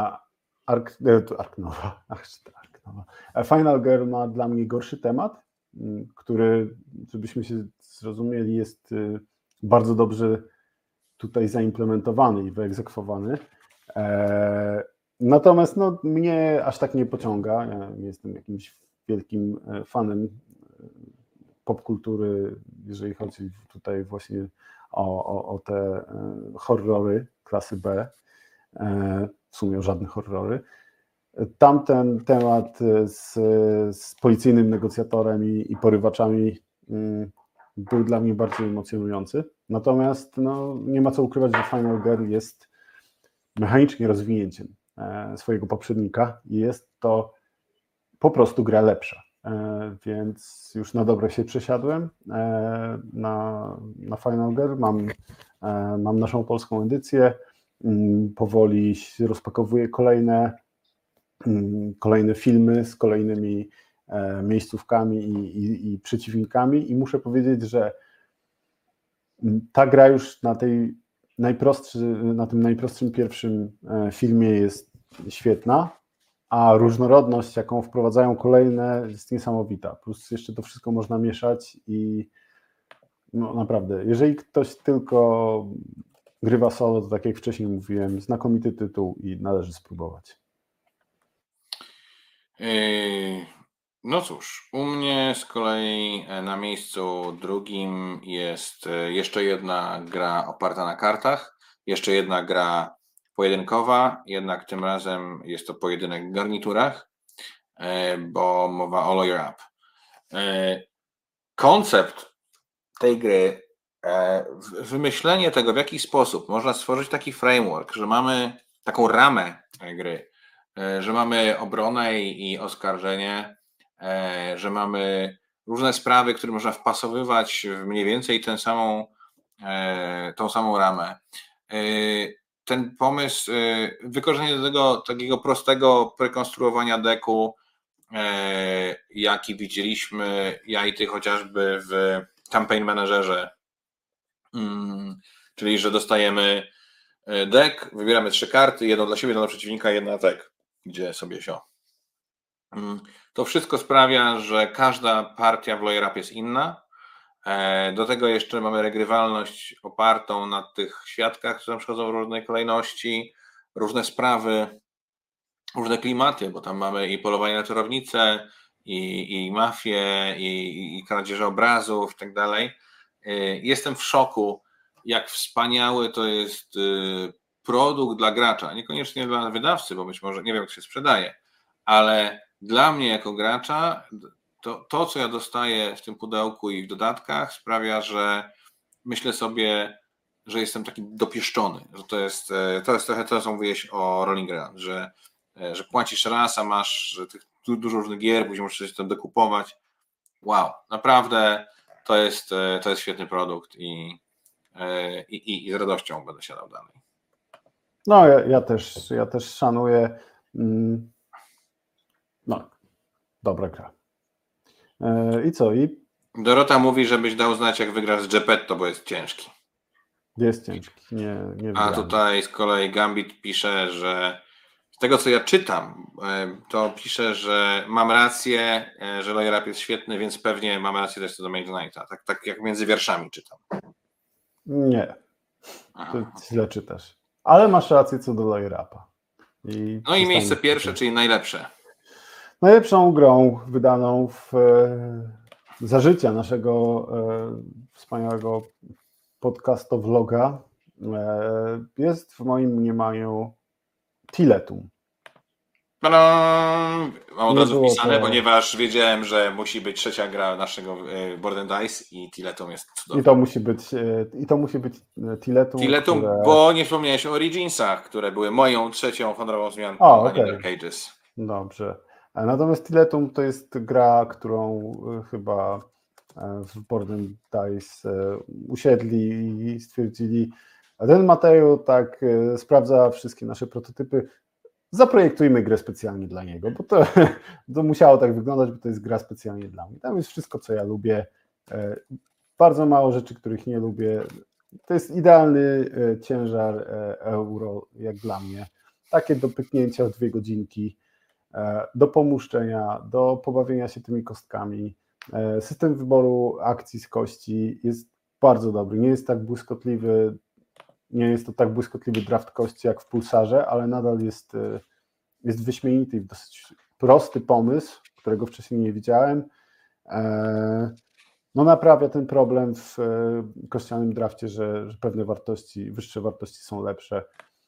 Ark Nova. Final Girl ma dla mnie gorszy temat, który, żebyśmy się zrozumieli, jest bardzo dobrze tutaj zaimplementowany i wyegzekwowany. Natomiast no, mnie aż tak nie pociąga. Ja nie jestem jakimś wielkim fanem popkultury, jeżeli chodzi tutaj właśnie o te horrory klasy B, w sumie o żadne horrory. Tamten temat z policyjnym negocjatorem i porywaczami był dla mnie bardziej emocjonujący. Natomiast no, nie ma co ukrywać, że Final Girl jest mechanicznie rozwinięciem swojego poprzednika i jest to po prostu gra lepsza. Więc już na dobre się przesiadłem na Final Girl. Mam naszą polską edycję. Powoli się rozpakowuję kolejne filmy z kolejnymi miejscówkami i przeciwnikami i muszę powiedzieć, że ta gra już na tym najprostszym pierwszym filmie jest świetna, a różnorodność, jaką wprowadzają kolejne, jest niesamowita. Plus jeszcze to wszystko można mieszać i no naprawdę, jeżeli ktoś tylko grywa solo, to tak jak wcześniej mówiłem, znakomity tytuł i należy spróbować. No cóż, u mnie z kolei na miejscu drugim jest jeszcze jedna gra oparta na kartach, jeszcze jedna gra pojedynkowa, jednak tym razem jest to pojedynek w garniturach, bo mowa o Lawyer Up. Koncept tej gry, wymyślenie tego, w jaki sposób można stworzyć taki framework, że mamy taką ramę gry, że mamy obronę i oskarżenie, że mamy różne sprawy, które można wpasowywać w mniej więcej tą samą ramę. Ten pomysł, wykorzystanie do tego takiego prostego prekonstruowania deku, jaki widzieliśmy, ja i ty chociażby w Campaign Managerze, czyli że dostajemy deck, wybieramy 3 karty, jedną dla siebie, jedną dla przeciwnika, jedna deck, gdzie sobie sio. To wszystko sprawia, że każda partia w Lawyer Up jest inna. Do tego jeszcze mamy regrywalność opartą na tych świadkach, które przychodzą w różnej kolejności, różne sprawy, różne klimaty, bo tam mamy i polowanie na czarownice, i mafię, i kradzieże obrazów i tak dalej. Jestem w szoku, jak wspaniały to jest produkt dla gracza, niekoniecznie dla wydawcy, bo być może nie wiem, jak się sprzedaje, ale dla mnie jako gracza to, co ja dostaję w tym pudełku i w dodatkach, sprawia, że myślę sobie, że jestem taki dopieszczony, że to jest trochę to, co mówiłeś o Rolling Around, że płacisz raz, a masz dużo różnych gier, później musisz coś tam dokupować. Wow, naprawdę to jest świetny produkt i z radością będę siadał dalej. No, ja też szanuję. No, dobra gra. I co? Dorota mówi, żebyś dał znać, jak wygrasz z Geppetto, bo jest ciężki. Jest ciężki, nie A tutaj z kolei Gambit pisze, że z tego, co ja czytam, to pisze, że mam rację, że Lawyer Up jest świetny, więc pewnie mam rację też co do Mage Knighta. Tak jak między wierszami czytam. Nie, to źle czytasz. Ale masz rację co do Lawyer Upa. No i miejsce pierwsze, czyli najlepsze. Najlepszą grą wydaną za życia naszego wspaniałego podcastowloga jest w moim mniemaniu Tiletum. Mam od razu wpisane, ponieważ wiedziałem, że musi być trzecia gra naszego Board & Dice i Tiletum jest cudowne. I to musi być Tiletum. Tiletum, bo nie wspomniałeś o Originsach, które były moją trzecią honorową zmianką na Dark Ages. Dobrze. Natomiast Tiletum to jest gra, którą chyba w Board & Dice usiedli i stwierdzili, a ten Mateo tak sprawdza wszystkie nasze prototypy, zaprojektujmy grę specjalnie dla niego, bo to musiało tak wyglądać, bo to jest gra specjalnie dla mnie. Tam jest wszystko, co ja lubię, bardzo mało rzeczy, których nie lubię. To jest idealny ciężar euro, jak dla mnie. Takie do pyknięcia w 2 godzinki, do pomuszczenia, do pobawienia się tymi kostkami. System wyboru akcji z kości jest bardzo dobry. Nie jest tak błyskotliwy, nie jest to tak błyskotliwy draft kości jak w Pulsarze, ale nadal jest wyśmienity, dosyć prosty pomysł, którego wcześniej nie widziałem. No naprawia ten problem w kościanym drafcie, że pewne wartości, wyższe wartości są lepsze.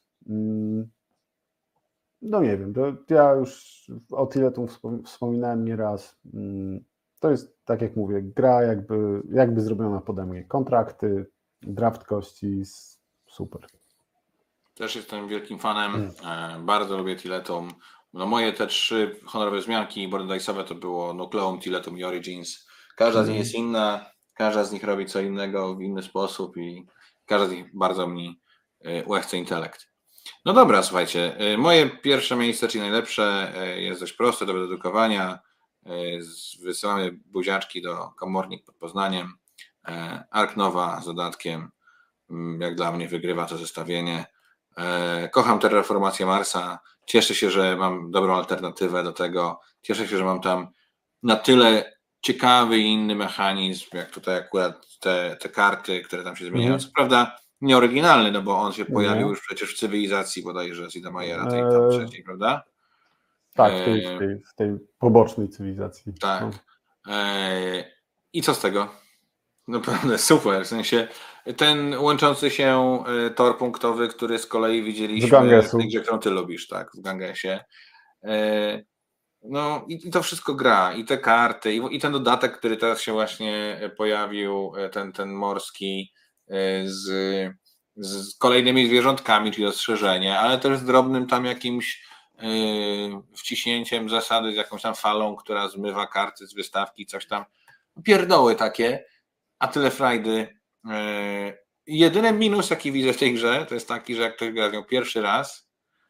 No nie wiem, ja już o Tiletum wspominałem nieraz. To jest, tak jak mówię, gra jakby zrobiona pode mnie. Kontrakty, draft kości, super. Też jestem wielkim fanem, bardzo lubię Tiletum. No moje te 3 honorowe wzmianki boarddice'owe to było Nucleum, Tiletum i Origins. Każda z nich jest inna, każda z nich robi co innego w inny sposób i każda z nich bardzo mi ułatwia intelekt. No dobra, słuchajcie, moje pierwsze miejsce, czyli najlepsze, jest dość proste do dedukowania. Wysyłamy buziaczki do Komornik pod Poznaniem. Ark Nova z dodatkiem, jak dla mnie wygrywa to zestawienie. Kocham Terraformację Marsa. Cieszę się, że mam dobrą alternatywę do tego. Cieszę się, że mam tam na tyle ciekawy i inny mechanizm, jak tutaj akurat te karty, które tam się zmieniają. Co prawda nieoryginalny, no bo on się pojawił już przecież w Cywilizacji bodajże z Ida Meiera, tej tam trzeciej, prawda? Tak, w tej pobocznej Cywilizacji. Tak. I co z tego? Naprawdę super, w sensie ten łączący się tor punktowy, który z kolei widzieliśmy w tej grze, którą ty lubisz, tak, w Gangesie. No i to wszystko gra, i te karty, i ten dodatek, który teraz się właśnie pojawił, ten morski z kolejnymi zwierzątkami, czyli rozszerzenie, ale też z drobnym tam jakimś wciśnięciem zasady, z jakąś tam falą, która zmywa karty z wystawki, coś tam. Pierdoły takie, a tyle frajdy. Jedyny minus, jaki widzę w tej grze, to jest taki, że jak ktoś gra z nią pierwszy raz,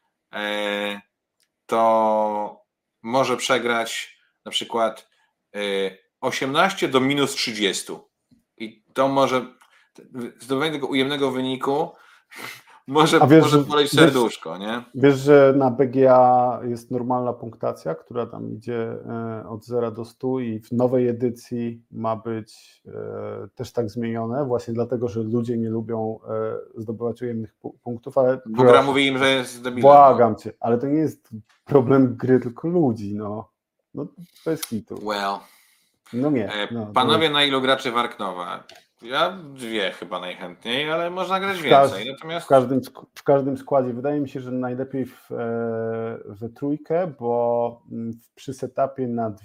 to może przegrać na przykład 18 do minus 30. I to może zdobywanie tego ujemnego wyniku może boleć serduszko, nie? Wiesz, że na BGA jest normalna punktacja, która tam idzie od 0 do 100 i w nowej edycji ma być też tak zmienione, właśnie dlatego, że ludzie nie lubią zdobywać ujemnych punktów, ale... Bo gra mówi im, że jest debilem. Błagam cię, ale to nie jest problem gry, tylko ludzi, no bez hitu. Well. No nie. Panowie, na ilu graczy w Ark Nova? Ja 2 chyba najchętniej, ale można grać więcej. Natomiast... w każdym składzie wydaje mi się, że najlepiej we trójkę, bo przy setupie na 2,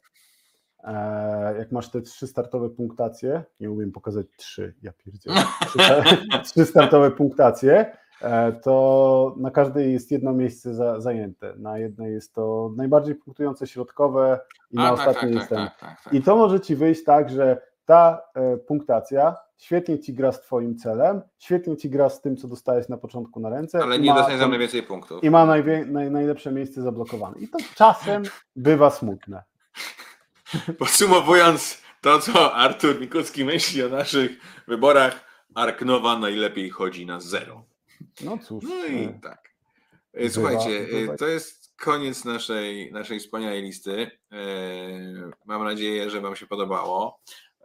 jak masz te 3 startowe punktacje, nie umiem pokazać 3, ja pierdzielę, 3 startowe punktacje, to na każdej jest jedno miejsce zajęte. Na jednej jest to najbardziej punktujące środkowe i na ostatniej jest ten. I to może ci wyjść tak, że ta punktacja świetnie ci gra z twoim celem, świetnie ci gra z tym, co dostajesz na początku na ręce. Ale nie dostaniesz najwięcej punktów. I ma najlepsze miejsce zablokowane. I to czasem bywa smutne. Podsumowując to, co Artur Mikucki myśli o naszych wyborach, Ark Nova najlepiej chodzi na 0. No cóż. No i tak. Słuchajcie, to jest koniec naszej wspaniałej listy. Mam nadzieję, że wam się podobało.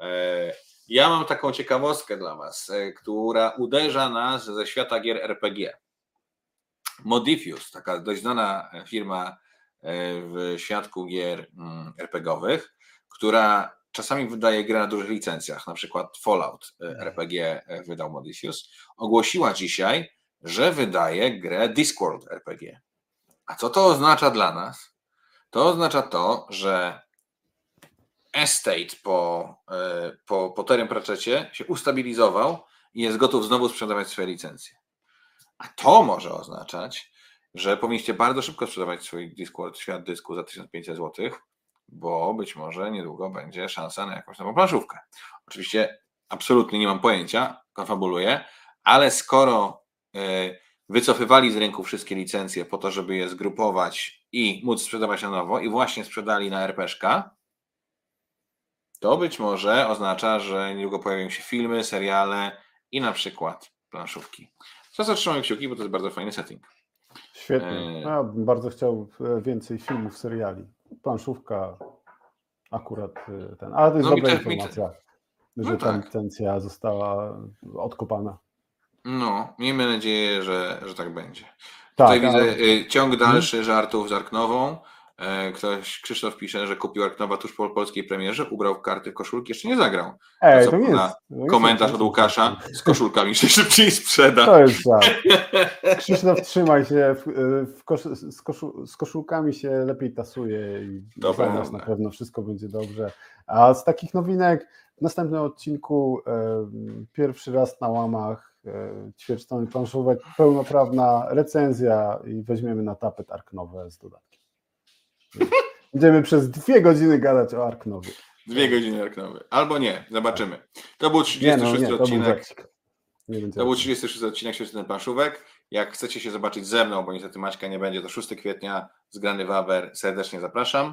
Ja mam taką ciekawostkę dla was, która uderza nas ze świata gier RPG. Modifius, taka dość znana firma w świadku gier RPGowych, która czasami wydaje gry na dużych licencjach, na przykład Fallout RPG wydał Modifius, ogłosiła dzisiaj, że wydaje grę Discworld RPG. A co to oznacza dla nas? To oznacza to, że Estate po Terem Pratchettie się ustabilizował i jest gotów znowu sprzedawać swoje licencje. A to może oznaczać, że powinniście bardzo szybko sprzedawać swój Discworld Świat Dysku za 1500 zł, bo być może niedługo będzie szansa na jakąś nową planszówkę. Oczywiście absolutnie nie mam pojęcia, konfabuluję, ale skoro wycofywali z rynku wszystkie licencje po to, żeby je zgrupować i móc sprzedawać na nowo i właśnie sprzedali na RPszka, to być może oznacza, że niedługo pojawią się filmy, seriale i na przykład planszówki. Co trzymam kciuki, bo to jest bardzo fajny setting. Świetnie. Ja bym bardzo chciał więcej filmów, seriali. Planszówka akurat ten. Ale to jest No mi dobra też, informacja, że no ta tak. licencja została odkopana. No, miejmy nadzieję, że tak będzie. Tutaj Tak, widzę ciąg Mhm. dalszy żartów z Arknową. Krzysztof pisze, że kupił Arknowa tuż po polskiej premierze, ubrał karty w koszulki, jeszcze nie zagrał. Ej, co to nie na jest. komentarz od Łukasza, z koszulkami się szybciej sprzeda. To jest żart. Krzysztof, trzymaj się, z koszulkami się lepiej tasuje i To za nas prawda. na pewno wszystko będzie dobrze. A z takich nowinek w następnym odcinku pierwszy raz na łamach ćwierćtony planszówek, pełnoprawna recenzja i weźmiemy na tapet Arknowe z dodatkiem. Będziemy przez 2 godziny gadać o Arknowie. 2 godziny Arknowy. Albo nie, zobaczymy. To był 36 odcinek. To był 36 odcinek Świąteczny Planszówek. Jak chcecie się zobaczyć ze mną, bo niestety Maćka nie będzie, to 6 kwietnia Zgrany Wawer. Serdecznie zapraszam.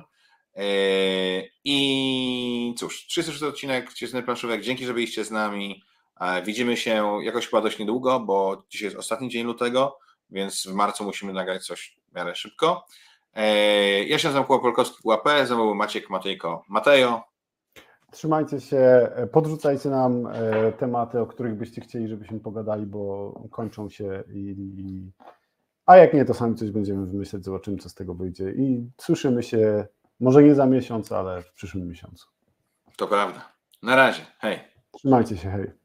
I cóż, 36 odcinek Świąteczny Planszówek. Dzięki, że byliście z nami. Widzimy się jakoś chyba dość niedługo, bo dzisiaj jest ostatni dzień lutego, więc w marcu musimy nagrać coś w miarę szybko. Ja się nazywam Kuba Polkowski, UAP, ze mną był Maciek Matejko. Matejo. Trzymajcie się, podrzucajcie nam tematy, o których byście chcieli, żebyśmy pogadali, bo kończą się a jak nie, to sami coś będziemy wymyślać, zobaczymy, co z tego wyjdzie i słyszymy się może nie za miesiąc, ale w przyszłym miesiącu. To prawda. Na razie. Hej. Trzymajcie się, hej.